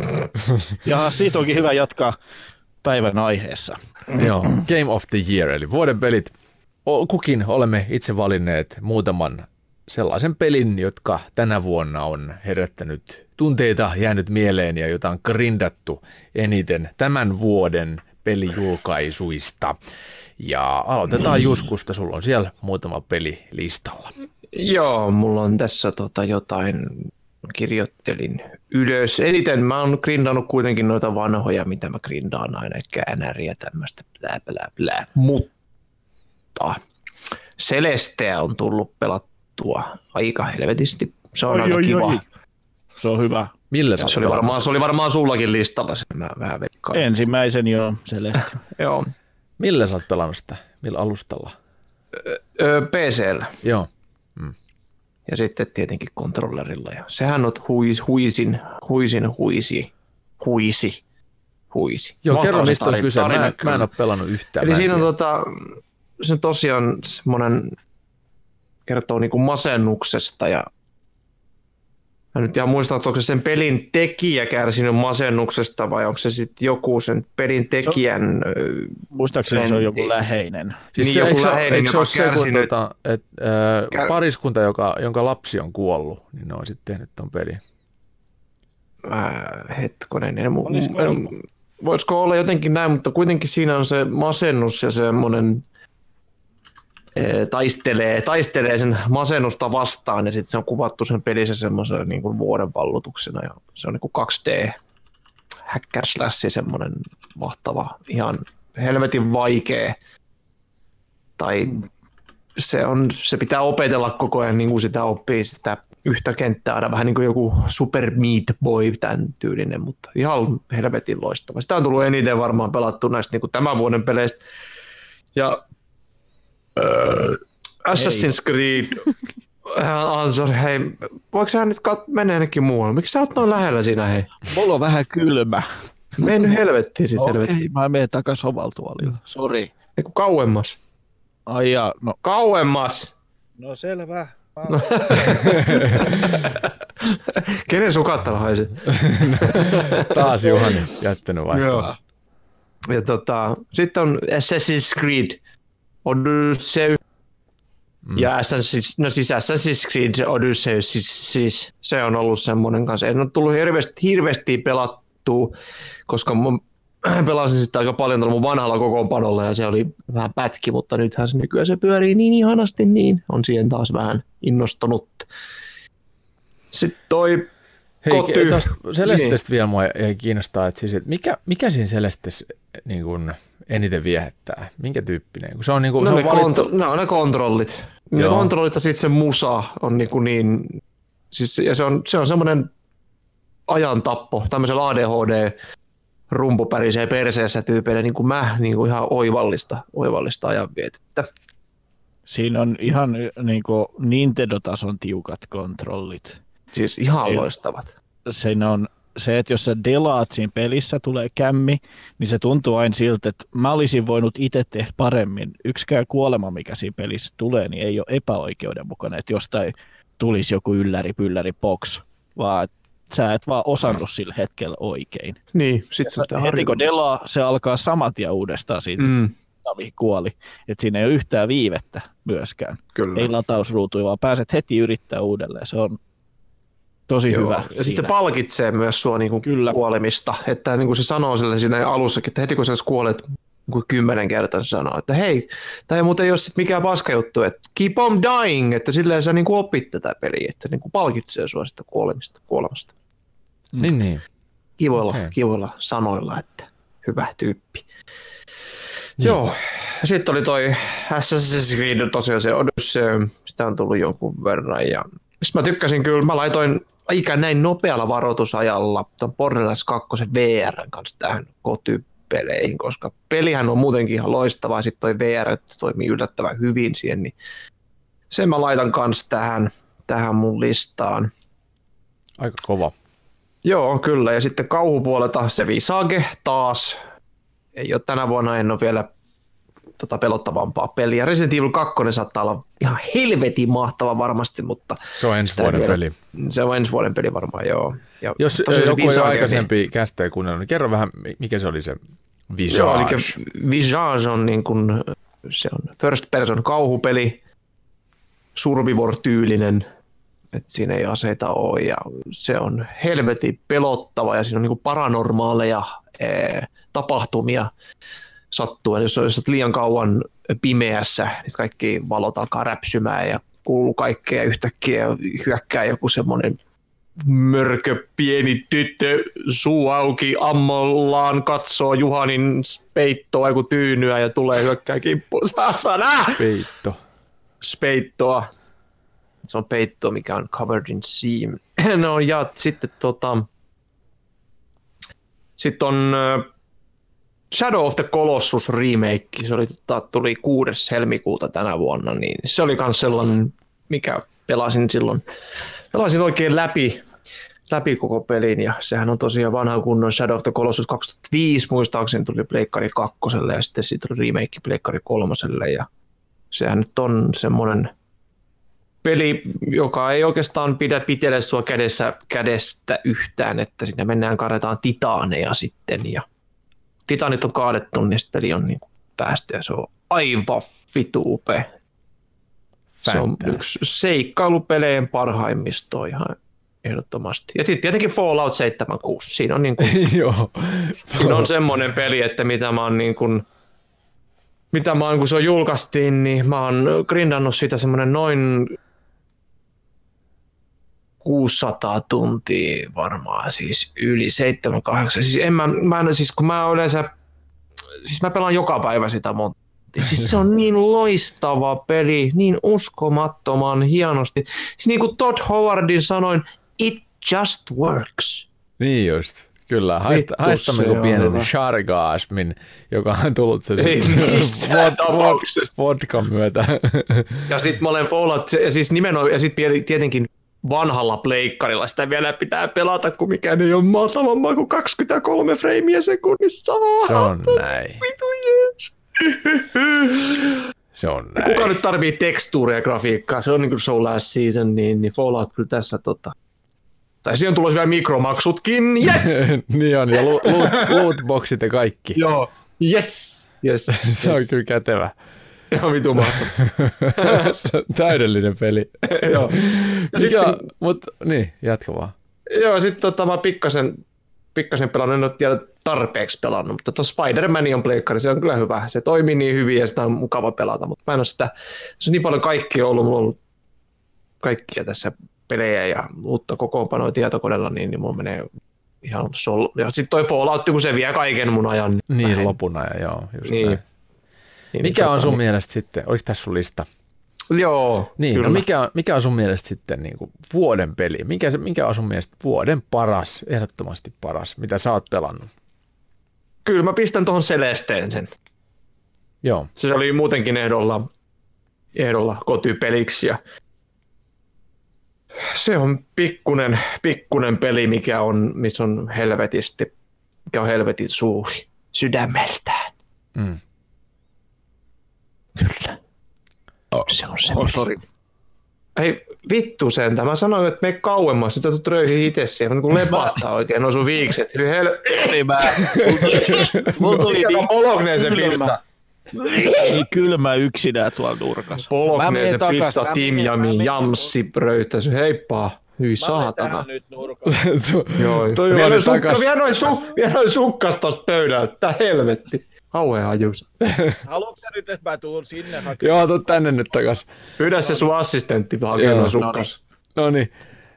Ja siitä onkin hyvä jatkaa päivän aiheessa. Joo, Game of the Year, eli vuoden pelit. Kukin olemme itse valinneet muutaman sellaisen pelin, jotka tänä vuonna on herättänyt tunteita, jäänyt mieleen ja jota on grindattu eniten tämän vuoden pelijulkaisuista. Ja aloitetaan Juskusta, sulla on siellä muutama peli listalla. Joo, mulla on tässä jotain, kirjoittelin ylös. Eniten mä oon grindannut kuitenkin noita vanhoja, mitä mä grindaan aina, käänäriä ja tämmöistä blää blää blää. Mutta Celestea on tullut pelattua aika helvetisti. Se on aika kiva. Se on hyvä. Millä sä se oli varmaan sullakin listalla, sen mä vähän veikkaan. Ensimmäisen joo, Celestea. Joo. Millä sä oot pelannut sitä? Millä alustalla? PC:llä. Joo. Ja sitten tietenkin kontrollerilla. Ja sehän on huisi. Joo, kerro mistä on kyse. Mä en ole pelannut yhtään. Eli siinä on se on tosiaan semmoinen, kertoo niinku masennuksesta ja Mä nyt ihan muistan, että onko se sen pelin tekijä kärsinyt masennuksesta vai onko se sitten joku sen pelin tekijän... Muistaakseni se on joku läheinen. Siis Niin, se, joku eikö läheinen, se joka ole se, kun kärsinyt- pariskunta, jonka lapsi on kuollut, niin ne on sitten tehnyt ton pelin. Hetkonen, voisiko olla jotenkin näin, mutta kuitenkin siinä on se masennus ja semmoinen taistelee sen masennusta vastaan ja sitten se on kuvattu sen pelissä semmoisena niin kuin vuodenvallutuksena ja se on niin kuin 2D hacker slash semmoinen mahtava, ihan helvetin vaikea tai se pitää opetella koko ajan niin kuin sitä oppii sitä yhtä kenttää aina vähän niin kuin joku Super Meat Boy tämän tyylinen, mutta ihan helvetin loistava. Sitä on tullut eniten varmaan pelattu näistä niin kuin tämän vuoden peleistä. Ja Assassin's Creed, sorry, hei, voiko sä nyt mennä jonnekin muualle? Miksi sä oot noin lähellä siinä, hei? Mulla on vähän kylmä. Mene nyt helvettiin sit, helvettiin. Ei, mä menen takas omalla tuolilla. Sori. Eiku kauemmas. Ai ja, no. Kauemmas! No selvä. Kenen sukattava haisi? Taas Juhani jättänyt vaikka. Joo. Ja sitten on Assassin's Creed Odyssey. Ja Assassin's Creed Odyssey, siis se on ollut semmoinen kanssa. En ole tullut hirveästi pelattua, koska mä pelasin sitä aika paljon tuolla mun vanhalla kokoonpanolla ja se oli vähän pätki, mutta nythän se nykyään se pyörii niin ihanasti, niin on siihen taas vähän innostunut. Sitten toi Hei, tuosta Celestesta vielä mua ei kiinnostaa, että, siis, että mikä siinä Celestes niin kuin eniten viehättää? Minkä tyyppinen? Se on, niin kuin, se on valittu... ne kontrollit. Ne kontrollit ja sitten se musa on niin siis, ja se on semmoinen ajantappo, tämmöisellä ADHD-rumpu pärisee perseessä tyypeille, niin kuin mä, niin kuin ihan oivallista ajanvietettä. Siinä on ihan niin kuin Nintendo-tason tiukat kontrollit. Siis ihan loistavat. Siinä on se, että jos sä delaat siinä pelissä, tulee kämmi, niin se tuntuu aina siltä, että mä olisin voinut itse tehdä paremmin. Yksikään kuolema, mikä siinä pelissä tulee, niin ei ole epäoikeudenmukainen, että jostain tulisi joku ylläri box, vaan sä et vaan osannut sillä hetkellä oikein. Niin, sit se pitää heti kun delaa, se alkaa saman tien uudestaan siitä, mihin kuoli. Että siinä ei ole yhtään viivettä myöskään. Kyllä. Ei latausruutuja, vaan pääset heti yrittää uudelleen. Se on tosi hyvä. Ja sitten se palkitsee myös sua niinku kuolemista. Että niin kuin se sanoo sille siinä alussakin, että heti kun sä kuolet niin 10 kertaa, se sanoo, että hei, tämä ei muuten ole sit mikään paska juttu, että keep on dying, että silleen sä niin kuin opit tätä peliä, että niin kuin palkitsee sua sitä kuolemasta. Niin. Kivoilla sanoilla, että hyvä tyyppi. Niin. Joo, ja sitten oli toi Assassin's Creed, tosiaan se Odyssey, sitä on tullut jonkun verran ja sitten mä tykkäsin kyllä, mä laitoin aika näin nopealla varoitusajalla ton Borderlands 2 VR:n kanssa tähän kotypeleihin, koska pelihän on muutenkin ihan loistava ja sitten toi VR toimii yllättävän hyvin siihen, niin sen mä laitan kanssa tähän mun listaan. Aika kova. Joo, kyllä. Ja sitten kauhupuolelta se Visage taas. Ei ole tänä vuonna, en ole vielä pelottavampaa peliä. Resident Evil 2 saattaa olla ihan helvetin mahtava varmasti, mutta... Se on ensi vuoden peli. Se on ensi vuoden peli varmaan, joo. Ja jos joku ei aikaisempi kästä kuunnellut, niin kerro vähän, mikä se oli se Visage. Joo, eli Visage on niin kuin, se on first person kauhupeli, Survivor-tyylinen, että siinä ei aseita ole ja se on helvetin pelottava ja siinä on niin kuin paranormaaleja tapahtumia sattuu. Jos olet liian kauan pimeässä, niin kaikki valot alkaa räpsymään ja kuuluu kaikkea yhtäkkiä hyökkää joku semmoinen mörkö pieni tyttö, suu auki, ammollaan katsoo Juhanin peittoa joku tyynyä ja tulee hyökkää kimppuun. Speittoa. Se on peitto, mikä on covered in seam. No ja sitten sitten on Shadow of the Colossus remake. Se tuli 6. helmikuuta tänä vuonna, niin se oli myös sellainen, mikä pelasin oikein läpi koko pelin, ja sehän on tosiaan vanha kunnon Shadow of the Colossus 2005, muistaakseni tuli Pleikkari 2, ja sitten siitä tuli remake Pleikkari 3, ja sehän nyt on semmoinen peli, joka ei oikeastaan pidä pitele sua kädestä yhtään, että sinne mennään karetaan titaaneja sitten ja titaanit on kaadettu, niin peli on niin päästy ja se on aivan vitu upea. Se on yksi seikkailupeleen parhaimmisto ihan ehdottomasti. Ja sitten tietenkin Fallout 76. Siinä on, niin kuin, siinä on semmoinen peli, että mitä mä oon kun se julkaistiin, niin mä oon grindannut sitä semmoinen noin 600 tuntia varmaan, siis yli 7-8. Siis kun mä yleensä, siis mä pelaan joka päivä sitä monta. Siis se on niin loistava peli, niin uskomattoman hienosti. Siis niin kuin Todd Howardin sanoin, it just works. Niin just, kyllä. Haistamme kuin pienen shargasmin, joka on tullut sen vodkan myötä. Ja sitten mä olen Fallout, ja siis nimenomaan, ja sitten tietenkin vanhalla pleikkarilla sitä vielä pitää pelata, kun mikään ei ole maatavammaa kuin 23 freimiä sekunnissa. Se on näin. Vitu jees. Se on näin. Kuka nyt tarvii tekstuuria ja grafiikkaa? Se on niin kuin Soul Last Season, niin Fallout kyllä tässä Tai siihen on tulossa vielä mikromaksutkin, yes! Niin on, ja lootboxit ja kaikki. Joo, yes. Se on kyllä kätevä. Ihan vitu mahtava. Se on täydellinen peli. Joo. Mutta niin, jatka vaan. Joo, sitten mä pikkasen pelannut, en ole tiedä tarpeeksi pelannut, mutta tuossa Spider-Man on pleikkari, se on kyllä hyvä. Se toimii niin hyvin ja sitä on mukava pelata, mutta mä en ole sitä, se on niin paljon kaikkia ollut, mulla on ollut kaikkia tässä pelejä ja uutta kokoonpanoa tietokoneella, niin mulla menee ihan ja sitten toi Fallout, kun se vie kaiken mun ajan. Niin lopun ajan, joo, just niin. Näin. Mikä on sun mielestä sitten, oliko tässä sun lista? Joo, niin, kyllä. No mikä on sun mielestä sitten niin kuin vuoden peli? Mikä on sun mielestä vuoden paras, ehdottomasti paras, mitä sä oot pelannut? Kyllä mä pistän tuohon Celesteen sen. Joo. Se oli muutenkin ehdolla kotipeliksi ja se on pikkunen peli, missä on helvetin suuri sydämeltään. Mm. Kyllä. Se on se peli. Sorry. Hei, vittu sentään. Mä sanoin, että mene kauemmas. Sitä tulet röyhiin itse siihen. Mä niin lepattaa oikein noin sun viikset. Mulla tuli Bologneese pizza. Niin kylmä yksinään tuolla nurkassa. Bologneese pizza, timjami, jamsi, pröytäsy. Heippa. Hyi saatana. Nyt nurkassa. Vielä noin sukkas tosta pöydältä. Tää helvetti. Kauhean ajus. Haluatko sä nyt, että mä tuun sinne hakemaan? Joo, tuu tänne nyt takas. Pyydä se sun assistentti hakemaan noin sukkas. No niin.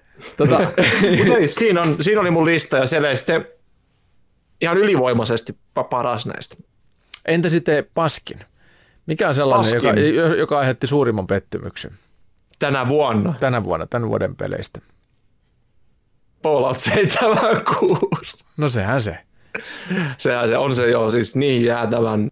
Siinä oli mun lista ja Celeste ihan ylivoimaisesti paras näistä. Entä sitten Paskin? Mikä on sellainen, joka aiheutti suurimman pettymyksen? Tänä vuonna. Tämän vuoden peleistä. Fallout 76. No sehän se. Sehän se on se joo, siis niin jäätävän.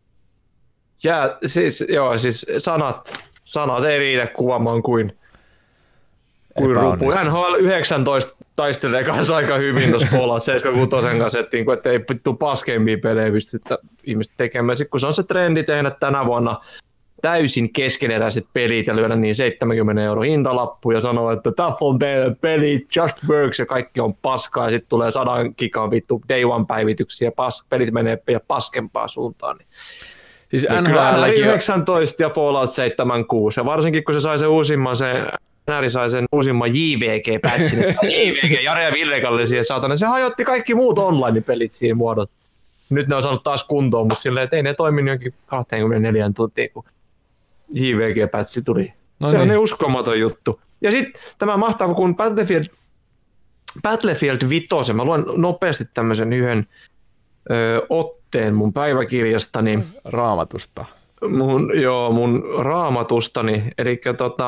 Siis sanat ei riitä kuvaamaan kuin rupu. NHL 19 taistelee kanssa aika hyvin tuossa Fallout 76 kanssa, että ei vittu paskempia pelejä pystytä ihmiset tekemään. Sitten kun se on se trendi tehdä tänä vuonna täysin keskeneräiset pelit ja lyödä niin 70 € hintalappu ja sanoa, että tässä on teidän peli, just works ja kaikki on paskaa ja sitten tulee 100 gigan vittu day one päivityksiä ja pelit menee paskempaan suuntaan. Siis NHL 19 ja Fallout 76 ja varsinkin kun se sai sen uusimman, NR sai sen uusimman JVG-pätsin, että JVG, Jare ja Ville-kallisia saatana, se hajotti kaikki muut online-pelit siihen muodot. Nyt ne on saanut taas kuntoon, mutta silleen, että ei ne toiminut jonkin 24 tuntia, kun JVG-pätsi tuli. No se on niin uskomaton juttu. Ja sitten tämä mahtava, kun Battlefield 5, mä luen nopeasti tämmöisen yhden otteen mun päiväkirjastani. Raamatusta. Mun raamatustani, eli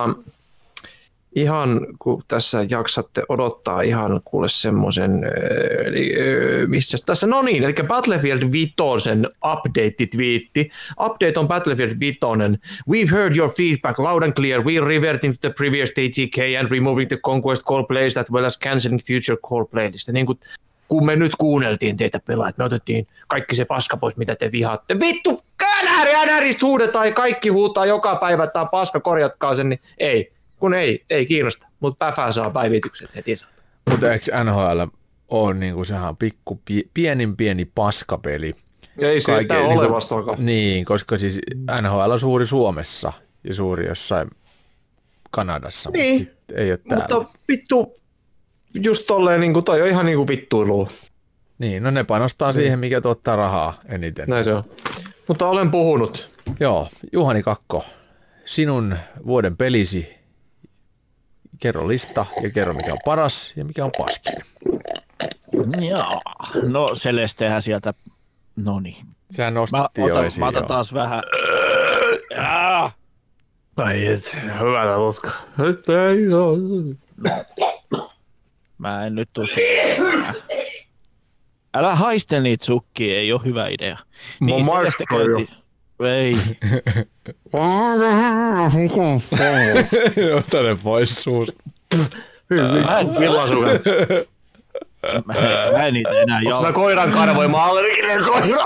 ihan kun tässä jaksatte odottaa ihan kuule semmoisen, missä tässä, no niin, eli Battlefield 5 update-twiitti. Update on Battlefield 5. We've heard your feedback loud and clear. We're reverting to the previous ATK and removing the Conquest core plays as well as cancelling future core playlist. Niin kun me nyt kuunneltiin teitä pelaajat, me otettiin kaikki se paska pois, mitä te vihaatte. Vittu, NRistä huudetaan ja kaikki huutaa joka päivä, että tämä on paska, korjatkaa sen, niin ei. Kun ei kiinnosta, mutta päfää saa päivitykset heti saata. Mutta eikö NHL ole niinku sehän pieni paskapeli? Ei se Kaiken, ole niinku, olevastakaan. Niin, koska siis NHL on suuri Suomessa ja suuri jossain Kanadassa, Niin, mutta sit ei ole täällä. Mutta vittu, just tolleen, niin toi on ihan niin kuin vittuilua. Niin, no ne panostaa siihen, mikä tuottaa rahaa eniten. Näin se on. Mutta olen puhunut. Joo, Juhani Kakko, sinun vuoden pelisi, kerro lista ja kerro mikä on paras ja mikä on paskin. Joo, no Celestehän sieltä, no niin. Sehän nostettiin jo esiin. Mä otan taas vähän. Ai et, hyvältä tutka. Mä en nyt tuu Älä haiste niitä sukkia, ei ole hyvä idea. Niin, Celeste käytiin. Ei. Ota ne pois suusta. Mä en villasukat. Mä en niitä enää Onks mä koiran karvoja? Mä allerginen koira.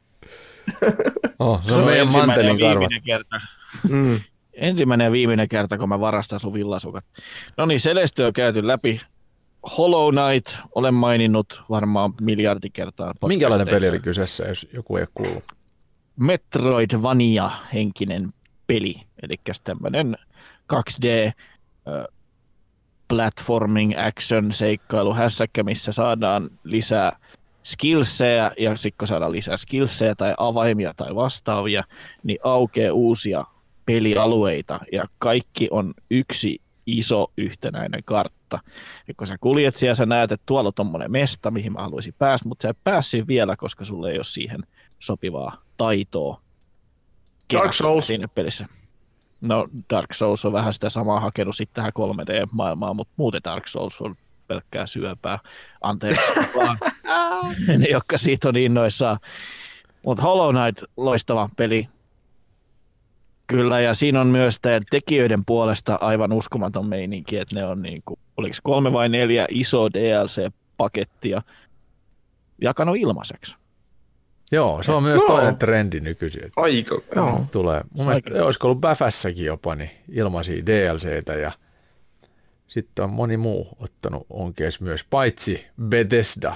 Se on meidän mantelin karvat. Ensimmäinen ja viimeinen kerta, kun mä varastan sun villasukat. No niin, Celeste on käyty läpi. Hollow Knight olen maininnut varmaan miljardi kertaa. Minkälainen peli oli kyseessä, jos joku ei ole kuullut? Metroidvania-henkinen peli. Eli tämmöinen 2D platforming action seikkailu hässäkkä, missä saadaan lisää skillsejä, ja sitten kun saadaan lisää skillsejä tai avaimia tai vastaavia, niin aukeaa uusia pelialueita, ja kaikki on yksi iso yhtenäinen kartta. Ja kun sä kuljet siellä, sä näet, että tuolla on tommonen mesta, mihin mä haluaisin päästä, mutta sä et päässyt vielä, koska sulla ei ole siihen sopivaa taitoa. Dark Souls. Siinä pelissä. No Dark Souls on vähän sitä samaa hakenut sitten tähän 3D-maailmaan, mutta muuten Dark Souls on pelkkää syöpää. Anteeksi vaan ne, jotka siitä on innoissaan. Mutta Hollow Knight, loistava peli. Kyllä, ja siinä on myös tekijöiden puolesta aivan uskomaton meininki, että ne on niinku, oliko 3 vai 4 iso DLC-pakettia jakanut ilmaiseksi. Joo, se on myös toinen trendi nykyisin. Aika, joo. Tulee. Mun mielestä olisiko ollut Bäfässäkin jopa niin ilmaisia DLCtä ja sitten on moni muu ottanut onkees myös, paitsi Bethesda.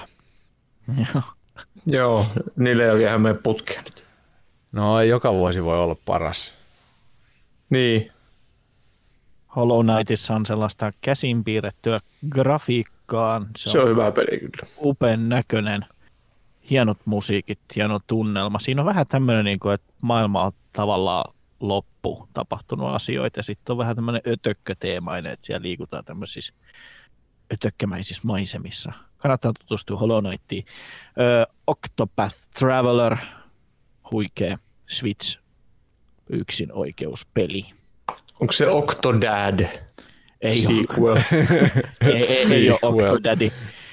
Joo, niille ei oikein mene putkeen nyt. No ei joka vuosi voi olla paras. Niin. Hollow Knightissa on sellaista käsin piirrettyä grafiikkaa. Se on hyvä peli kyllä. Upean näköinen. Hienot musiikit, hieno tunnelma. Siinä on vähän tämmöinen, että maailma on tavallaan loppu tapahtunut asioita. Ja sitten on vähän tämmöinen ötökköteemainen, että siellä liikutaan tämmöisissä ötökkämäisissä maisemissa. Kannattaa tutustua Hollow Knightiin. Octopath Traveler, huikea Switch yksin oikeuspeli. Onko se Octodad? Ei sequel. Ole. ei ole Octodaddy.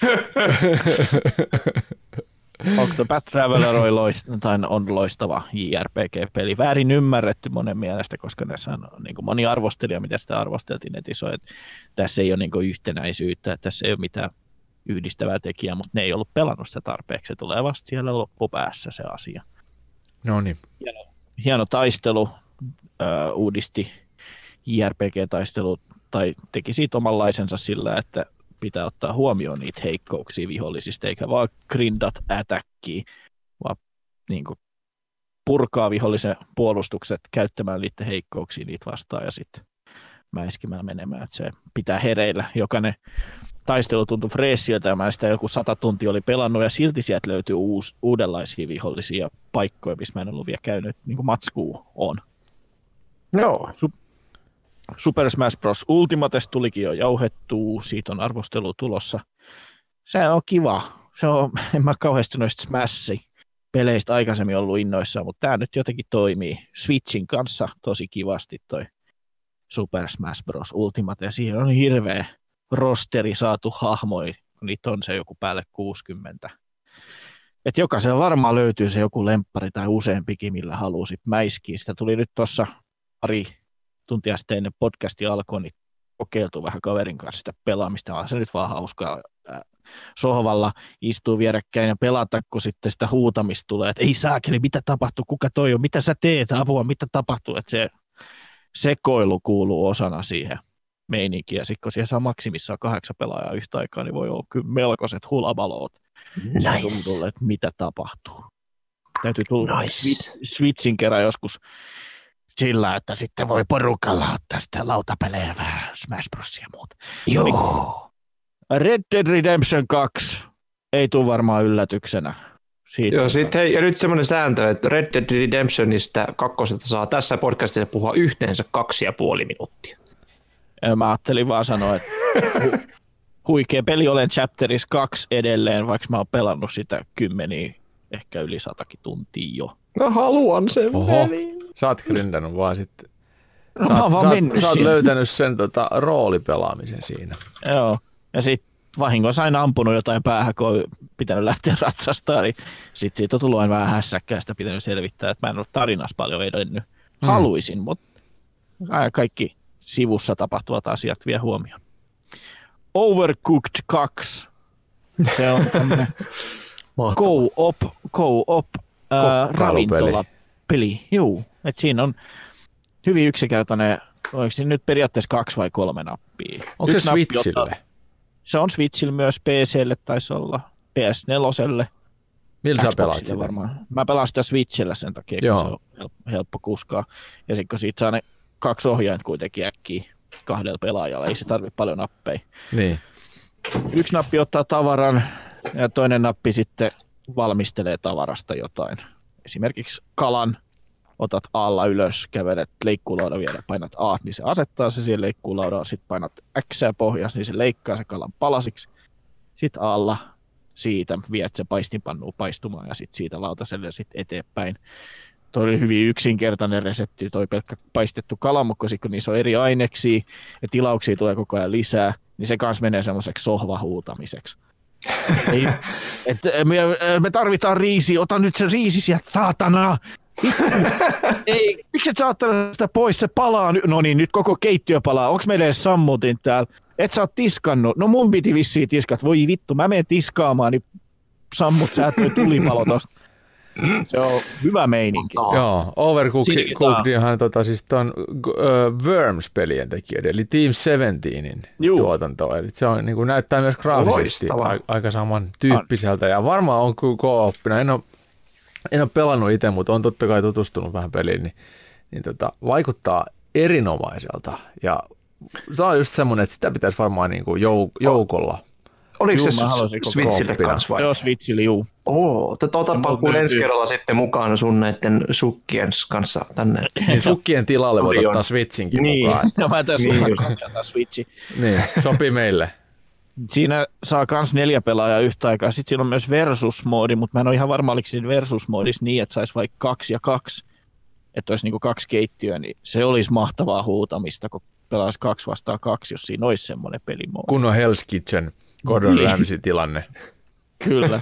Octopath Traveler on loistava JRPG-peli. Väärin ymmärretty monen mielestä, koska tässä on niin kuin moni arvostelija, mitä sitä arvosteltiin netissä, että tässä ei ole niin kuin yhtenäisyyttä, että tässä ei ole mitään yhdistävää tekijää, mutta ne ei ollut pelannut sitä tarpeeksi. Se tulee vasta siellä loppupäässä se asia. No niin. Hieno taistelu, uudisti JRPG-taistelu tai teki siitä omanlaisensa sillä, että pitää ottaa huomioon niitä heikkouksia vihollisista, eikä vaan grindat attackia, vaan niin kuin purkaa vihollisen puolustukset käyttämään niitä heikkouksia niitä vastaan ja sitten mäiskimään menemään, että se pitää hereillä. Jokainen taistelu tuntui freessiltä ja mä sitä joku 100 tuntia oli pelannut ja silti sieltä löytyy uudenlaisia vihollisia paikkoja, missä mä en ollut vielä käynyt, niin kuin matskuu on. Joo. Super Smash Bros. Ultimates tulikin jo jauhettua, siitä on arvostelu tulossa. Se on kiva. En mä kauheasti noista Smash-peleistä aikaisemmin ollut innoissaan, mutta tämä nyt jotenkin toimii Switchin kanssa tosi kivasti toi Super Smash Bros. Ultimate, ja siinä on hirveä rosteri saatu hahmoja, kun niitä on se joku päälle 60. Et jokaisella varmaan löytyy se joku lemppari tai useampikin, millä haluaa sit mäiskiä. Sitä tuli nyt tuossa pari tuntia sitten ennen podcasti alkoi, niin kokeiltu vähän kaverin kanssa sitä pelaamista. On se nyt vaan hauskaa sohvalla istuu vierekkäin ja pelata, kun sitten sitä huutamista tulee, että ei saakeli, mitä tapahtuu, kuka toi on, mitä sä teet, apua, mitä tapahtuu, että se sekoilu kuuluu osana siihen meininkiä. Sitten kun siellä saa maksimissaan 8 pelaajaa yhtä aikaa, niin voi olla kyllä melkoiset hulabalot. Tuntuu, että mitä tapahtuu. Täytyy tulla Switchin kerran joskus sillä, että sitten voi porukalla ottaa sitä lautapelejä vähän Smash Bros. Ja muuta. Joo. Red Dead Redemption 2 ei tule varmaan yllätyksenä. Siitä Joo, sitten hei, ja nyt semmoinen sääntö, että Red Dead Redemptionista 2 saa tässä podcastissa puhua yhteensä 2,5 minuuttia. Mä ajattelin vaan sanoa, että huikea peli, olen Chapterissa 2 edelleen, vaikka mä oon pelannut sitä 10, ehkä yli 100 tuntia jo. Mä haluan sen pelin. Sä oot grindannut vaan sitten. Sä oot löytänyt sen roolipelaamisen siinä. Joo, ja sitten vahingossa aina ampunut jotain päähän, kun on pitänyt lähteä ratsastaan, niin sitten siitä on tullut aina vähän hässäkkää, sitä pitänyt selvittää, että mä en ole tarinassa paljon edennyt. Haluisin, mutta kaikki sivussa tapahtuvat asiat vie huomioon. Overcooked 2. Se on tämmöinen go-op ravintolapeli. Juu, että siinä on hyvin yksinkertainen, oliko siinä nyt periaatteessa 2 vai 3 nappia? Onko se Switchille? Se on Switchille myös, PC:lle taisi olla, PS4:lle. Millä sä pelaat sitä? Varmaan. Mä pelaan sitä Switchillä sen takia, kun se on helppo kuskaa. Ja sitten kun siitä saa ne 2 ohjainta kuitenkin äkkiä 2 pelaajalla, ei se tarvitse paljon nappeja. Niin. 1 nappi ottaa tavaran ja toinen nappi sitten valmistelee tavarasta jotain. Esimerkiksi kalan, otat A:lla ylös, kävelet leikkuulaudan vielä, painat A, niin se asettaa se siihen leikkuulaudaan, sitten painat X pohjassa, niin se leikkaa se kalan palasiksi. Sitten A:lla siitä viet se paistinpannuun paistumaan ja sitten siitä lautaselle sitten eteenpäin. Toi oli hyvin yksinkertainen resepti, toi pelkkä paistettu kalamukko, kun niissä on eri aineksia ja tilauksia tulee koko ajan lisää, niin se kanssa menee semmoiseksi sohvahuutamiseksi. Me tarvitaan riisi, ota nyt se riisi sieltä, saatana! Ei, miksi et sä ottanut sitä pois, se palaa nyt. No niin, nyt koko keittiö palaa. Onks meillä edes sammutin täällä? Et sä oot tiskannut. No mun piti vissiin tiskat. Voi vittu, mä menen tiskaamaan, niin sammut sä toi tulipalo tosta. Se on hyvä meininki. Joo, Overcookedhan siis ton Worms-pelien tekijöiden, eli Team 17:in tuotanto. Eli se on, niin kuin, näyttää myös graafisesti aika saman tyyppiseltä ja varmaan on co-oppina. En ole pelannut itse, mutta olen totta kai tutustunut vähän peliin, niin vaikuttaa erinomaiselta. Ja se on just semmoinen, että sitä pitäisi varmaan niin kuin joukolla. Oliko se Switchille kanssa vai? Joo, Switchille, juu. Otapa kun ensi kerralla sitten mukaan sun näiden sukkien kanssa tänne. Niin sukkien tilalle voit ottaa Switchinkin mukaan. Niin, mä tässä ottaa Switchi. Niin, sopii meille. Siinä saa kans 4 pelaajaa yhtä aikaa. Sitten siinä on myös versus-moodi, mutta mä en ole ihan varma, oliko siinä versus-moodissa niin, että saisi vaikka 2 ja 2. Että olisi niinku 2 keittiöä, niin se olisi mahtavaa huutamista, kun pelaisi 2 vastaan 2, jos siinä olisi semmoinen pelimoodi. Kun on Hell's Kitchen, Gordon Ramsay-tilanne. Kyllä.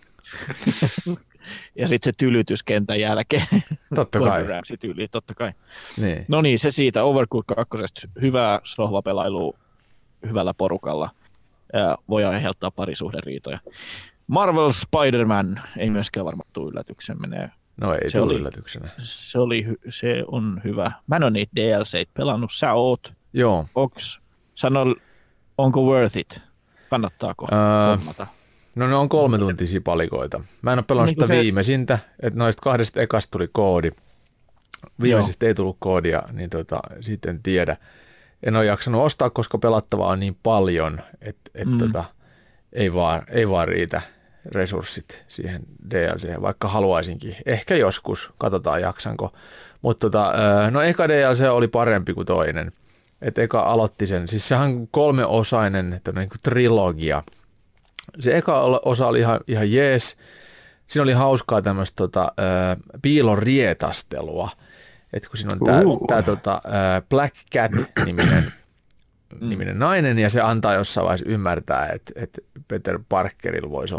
Ja sitten se tylytyskentän jälkeen. Totta kai. Gordon Ramsay-tyyli, totta kai. Niin. No niin, se siitä Overcooked 2. Hyvää sohvapelailua hyvällä porukalla. Voi aiheuttaa parisuhderiitoja. Marvel Spider-Man ei myöskään varmaan tule yllätyksen menee. No ei tule yllätyksenä. Se on hyvä. Mä en ole niitä DLC:itä pelannut. Sä oot. Joo. Sano, onko worth it? Kannattaako hommata? No ne on 3 tuntisia palikoita. Mä en ole pelannut sitä viimeisintä, että noista 2 ekasta tuli koodi. Viimeisistä ei tullut koodia, niin siitä en tiedä. En ole jaksanut ostaa, koska pelattavaa on niin paljon, että ei vaan riitä resurssit siihen DLC:hen, vaikka haluaisinkin. Ehkä joskus, katsotaan jaksanko. Mutta no eka DLC oli parempi kuin toinen. Että eka aloitti sen, siis sehän on 3-osainen niin kuin trilogia. Se eka osa oli ihan jees. Siinä oli hauskaa tämmöistä piilon rietastelua. Että kun siinä on tämä Black Cat-niminen nainen, ja se antaa jossain vaiheessa ymmärtää, että Peter Parkerilla voisi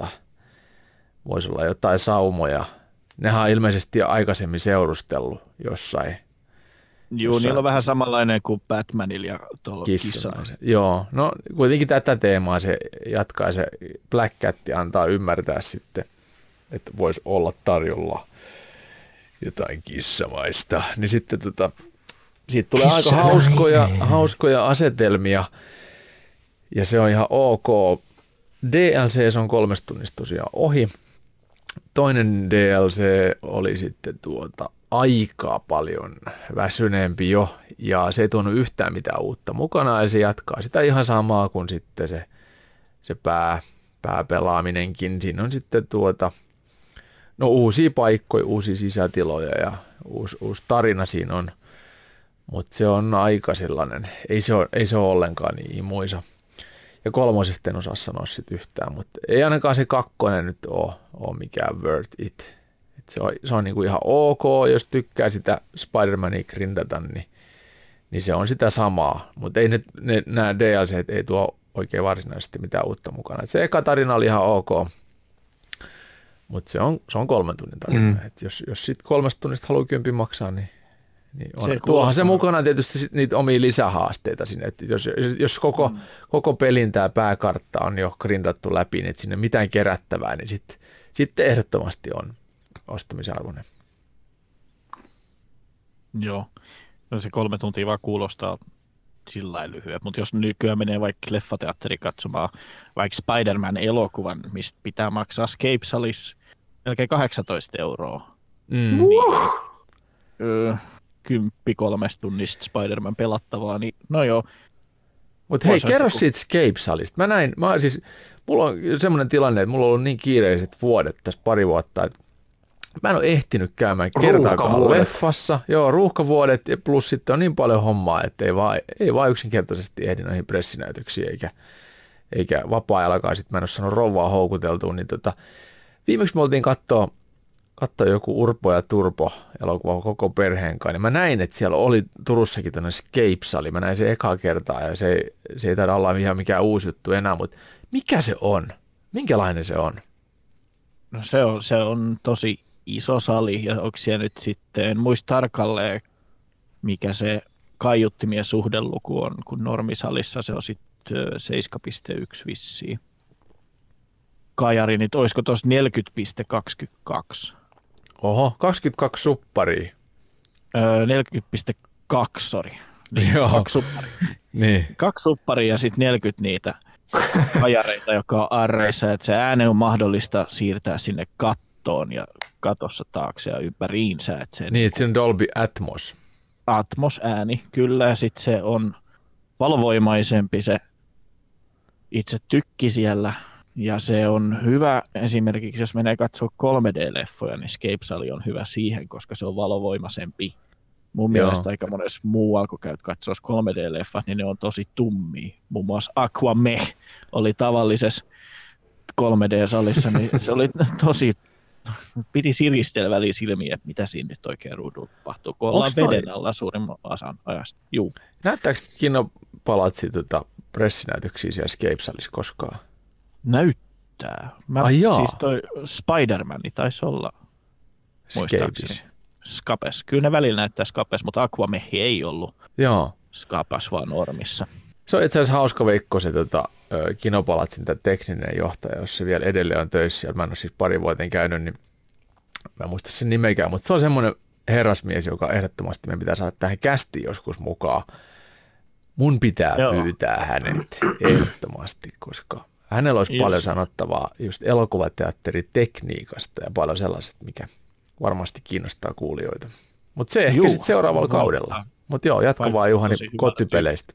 olla jotain saumoja. Nehän on ilmeisesti jo aikaisemmin seurustellut jossain. Joo, niillä on vähän samanlainen kuin Batmanilla ja tuolla kissalla. Joo, no kuitenkin tätä teemaa se jatkaa, se Black Cat antaa ymmärtää sitten, että voisi olla tarjolla jotain kissamaista. Niin sitten siitä tulee aika hauskoja asetelmia ja se on ihan ok. DLC on 3 tunnista tosiaan ohi. Toinen DLC oli sitten aika paljon väsyneempi jo ja se ei tuonut yhtään mitään uutta mukana ja se jatkaa sitä ihan samaa kuin sitten se pääpelaaminenkin. Siinä on sitten uusia paikkoja, uusia sisätiloja ja uusi tarina siinä on, mutta se on aika sellainen, ei se ole ollenkaan niin imuisa. Ja 3. en osaa sanoa sit yhtään, mutta ei ainakaan se 2 nyt ole mikään worth it. Se on niinku ihan ok, jos tykkää sitä Spider-Mania grindata, niin se on sitä samaa. Mutta ei nämä DLCt ei tuo oikein varsinaisesti mitään uutta mukana. Et se eka tarina oli ihan ok, mutta se on 3 tunnin tarina. Et jos sit 3 tunnista haluaa 10 maksaa, niin tuohan se mukana tietysti niitä omia lisähaasteita sinne. Et jos koko pelin tämä pääkartta on jo grindattu läpi, niin et sinne mitään kerättävää, niin sitten ehdottomasti on ostamisarvoinen. Joo, no se 3 tuntia vaan kuulostaa sillä lailla lyhyet, mutta jos nykyään menee vaikka leffateatteri katsomaan vaikka Spider-Man-elokuvan, mistä pitää maksaa Scape-salissa melkein 18 €, niin 10-3 tunnista Spider-Man pelattavaa, niin no joo. Mutta hei, kerro siitä Scape-salista. Mulla on semmoinen tilanne, että mulla on ollut niin kiireiset vuodet tässä pari vuotta, että mä en ole ehtinyt käymään kertaakaan leffassa. Joo, ruuhkavuodet plus sitten on niin paljon hommaa, että ei vaan yksinkertaisesti ehdi näihin pressinäytöksiin eikä vapaa-ajallakaan. Sitten mä en ole saanut rouvaa houkuteltua. Niin viimeksi me oltiin katsoa joku Urpo ja Turpo elokuva koko perheen kanssa. Niin mä näin, että siellä oli Turussakin tämmöinen Scape-sali. Mä näin se ekaa kertaa ja se ei taida olla ihan mikään uusi juttu enää, mutta mikä se on? Minkälainen se on? No se on tosi iso sali ja onko siellä nyt sitten, en muista tarkalleen mikä se kaiuttimien suhdeluku on, kun normisalissa se on sitten 7,1 vissiin. Kajari, niin olisiko tuossa 40,22? Oho, 22 supparia. 40,2, sori. Niin, joo. 2 supparia. Niin. 2 supparia ja sitten 40 niitä kajareita, joka on arreissa, että se ääne on mahdollista siirtää sinne kattoon ja katossa taakse ja ympäriinsä. Että se niin, että se on Dolby Atmos. Atmos-ääni, kyllä, ja sitten se on valovoimaisempi se itse tykki siellä, ja se on hyvä esimerkiksi, jos menee katsoa 3D-leffoja, niin Scape-sali on hyvä siihen, koska se on valovoimaisempi. Mun mielestä aika monessa muualla, kun käyt katsoa 3D-leffat, niin ne on tosi tummia. Muun muassa Aquameh oli tavallisessa 3D-salissa, niin se oli tosi, piti siristellä väliin silmiä, että mitä siinä nyt oikein ruudulla tapahtuu, kun ollaan veden alla suurimman osan ajasta. Juu. Näyttääkö Kinopalatsi pressinäytöksiä siellä Scape-salissa koskaan? Näyttää. Siis toi Spider-Man taisi olla muistaakseni. Skapes. Kyllä ne välillä näyttää Skapes, mutta Aquamehi ei ollut Skapes, vaan normissa. Se on itse asiassa hauska Veikko, se Kinopalatsin tekninen johtaja, jos se vielä edelleen on töissä. Mä en ole siis pari vuoteen käynyt, niin mä en muista sen nimekään, mutta se on semmoinen herrasmies, joka ehdottomasti meidän pitää saada tähän kästiin joskus mukaan. Mun pitää pyytää hänet ehdottomasti, koska hänellä olisi paljon sanottavaa just elokuvateatteritekniikasta ja paljon sellaiset, mikä varmasti kiinnostaa kuulijoita. Mutta se ehkä sitten seuraavalla kaudella. Mutta jatka vaan Juhani kotipeleistä.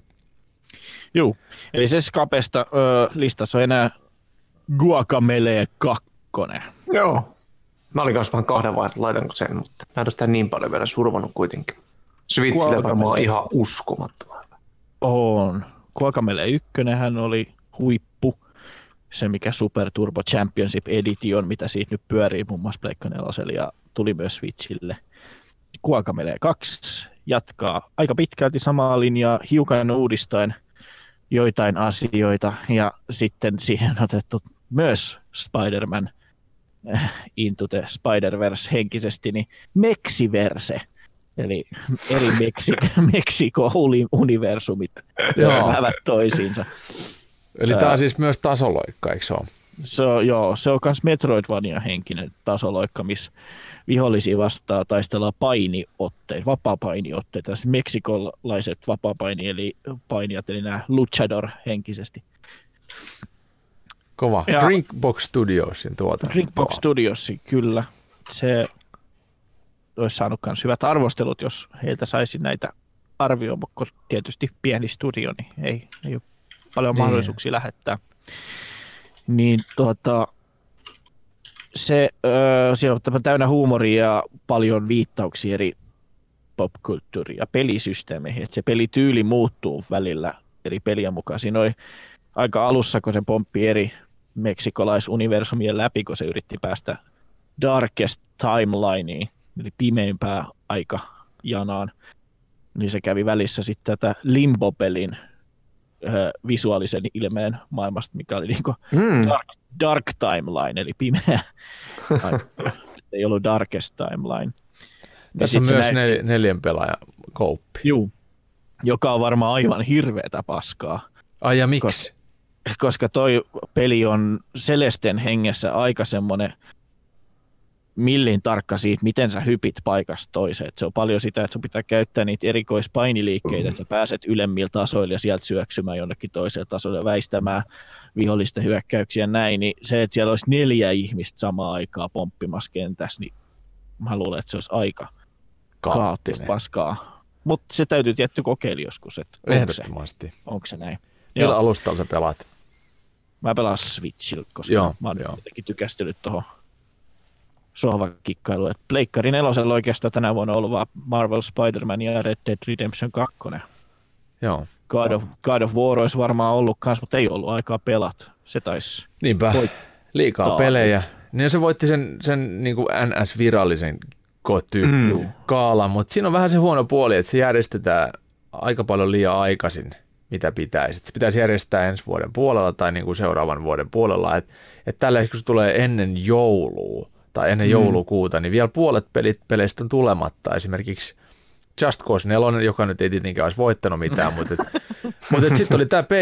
Joo, eli se Skapesta listassa on enää Guacamelee 2. Joo. Mä olin kanssa vähän 2 vai laitanko sen, mutta mä en ole sitä niin paljon vielä survannut kuitenkin. Switchille varmaan ihan uskomattoman. On. Guacamelee 1 hän oli huippu. Se mikä Super Turbo Championship Edition, mitä siitä nyt pyörii muun muassa Pleikka 4 ja tuli myös Switchille. Guacamelee 2 jatkaa aika pitkälti samaa linjaa, hiukan uudistaen joitain asioita ja sitten siihen on otettu myös Spider-Man Into the Spider-Verse henkisesti, niin Meksiverse, eli eri Meksiko-universumit jäävät toisiinsa. Eli tämä on siis myös tasoloikka, eikö se ole? Se on myös Metroidvania-henkinen tasoloikka, missä vihollisia vastaa taistellaan vapaa-painiotteita, tällaiset meksikolaiset vapaa-painijat, eli nämä luchador henkisesti. Kova. Ja Drinkbox Studiosin tuotanto. Drinkbox Studiosin, kyllä. Se olisi saanut myös hyvät arvostelut, jos heiltä saisi näitä arvioida, mutta tietysti pieni studio, niin ei ole paljon mahdollisuuksia lähettää. Niin siellä on täynnä huumoria ja paljon viittauksia eri popkulttuuriin ja pelisysteemeihin. Että se pelityyli muuttuu välillä eri pelien mukaan. Siinä oli aika alussa, kun se pomppi eri meksikolaisuniversumien läpi, kun se yritti päästä Darkest Timelineen, eli pimeimpään aikajanaan, niin se kävi välissä sitten tätä Limbo-pelin visuaalisen ilmeen maailmasta, mikä oli niinku dark Timeline, eli pimeä. Ei ollut Darkest Timeline. Tässä on myös 4 pelaajan kouppi. Juu, joka on varmaan aivan hirveätä paskaa. Ai ja miksi? Koska toi peli on Celesten hengessä aika semmoinen millin tarkka siitä, miten sä hypit paikasta toiseen. Et se on paljon sitä, että sun pitää käyttää niitä erikoispainiliikkeitä, että sä pääset ylemmillä tasoilla ja sieltä syöksymään jonnekin toiselle tasolle ja väistämään vihollisten hyökkäyksiä näin. Niin se, että siellä olisi 4 ihmistä samaan aikaan pomppimassa kentässä, niin mä luulen, että se olisi aika kaoottista paskaa. Mutta se täytyy tietty kokeilla joskus, että ehdottomasti. Onko se näin. Millä alustalla sä pelaat? Mä pelaan Switchillä, koska mä oon jotenkin tykästynyt tuohon sohvakikkailuun. Pleikkari 4 oikeastaan tänä vuonna on ollut vaan Marvel Spider-Man ja Red Dead Redemption 2. Joo. God of War olisi varmaan ollut kans, mutta ei ollut aikaa pelata. Se taisi. Niinpä, liikaa pelejä. Niin se voitti sen niin kuin NS-virallisen kaalan, mutta siinä on vähän se huono puoli, että se järjestetään aika paljon liian aikaisin, mitä pitäisi. Se pitäisi järjestää ensi vuoden puolella tai niin kuin seuraavan vuoden puolella. Että tällä hetkellä, kun se tulee ennen joulua tai ennen joulukuuta, niin vielä puolet peleistä on tulematta. Esimerkiksi Just Cause 4, joka nyt ei tietenkään olisi voittanut mitään, mutta sitten oli tämä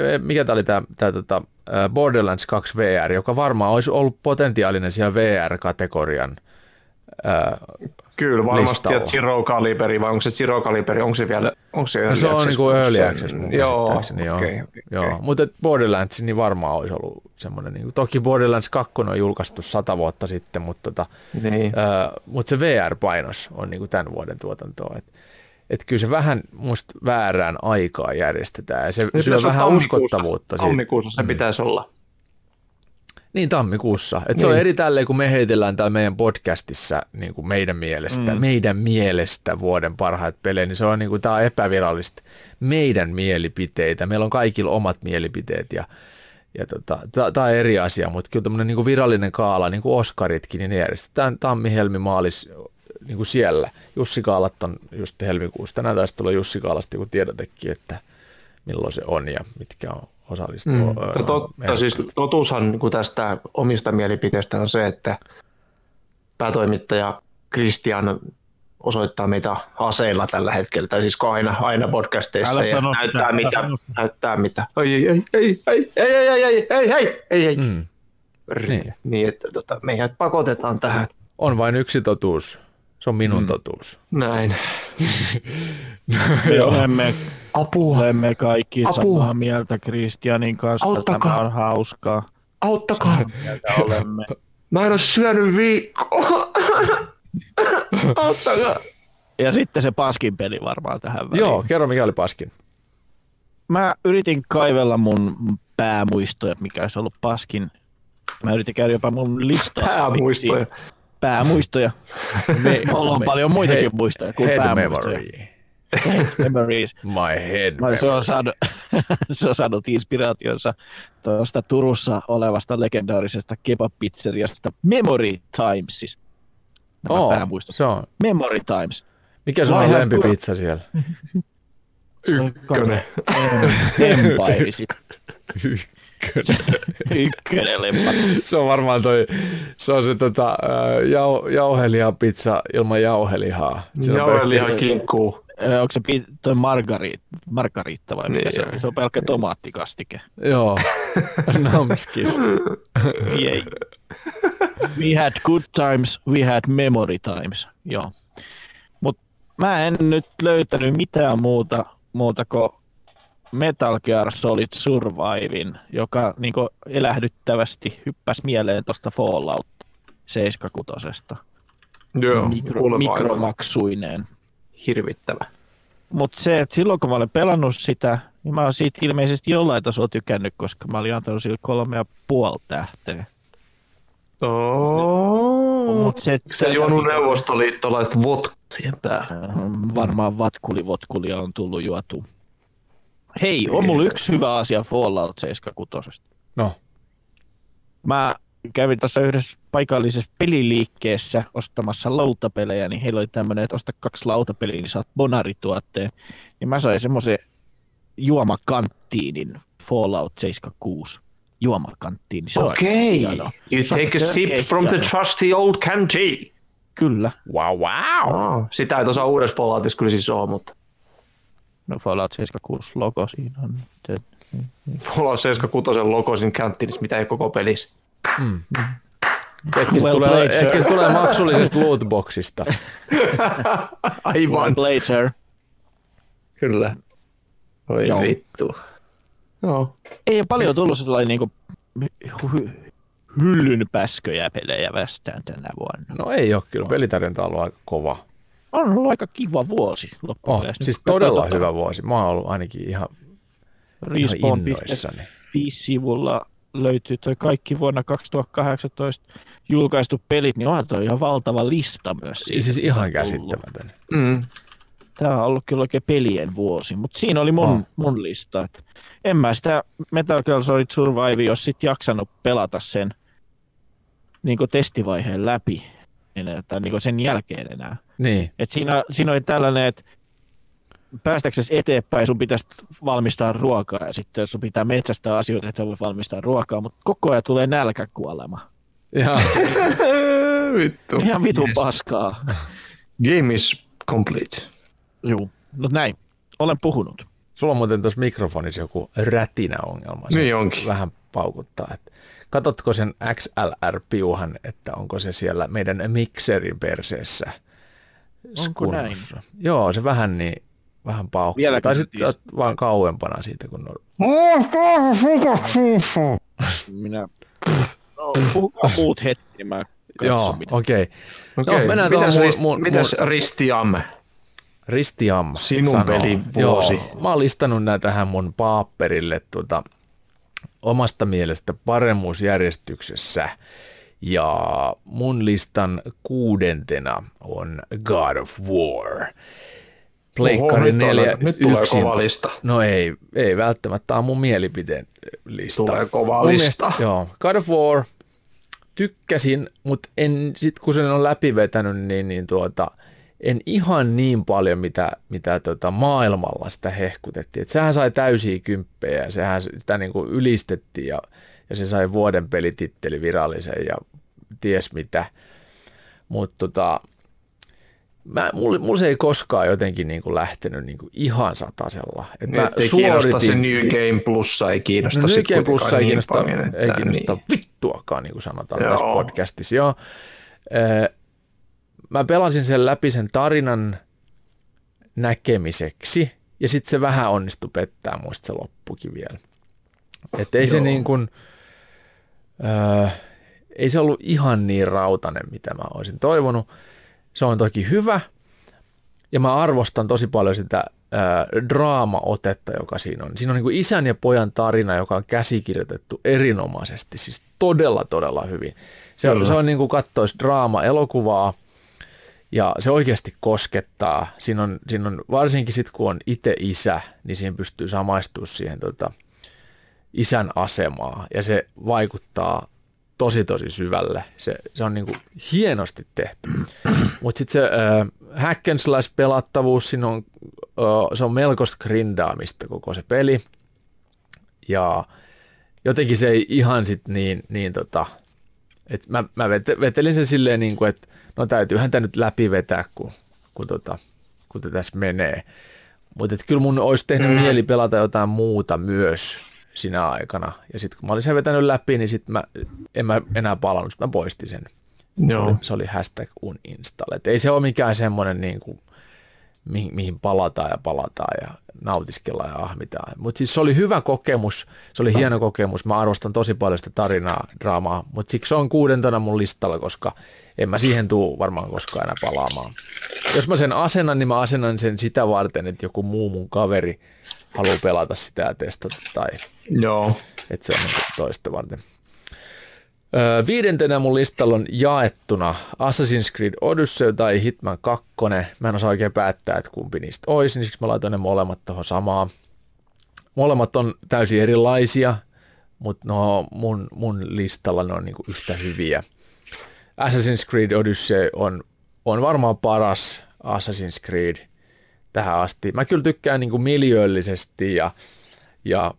Borderlands 2 VR, joka varmaan olisi ollut potentiaalinen siellä VR-kategorian Kyllä, varmasti listalla. Zero Caliberi, vai onko se Zero Caliberi, onko se vielä early se on niinku early access. Joo. Mutta Borderlands niin varmaan olisi ollut semmoinen, niin toki Borderlands 2 on julkaistu 100 vuotta sitten, mutta se VR-painos on niinku tämän vuoden tuotantoa. Et kyllä se vähän musta väärään aikaa järjestetään ja se syö vähän uskottavuutta. Tammikuussa se pitäisi olla. Niin, tammikuussa. Se on eri tälleen, kun me heitellään täällä meidän podcastissa niin kuin meidän mielestä vuoden parhaat pelejä, niin se on, niin kuin, tää on epävirallista meidän mielipiteitä. Meillä on kaikilla omat mielipiteet ja tämä on eri asia, mutta kyllä tämmöinen niin kuin virallinen kaala, niin kuin Oscaritkin, niin ne järjestetään tammi, helmi, maalis niin kuin siellä. Jussi Kaalat on just helmikuussa. Tänään taisi tulla Jussi Kaalasta joku tiedotekin, että milloin se on ja mitkä on osallistua. Siis totuushan niin tästä omista mielipiteistä on se, että päätoimittaja Christian osoittaa meitä aseilla tällä hetkellä, tai siis aina podcasteissa ja näyttää mitä. Ei. Niin, että meidät pakotetaan tähän. On vain yksi totuus. Se on minun totuus. Näin. Olemme kaikki samaa mieltä Christianin kanssa. Auttakaa. Tämä on hauskaa. Auttakaa. Olemme. Mä en ole syönyt viikkoa. Auttakaa. Ja sitten se paskin peli varmaan tähän väliin. Joo, kerro mikä oli paskin. Mä yritin kaivella mun päämuistoja, mikä olisi ollut paskin. Mä yritin käydä jopa mun listaa. Päämuistoja. Mulla on paljon muitakin muistoja kuin päämuistoja. Memories. My head memory. Se on saanut inspiraationsa tuosta Turussa olevasta legendaarisesta kebab-pizzeriasta Memory Timesista. Se on. Memory Times. Mikä sun on lempipizza siellä? Ykkönen. Empire sit. Ykkönen lempa. Se on varmaan se jauhelihapizza ilman jauhelihaa. Jauheliha kinkkuu. Onko se toi margariitta vai mikä se on? Se on pelkkä tomaattikastike. Joo, namskis. Jei. We had good times, we had memory times. Joo. Mut mä en nyt löytänyt mitään muuta kuin Metal Gear Solid Survivein, joka niinku elähdyttävästi hyppäsi mieleen tuosta Fallout 76. Joo, Mikromaksuineen. Hirvittävä. Mutta se, että silloin kun mä olen pelannut sitä, niin mä oon siitä ilmeisesti jollain tasolla tykännyt, koska mä olin antanut sille 3,5 tähteä. Mut se juonut neuvostoliittolaista vodkaa siihen päälle. Varmaan vatkulia on tullut juotu. Hei, on mulla yksi hyvä asia Fallout 76. No. Mä kävin tuossa yhdessä paikallisessa peliliikkeessä ostamassa lautapelejä, niin heillä oli tämmöinen, että osta 2 lautapeliä, niin saat bonarituotteen. Niin mä sain semmoisen juomakanttiinin Fallout 76 juomakanttiin. Okei, you take a sip from the trusty old canteen. Kyllä. Wow. Sitä ei tuossa uudessa Falloutissa kyllä siis ole, mutta... No Fallout 76 logo siinä on. Fallout 76 logo siinä canteenissä, mitä ei koko pelissä. Ehkä se tulee maksullisesta lootboxista. Aivan. Blazer. Kyllä. Oi Joo. vittu. Joo. Ei paljon tullut sellainen niinku hyllynpäsköjä pelejä vastaan tänä vuonna. No ei ole kyllä, pelitarjonta on ollut aika kova. On ollut aika kiva vuosi loppujen. Siis todella hyvä vuosi. Mä oon ollut ainakin ihan innoissani. Respawn.fi-sivulla löytyy toi kaikki vuonna 2018 julkaistu pelit, niin onhan toi ihan valtava lista myös. Siis ihan käsittämätön. Tämä on ollut kyllä oikein pelien vuosi, mutta siinä oli mun lista. Et en mä sitä Metal Gear Solid Survive, jos sit jaksanut pelata sen niin testivaiheen läpi, tai niin sen jälkeen enää. Niin. Et siinä oli tällainen, että päästäksesi eteenpäin sun pitäisi valmistaa ruokaa ja sitten sun pitää metsästää asioita, että sä voi valmistaa ruokaa, mutta koko ajan tulee nälkäkuolema. Vittu. Ihan vitun paskaa. Game is complete. Juu, no näin. Olen puhunut. Sulla on muuten tuossa mikrofonissa joku rätinäongelma. Se niin onkin. Vähän paukuttaa. Katsotko sen XLR-piuhan, että onko se siellä meidän mikserin perseessä? Onko näin? Joo, se vähän paukkuu. Vieläkin tai sitten olet vaan kauempana siitä, kun on... Minä... No, puhukaa muut hetki, niin mä katson joo, mitä. okei. Mitäs Ristiamme? Ristiam. Sinun pelivuosi. Mä oon listannut nää tähän mun paapperille omasta mielestä paremmuusjärjestyksessä. Ja mun listan 6. on God of War. Pleikkari 4 nyt tulee kova lista. No ei välttämättä, tämä on mun mielipiteen lista. Tulee kova lista. Joo, God of War tykkäsin, mutta en sit kun sen on läpivetänyt, niin en ihan niin paljon, mitä maailmalla sitä hehkutettiin. Et sehän sai täysiä kymppejä ja sehän sitä niinku ylistettiin ja se sai vuoden pelititteli virallisen ja ties mitä. Mutta mulla se ei koskaan jotenkin niinku lähtenyt niinku ihan satasella. Ei kiinnosta se New Game Plussa, ei kiinnosta. No, New Game Plussa ei kiinnosta, niin. vittuakaan, niin kuin sanotaan tässä podcastissa. Joo. Mä pelasin sen läpi sen tarinan näkemiseksi, ja sitten se vähän onnistui pettää, muista se loppukin vielä. Että ei se niin kuin, ei se ollut ihan niin rautainen, mitä mä olisin toivonut. Se on toki hyvä, ja mä arvostan tosi paljon sitä draama-otetta, joka siinä on. Siinä on niin kuin isän ja pojan tarina, joka on käsikirjoitettu erinomaisesti, siis todella hyvin. Se on niin kuin katsoisi draama-elokuvaa, ja se oikeasti koskettaa. Siinä on varsinkin sitten, kun on itse isä, niin siihen pystyy samaistumaan siihen isän asemaa, ja se vaikuttaa tosi syvälle. Se on niinku hienosti tehty. Mutta sitten se hack and slash pelattavuus, siinä on, se on melkoista grindaamista koko se peli. Ja jotenkin se ei ihan sitten että mä vetelin sen silleen, että no täytyyhän tämä nyt läpi vetää, kun kuten tässä menee. Mutta kyllä mun olisi tehnyt mieli pelata jotain muuta myös sinä aikana. Ja sitten kun mä olin sen vetänyt läpi, niin sitten en mä enää palannut, mä poistin sen. Se oli #uninstall. Et ei se ole mikään semmoinen, niin kuin, mihin palataan ja nautiskellaan ja ahmitaan. Mutta siis se oli hyvä kokemus, se oli hieno kokemus. Mä arvostan tosi paljon sitä tarinaa, draamaa, mutta siksi se on 6. mun listalla, koska en mä siihen tule varmaan koskaan enää palaamaan. Jos mä sen asennan, niin mä asennan sen sitä varten, että joku muu mun kaveri haluaa pelata sitä ja testata tai että se on toista varten. 5. mun listalla on jaettuna Assassin's Creed Odyssey tai Hitman 2. Mä en osaa oikein päättää, että kumpi niistä olisi, niin siksi mä laitoin ne molemmat tuohon samaan. Molemmat on täysin erilaisia, mutta no mun listalla ne on niinku yhtä hyviä. Assassin's Creed Odyssey on varmaan paras Assassin's Creed tähän asti. Mä kyllä tykkään niinku miljööllisesti ja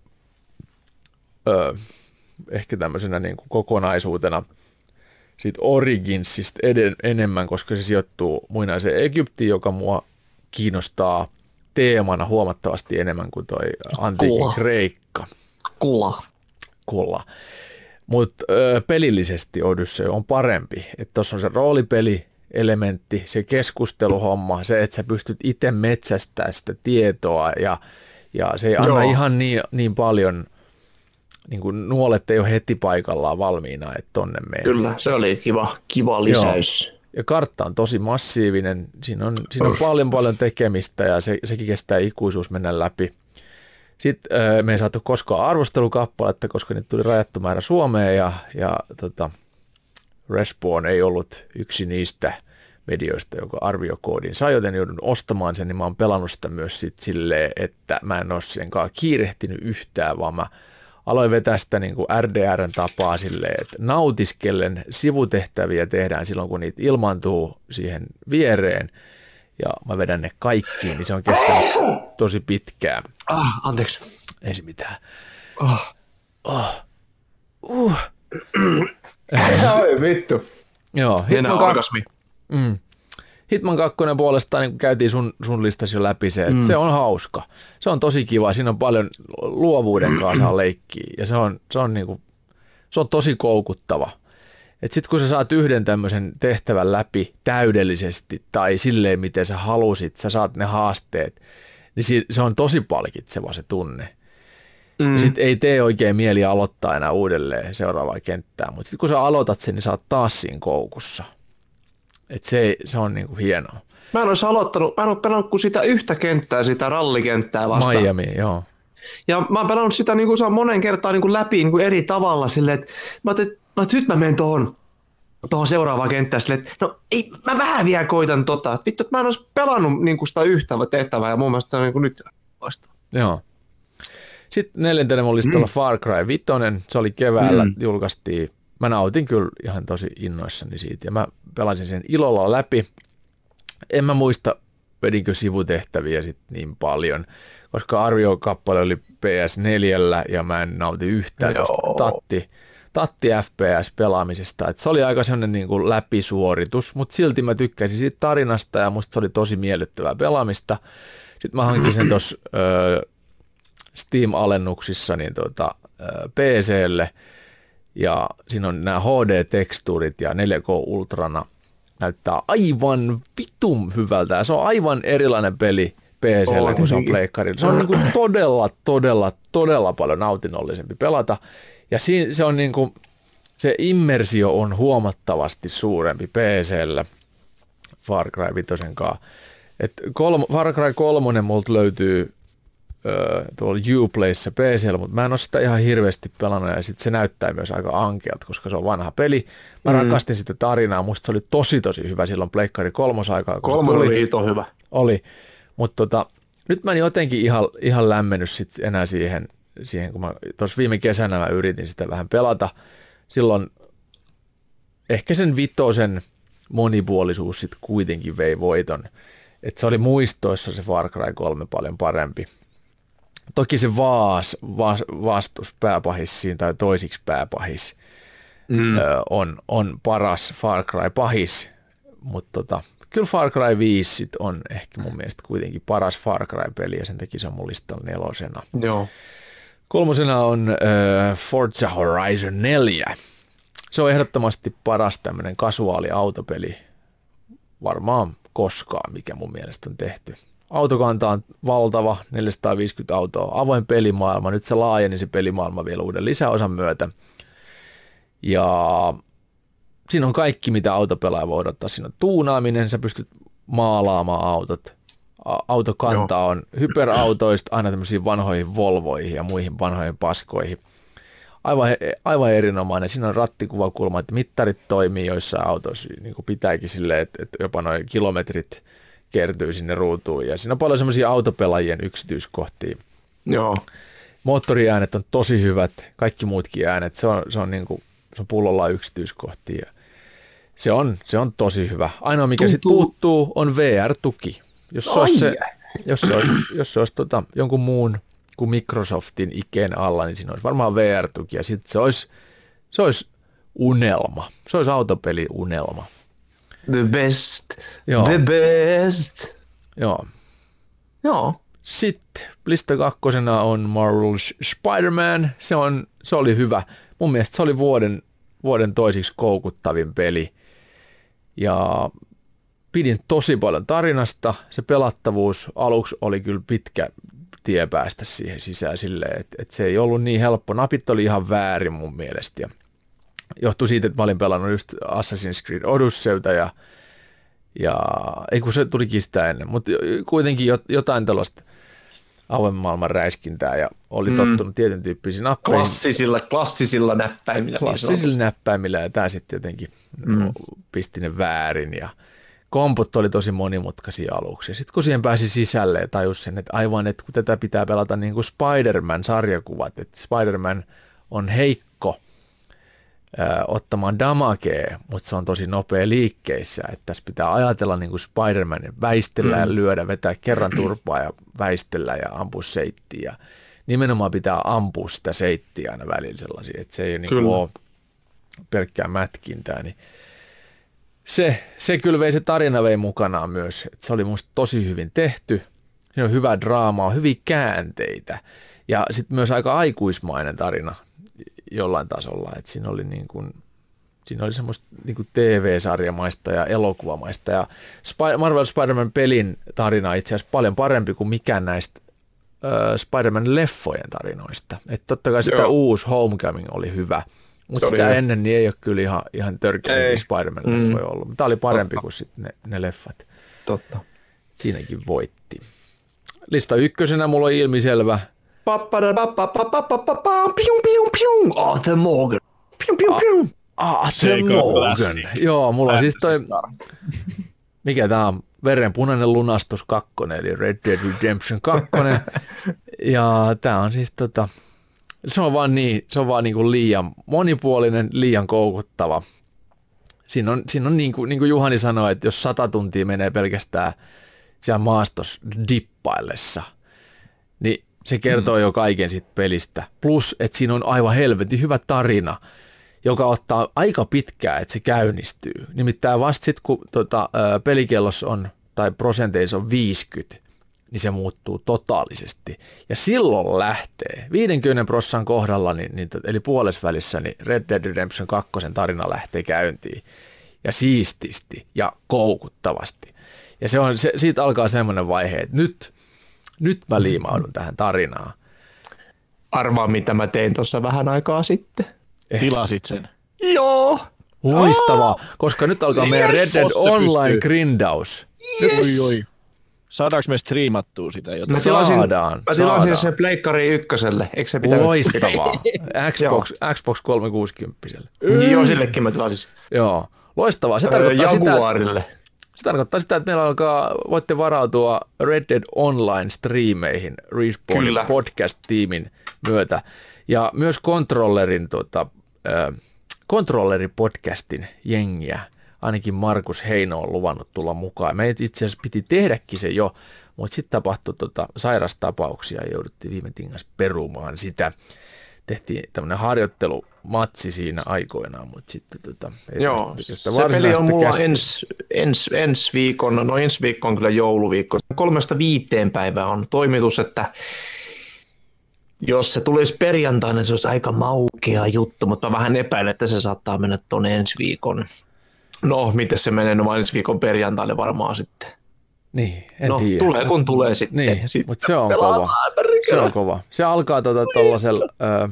ehkä tämmöisenä niinku kokonaisuutena siitä Originsista enemmän, koska se sijoittuu muinaiseen Egyptiin, joka mua kiinnostaa teemana huomattavasti enemmän kuin toi antiikin Kreikka. Kulla. Mutta pelillisesti Odyssey on parempi. Tuossa on se roolipeli-elementti, se keskusteluhomma, se, että sä pystyt itse metsästämään sitä tietoa ja se ei anna ihan niin paljon, niin kuin nuolet ei ole heti paikallaan valmiina, että tonne menet. Kyllä, se oli kiva lisäys. Joo. Ja kartta on tosi massiivinen, siinä on paljon tekemistä ja sekin kestää ikuisuus mennä läpi. Sitten me ei saatu koskaan arvostelukappaletta, koska nyt tuli rajattu määrä Suomeen ja Respawn ei ollut yksi niistä medioista, joka arviokoodin sai, joten joudun ostamaan sen, niin mä oon pelannut sitä myös silleen, että mä en ole senkaan kiirehtinyt yhtään, vaan mä aloin vetää sitä niin kuin RDRn tapaa silleen, että nautiskellen sivutehtäviä tehdään silloin, kun niitä ilmaantuu siihen viereen, ja mä vedän ne kaikkiin, niin se on kestänyt tosi pitkään. Anteeksi. Ei se mitään. Ai vittu. Joo. Hitman 2 puolestaan niin käytiin sun listasi jo läpi se, että se on hauska. Se on tosi kiva, siinä on paljon luovuuden kanssa leikkiä ja se on tosi koukuttava. Sitten kun sä saat yhden tämmöisen tehtävän läpi täydellisesti tai silleen, miten sä halusit, sä saat ne haasteet, niin se on tosi palkitseva se tunne. Sitten ei tee oikein mieli aloittaa enää uudelleen seuraavaa kenttää, mutta sitten kun sä aloitat sen, niin sä oot taas siinä koukussa. Et se on niinku hienoa. Mä en ole pelannut kuin sitä yhtä kenttää, sitä rallikenttää vastaan. Miami, joo. Ja mä oon pelannut sitä niinku monen kertaan niinku läpi niinku eri tavalla silleen, että mä ajattelin, että nyt mä menen tuohon seuraavaan kenttään silleen, että no ei, mä vähän vielä koitan että vittu, että mä en olisi pelannut niinku sitä yhtä tehtävää ja mun mielestä se on niinku nyt vasta. Joo. Sitten 4. mun listalla Far Cry 5, se oli keväällä, julkaistiin. Mä nautin kyllä ihan tosi innoissani siitä ja mä pelasin sen ilolla läpi. En mä muista, vedinkö sivutehtäviä sitten niin paljon, koska arviokappale oli PS4 ja mä en nauti yhtään tuosta tatti FPS-pelaamisesta. Et se oli aika sellainen niin kuin läpisuoritus, mutta silti mä tykkäsin siitä tarinasta ja musta se oli tosi miellyttävää pelaamista. Sitten mä hankin sen tuossa Steam-alennuksissa niin PC:lle ja siinä on nämä HD-tekstuurit ja 4K Ultrana näyttää aivan vitun hyvältä ja se on aivan erilainen peli PC:llä kuin se on pleikkarilla. Se on niin kuin todella paljon nautinnollisempi pelata ja se on niin kuin, se immersio on huomattavasti suurempi PC:llä Far Cry 5 kanssa. Far Cry 3 multa löytyy tuolla Uplayssa PC:llä, mutta mä en ole sitä ihan hirveästi pelannut ja sitten se näyttää myös aika ankealta, koska se on vanha peli. Mä rakastin sitä tarinaa, musta se oli tosi hyvä silloin Pleikkari 3 aikaa. 3 oli hito hyvä. Oli, mutta nyt mä en jotenkin ihan lämmennyt sit enää siihen, kun mä tuossa viime kesänä mä yritin sitä vähän pelata. Silloin ehkä sen 5 monipuolisuus sitten kuitenkin vei voiton. Että se oli muistoissa se Far Cry 3 paljon parempi. Toki se vastus pääpahis siinä tai toisiksi pääpahis on paras Far Cry pahis, mutta kyllä Far Cry 5 sit on ehkä mun mielestä kuitenkin paras Far Cry-peli, ja sen takia se on mun listalla 4. Joo. 3. on Forza Horizon 4. Se on ehdottomasti paras tämmöinen kasuaali autopeli varmaan koskaan, mikä mun mielestä on tehty. Autokanta on valtava, 450 autoa, avoin pelimaailma. Nyt se laajeni se pelimaailma vielä uuden lisäosan myötä. Ja siinä on kaikki, mitä autopelaaja voi odottaa. Siinä on tuunaaminen, sä pystyt maalaamaan autot. Autokanta on hyperautoista aina tämmöisiin vanhoihin Volvoihin ja muihin vanhoihin paskoihin. Aivan erinomainen. Siinä on rattikuvakulma, että mittarit toimii joissain autoissa, niin kuin pitääkin silleen, että jopa noin kilometrit kertyy sinne ruutuun. Ja siinä on paljon semmoisia autopelaajien yksityiskohtia. Joo. Moottoriäänet on tosi hyvät, kaikki muutkin äänet. Se on niin kuin, se on pullollaan yksityiskohtia. Se on tosi hyvä. Ainoa mikä sitten puuttuu on VR-tuki. Jos se olisi jonkun muun kuin Microsoftin ikeen alla, niin siinä olisi varmaan VR-tuki. Ja sitten se olisi unelma. Se olisi autopeli-unelma. The best. Joo. The best. Joo. Sitten lista 2 on Marvel Spider-Man. Se oli hyvä. Mun mielestä se oli vuoden toisiksi koukuttavin peli. Ja pidin tosi paljon tarinasta. Se pelattavuus aluksi oli kyllä pitkä tie päästä siihen sisään silleen, että se ei ollut niin helppo. Napit oli ihan väärin mun mielestä. Ja johtui siitä, että mä olin pelannut just Assassin's Creed Odysseyta ja ei kun se tulikin sitä ennen, mutta kuitenkin jotain tällaista avoimen maailman räiskintää ja oli tottunut tietyn tyyppisiin nappeihin. Klassisilla näppäimillä. Klassisilla näppäimillä ja tämä sitten jotenkin pisti ne väärin ja kompot oli tosi monimutkaisia aluksi. Ja sitten kun siihen pääsi sisälle ja tajus sen, että aivan, että kun tätä pitää pelata niin kuin Spider-Man-sarjakuvat, että Spider-Man on heikko ottamaan damagea, mutta se on tosi nopea liikkeissä, että tässä pitää ajatella niin kuin Spider-Man, väistellä ja lyödä, vetää kerran turpaa ja väistellä ja ampua seittiä. Ja nimenomaan pitää ampua sitä seittiä aina välillä sellaisia, että se ei niin kuin ole pelkkää mätkintää. Niin se kyllä vei, se tarina vei mukanaan myös, että se oli musta tosi hyvin tehty, siinä on hyvää draamaa, hyviä käänteitä ja sitten myös aika aikuismainen tarina jollain tasolla, että siinä oli semmoista niin kuin TV-sarjamaista ja elokuvamaista ja Marvel Spider-Man pelin tarina on itse asiassa paljon parempi kuin mikään näistä Spider-Man-leffojen tarinoista. Että totta kai sitä uusi Homecoming oli hyvä, mutta sitä hyvä. Ennen niin ei ole kyllä ihan törkeä Spider-Man-leffoja ollut. Mutta tämä oli parempi kuin sitten ne leffat. Totta. Siinäkin voitti. Lista 1 mulla on ilmiselvä. Arthur Morgan. Arthur Morgan. Joo, mulla on siis toi, mikä tää on, Verenpunainen lunastus 2, eli Red Dead Redemption 2. Ja tää on siis se on vaan niin kuin liian monipuolinen, liian koukuttava. Siinä on niin kuin Juhani sanoi, että jos 100 tuntia menee pelkästään siellä maastossa dippaillessa, niin se kertoo jo kaiken siitä pelistä. Plus, että siinä on aivan helvetin hyvä tarina, joka ottaa aika pitkään, että se käynnistyy. Nimittäin vasta sitten, kun pelikellossa on, tai prosenteissa on 50, niin se muuttuu totaalisesti. Ja silloin lähtee, 50% kohdalla, eli puolesvälissä, niin Red Dead Redemption 2 tarina lähtee käyntiin. Ja siististi ja koukuttavasti. Ja siitä alkaa semmoinen vaihe, että nyt mä liimaudun tähän tarinaan. Arvaa, mitä mä tein tuossa vähän aikaa sitten. Tilasit sen. Joo. Loistavaa, koska nyt alkaa meidän Red Dead Online grindaus. Oi. Saadaanko me striimattua sitä jotain? Saadaan. Mä tilasin sen Pleikkari 1:lle. Eikö se pitänyt? Loistavaa. Xbox 360. Joo, sillekin mä tilasin. Joo, loistavaa. Se tarkoittaa Jaguarille. Se tarkoittaa sitä, että meillä voitte varautua Red Dead Online-striimeihin Respawnin podcast-tiimin myötä. Ja myös Controlleri-podcastin jengiä, ainakin Markus Heino on luvannut tulla mukaan. Me itse asiassa piti tehdäkin se jo, mutta sitten tapahtui sairastapauksia ja jouduttiin viime tingas perumaan sitä. tehtiin tämmöinen harjoittelumatsi siinä aikoinaan, mutta sitten Joo, se peli on mulla ensi viikon on kyllä jouluviikko. 3-5 päivää on toimitus, että jos se tulisi perjantaina, niin se olisi aika maukea juttu, mutta mä vähän epäilen, että se saattaa mennä tuonne ensi viikon. No, miten se menee, no ensi viikon perjantaille varmaan sitten. Niin, en tiedä. Tulee kun tulee sitten. Niin, mutta se on kova. Se on kova. Se alkaa tuollaisella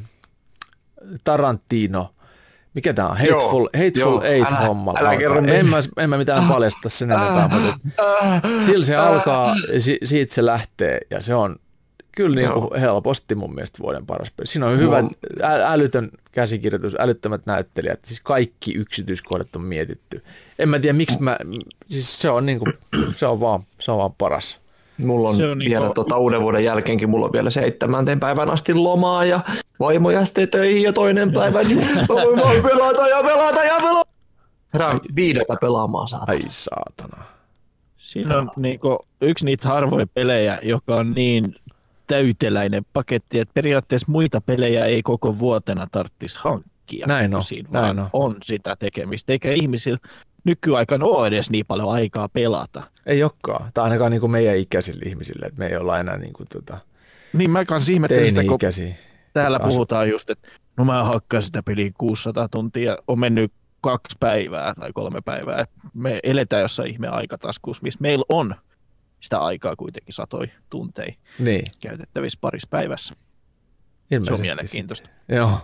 Tarantino, mikä tää on? Hateful Eight-hommalla. En mä mitään paljasta sen enempää, mutta sillä se alkaa, siitä se lähtee, ja se on kyllä niin kuin helposti mun mielestä vuoden paras peli. Siinä on hyvä, älytön käsikirjoitus, älyttömät näyttelijät, siis kaikki yksityiskohdat on mietitty. En mä tiedä, miksi siis se on vaan paras. Mulla on vielä uuden vuoden jälkeenkin, mulla on vielä 7. päivän asti lomaa ja vaimo lähtee töihin ja toinen päivä, niin mä voin pelata. Herään 5 pelaamaan saatana. Ai saatana. Siinä on yksi niitä harvoja pelejä, joka on niin täyteläinen paketti, että periaatteessa muita pelejä ei koko vuotena tarvitsisi hankkia. Näin on. On sitä tekemistä, eikä ihmisillä nykyaikana ole edes niin paljon aikaa pelata. Ei olekaan. Tai ainakaan niin kuin meidän ikäisille ihmisille, että me ei olla enää niin kuin Niin mä kanssa ihmettelin sitä, kun täällä puhutaan just, että no mä hakkaan sitä peliä 600 tuntia, on mennyt 2 päivää tai 3 päivää. Että me eletään jossain ihme aikataskussa, missä meillä on sitä aikaa kuitenkin satoi tunteja käytettävissä parissa päivässä. Se on mielenkiintoista. Joo.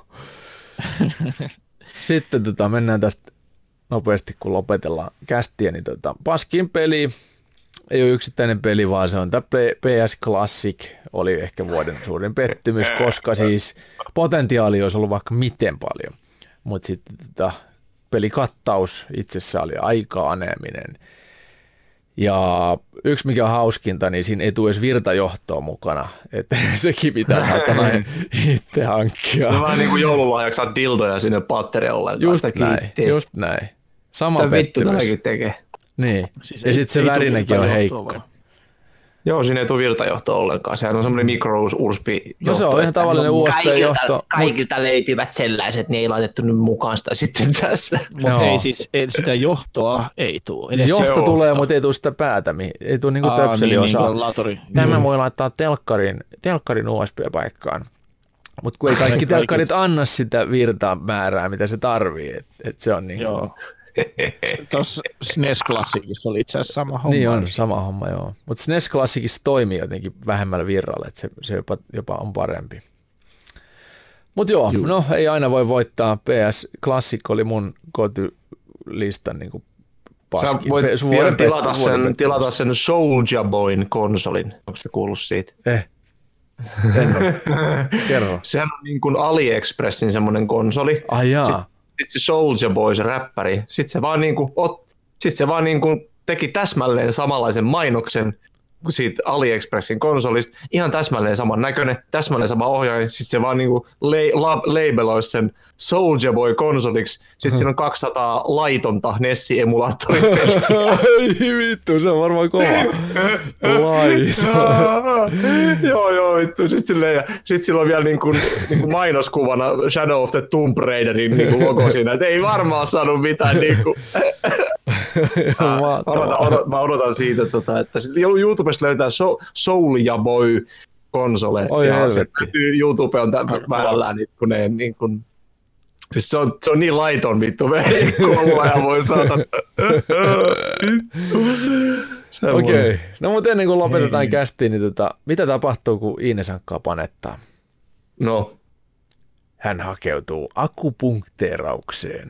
Sitten mennään tästä nopeasti, kun lopetellaan kästiä, niin Paskin peli ei ole yksittäinen peli, vaan se on tämä PS Classic, oli ehkä vuoden suurin pettymys, koska siis potentiaali olisi ollut vaikka miten paljon, mutta sitten pelikattaus itsessään oli aika aneeminen. Ja yksi mikä on hauskinta, niin siinä ei tule edes virtajohtoa mukana, että sekin pitää saatana itse hankkia. No vähän niin kuin joululahjaksi saa dildoja sinne patteriin ollenkaan. Just näin. Sama pettymys. Vittu tämäkin tekee. Niin, siis ja sitten se värinäkin on heikko. Joo, siinä ei tule virtajohtoa ollenkaan. Sehän on semmoinen mikro-USB-johto. No se on ihan tavallinen USB-johto. Kaikilta löytyvät sellaiset, niin ei laitettu nyt mukaan sitä sitten tässä. Mutta ei siis, sitä johtoa ei tule. Johto tulee, mutta ei tule sitä päätä. Ei tule niinku töpseliosaa. Tämä voi laittaa telkkarin USB-paikkaan. Mutta kun ei kaikki telkkarit anna sitä virtamäärää, mitä se tarvii. Et se on niin kuin... Tuossa SNES Classicissa oli itse asiassa sama homma. Niin on, sama homma, joo. Mutta SNES Classicissa toimii jotenkin vähemmällä virralla, että se jopa on parempi. Mutta joo, no ei aina voi voittaa. PS Classic oli mun kotilistan niin kuin paski. Sä voit vielä tilata sen Soulja Boyn konsolin. Onko se kuullut siitä? Kerro. Sehän on niin kuin AliExpressin semmoinen konsoli. Ai jaa. Sitten se Soulja Boy, se räppäri, sitten se vaan niin kuin teki täsmälleen samanlaisen mainoksen siitä AliExpressin konsolista, ihan täsmälleen saman näköinen, täsmälleen sama ohjaaja, sitten se vaan niin kuin labeloisi sen Soulja Boy konsoliksi, sitten siinä on 200 laitonta Nessi-emulaattoria. Ei vittu, se on varmaan kova. Joo, vittu. Sitten sillä on vielä niin kuin mainoskuvana Shadow of the Tomb Raiderin niin kuin logo siinä, että ei varmaan saanut mitään niin kuin... Mä odotan siitä, että YouTubesta löytää Soulja Boy -konsole. YouTube on määrällään niin kuin siis se on niin laiton vittu veikkolla ja voi saada. Okei. No mutta ennen kuin lopetetaan kästiin, niin mitä tapahtuu, kun Iines hankkaa panettaa? No. Hän hakeutuu akupunkteeraukseen.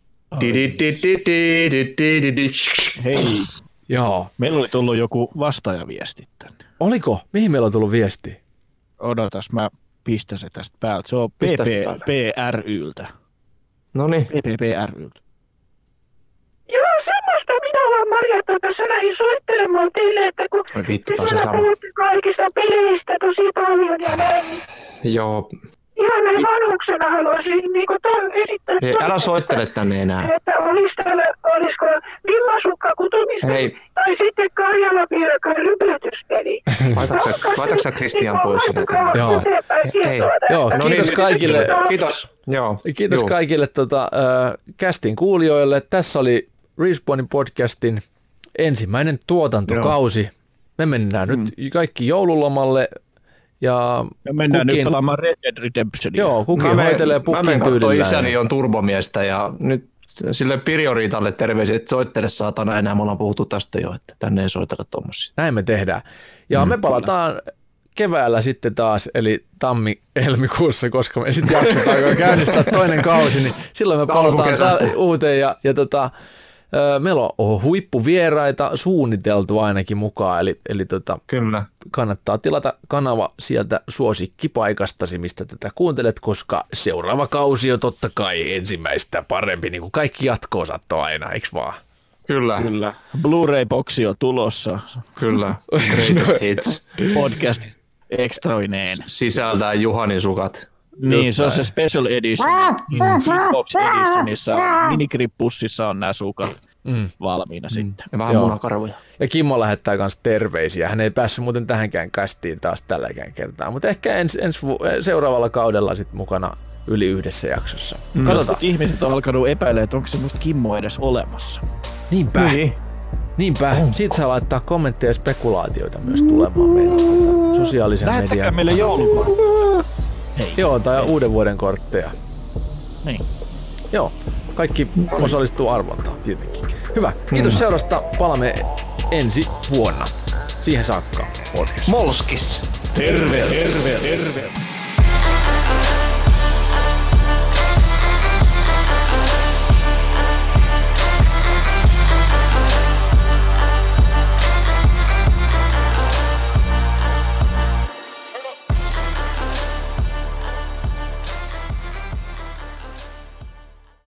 Hei. Joo. Meillä oli tullut joku vastaajaviesti tänne. Oliko? Mihin meillä on tullut viesti? Odotas, mä pistän se tästä päältä. Se on PPRYltä. Noniin. PPRYltä. Joo, semmoista minä vaan Marjatta tässä lähdin soittelemaan teille, että kun vittu, taas se sama. puhutte kaikista peleistä tosi paljon ja näin. Joo, Ihan näin vanhuksena haluaisin niin esittää. Hei, älä soittele tänne enää. Että olisiko villasukka kutumista tai sitten Karjala-piirakan rypytyspeli. Laitatko sä Kristian pois sinne? Joo. Hei. Joo, No kiitos niin, kaikille. Kiitos. Joo. Kiitos kaikille castin kuulijoille. Tässä oli Respawnin podcastin ensimmäinen tuotantokausi. Me mennään nyt kaikki joululomalle. Ja mennään nyt pelaamaan Red Dead Redemptionia. Joo, kukin hoitelee pukin tyylillään. Mä menen katsoa, isäni on turbomiestä ja nyt sille Prioritalle terveisiä, että soittele saatana enää. Me ollaan puhuttu tästä jo, että tänne ei soitella tommosia. Näin me tehdään. Ja me palataan keväällä sitten taas, eli helmikuussa, koska me sitten jaksetaan käynnistää toinen kausi, niin silloin me palataan uuteen ja meillä on huippuvieraita suunniteltu ainakin mukaan, eli Kyllä. Kannattaa tilata kanava sieltä suosikkipaikastasi, mistä tätä kuuntelet, koska seuraava kausi on totta kai ensimmäistä parempi, niin kuin kaikki jatko-osat on aina, eikö vaan? Kyllä. Blu-ray-boksi on tulossa. Kyllä. Greatest hits. Podcast extroineen. Sisältää Juhanin sukat. Niin, se on se special edition. Box editionissa, minigrippussissa on nämä sukat valmiina sitten. Ja vähän munakarvoja. Ja Kimmo lähettää myös terveisiä. Hän ei päässyt muuten tähänkään kästiin taas tälläkään kertaa, mutta ehkä seuraavalla kaudella sitten mukana yli yhdessä jaksossa. Katsotaan. Ihmiset on alkanut epäilemään, että onko semmoista Kimmoa edes olemassa. Niinpä. Siitä saa laittaa kommentteja ja spekulaatioita myös tulemaan meille sosiaalisen median. Lähettäkää meille joulukortteja. Joo, tai uuden vuoden kortteja. Niin. Joo, kaikki osallistuu arvontaan tietenkin. Hyvä, kiitos seurasta. Palaamme ensi vuonna. Siihen saakka. Molskis. Terve.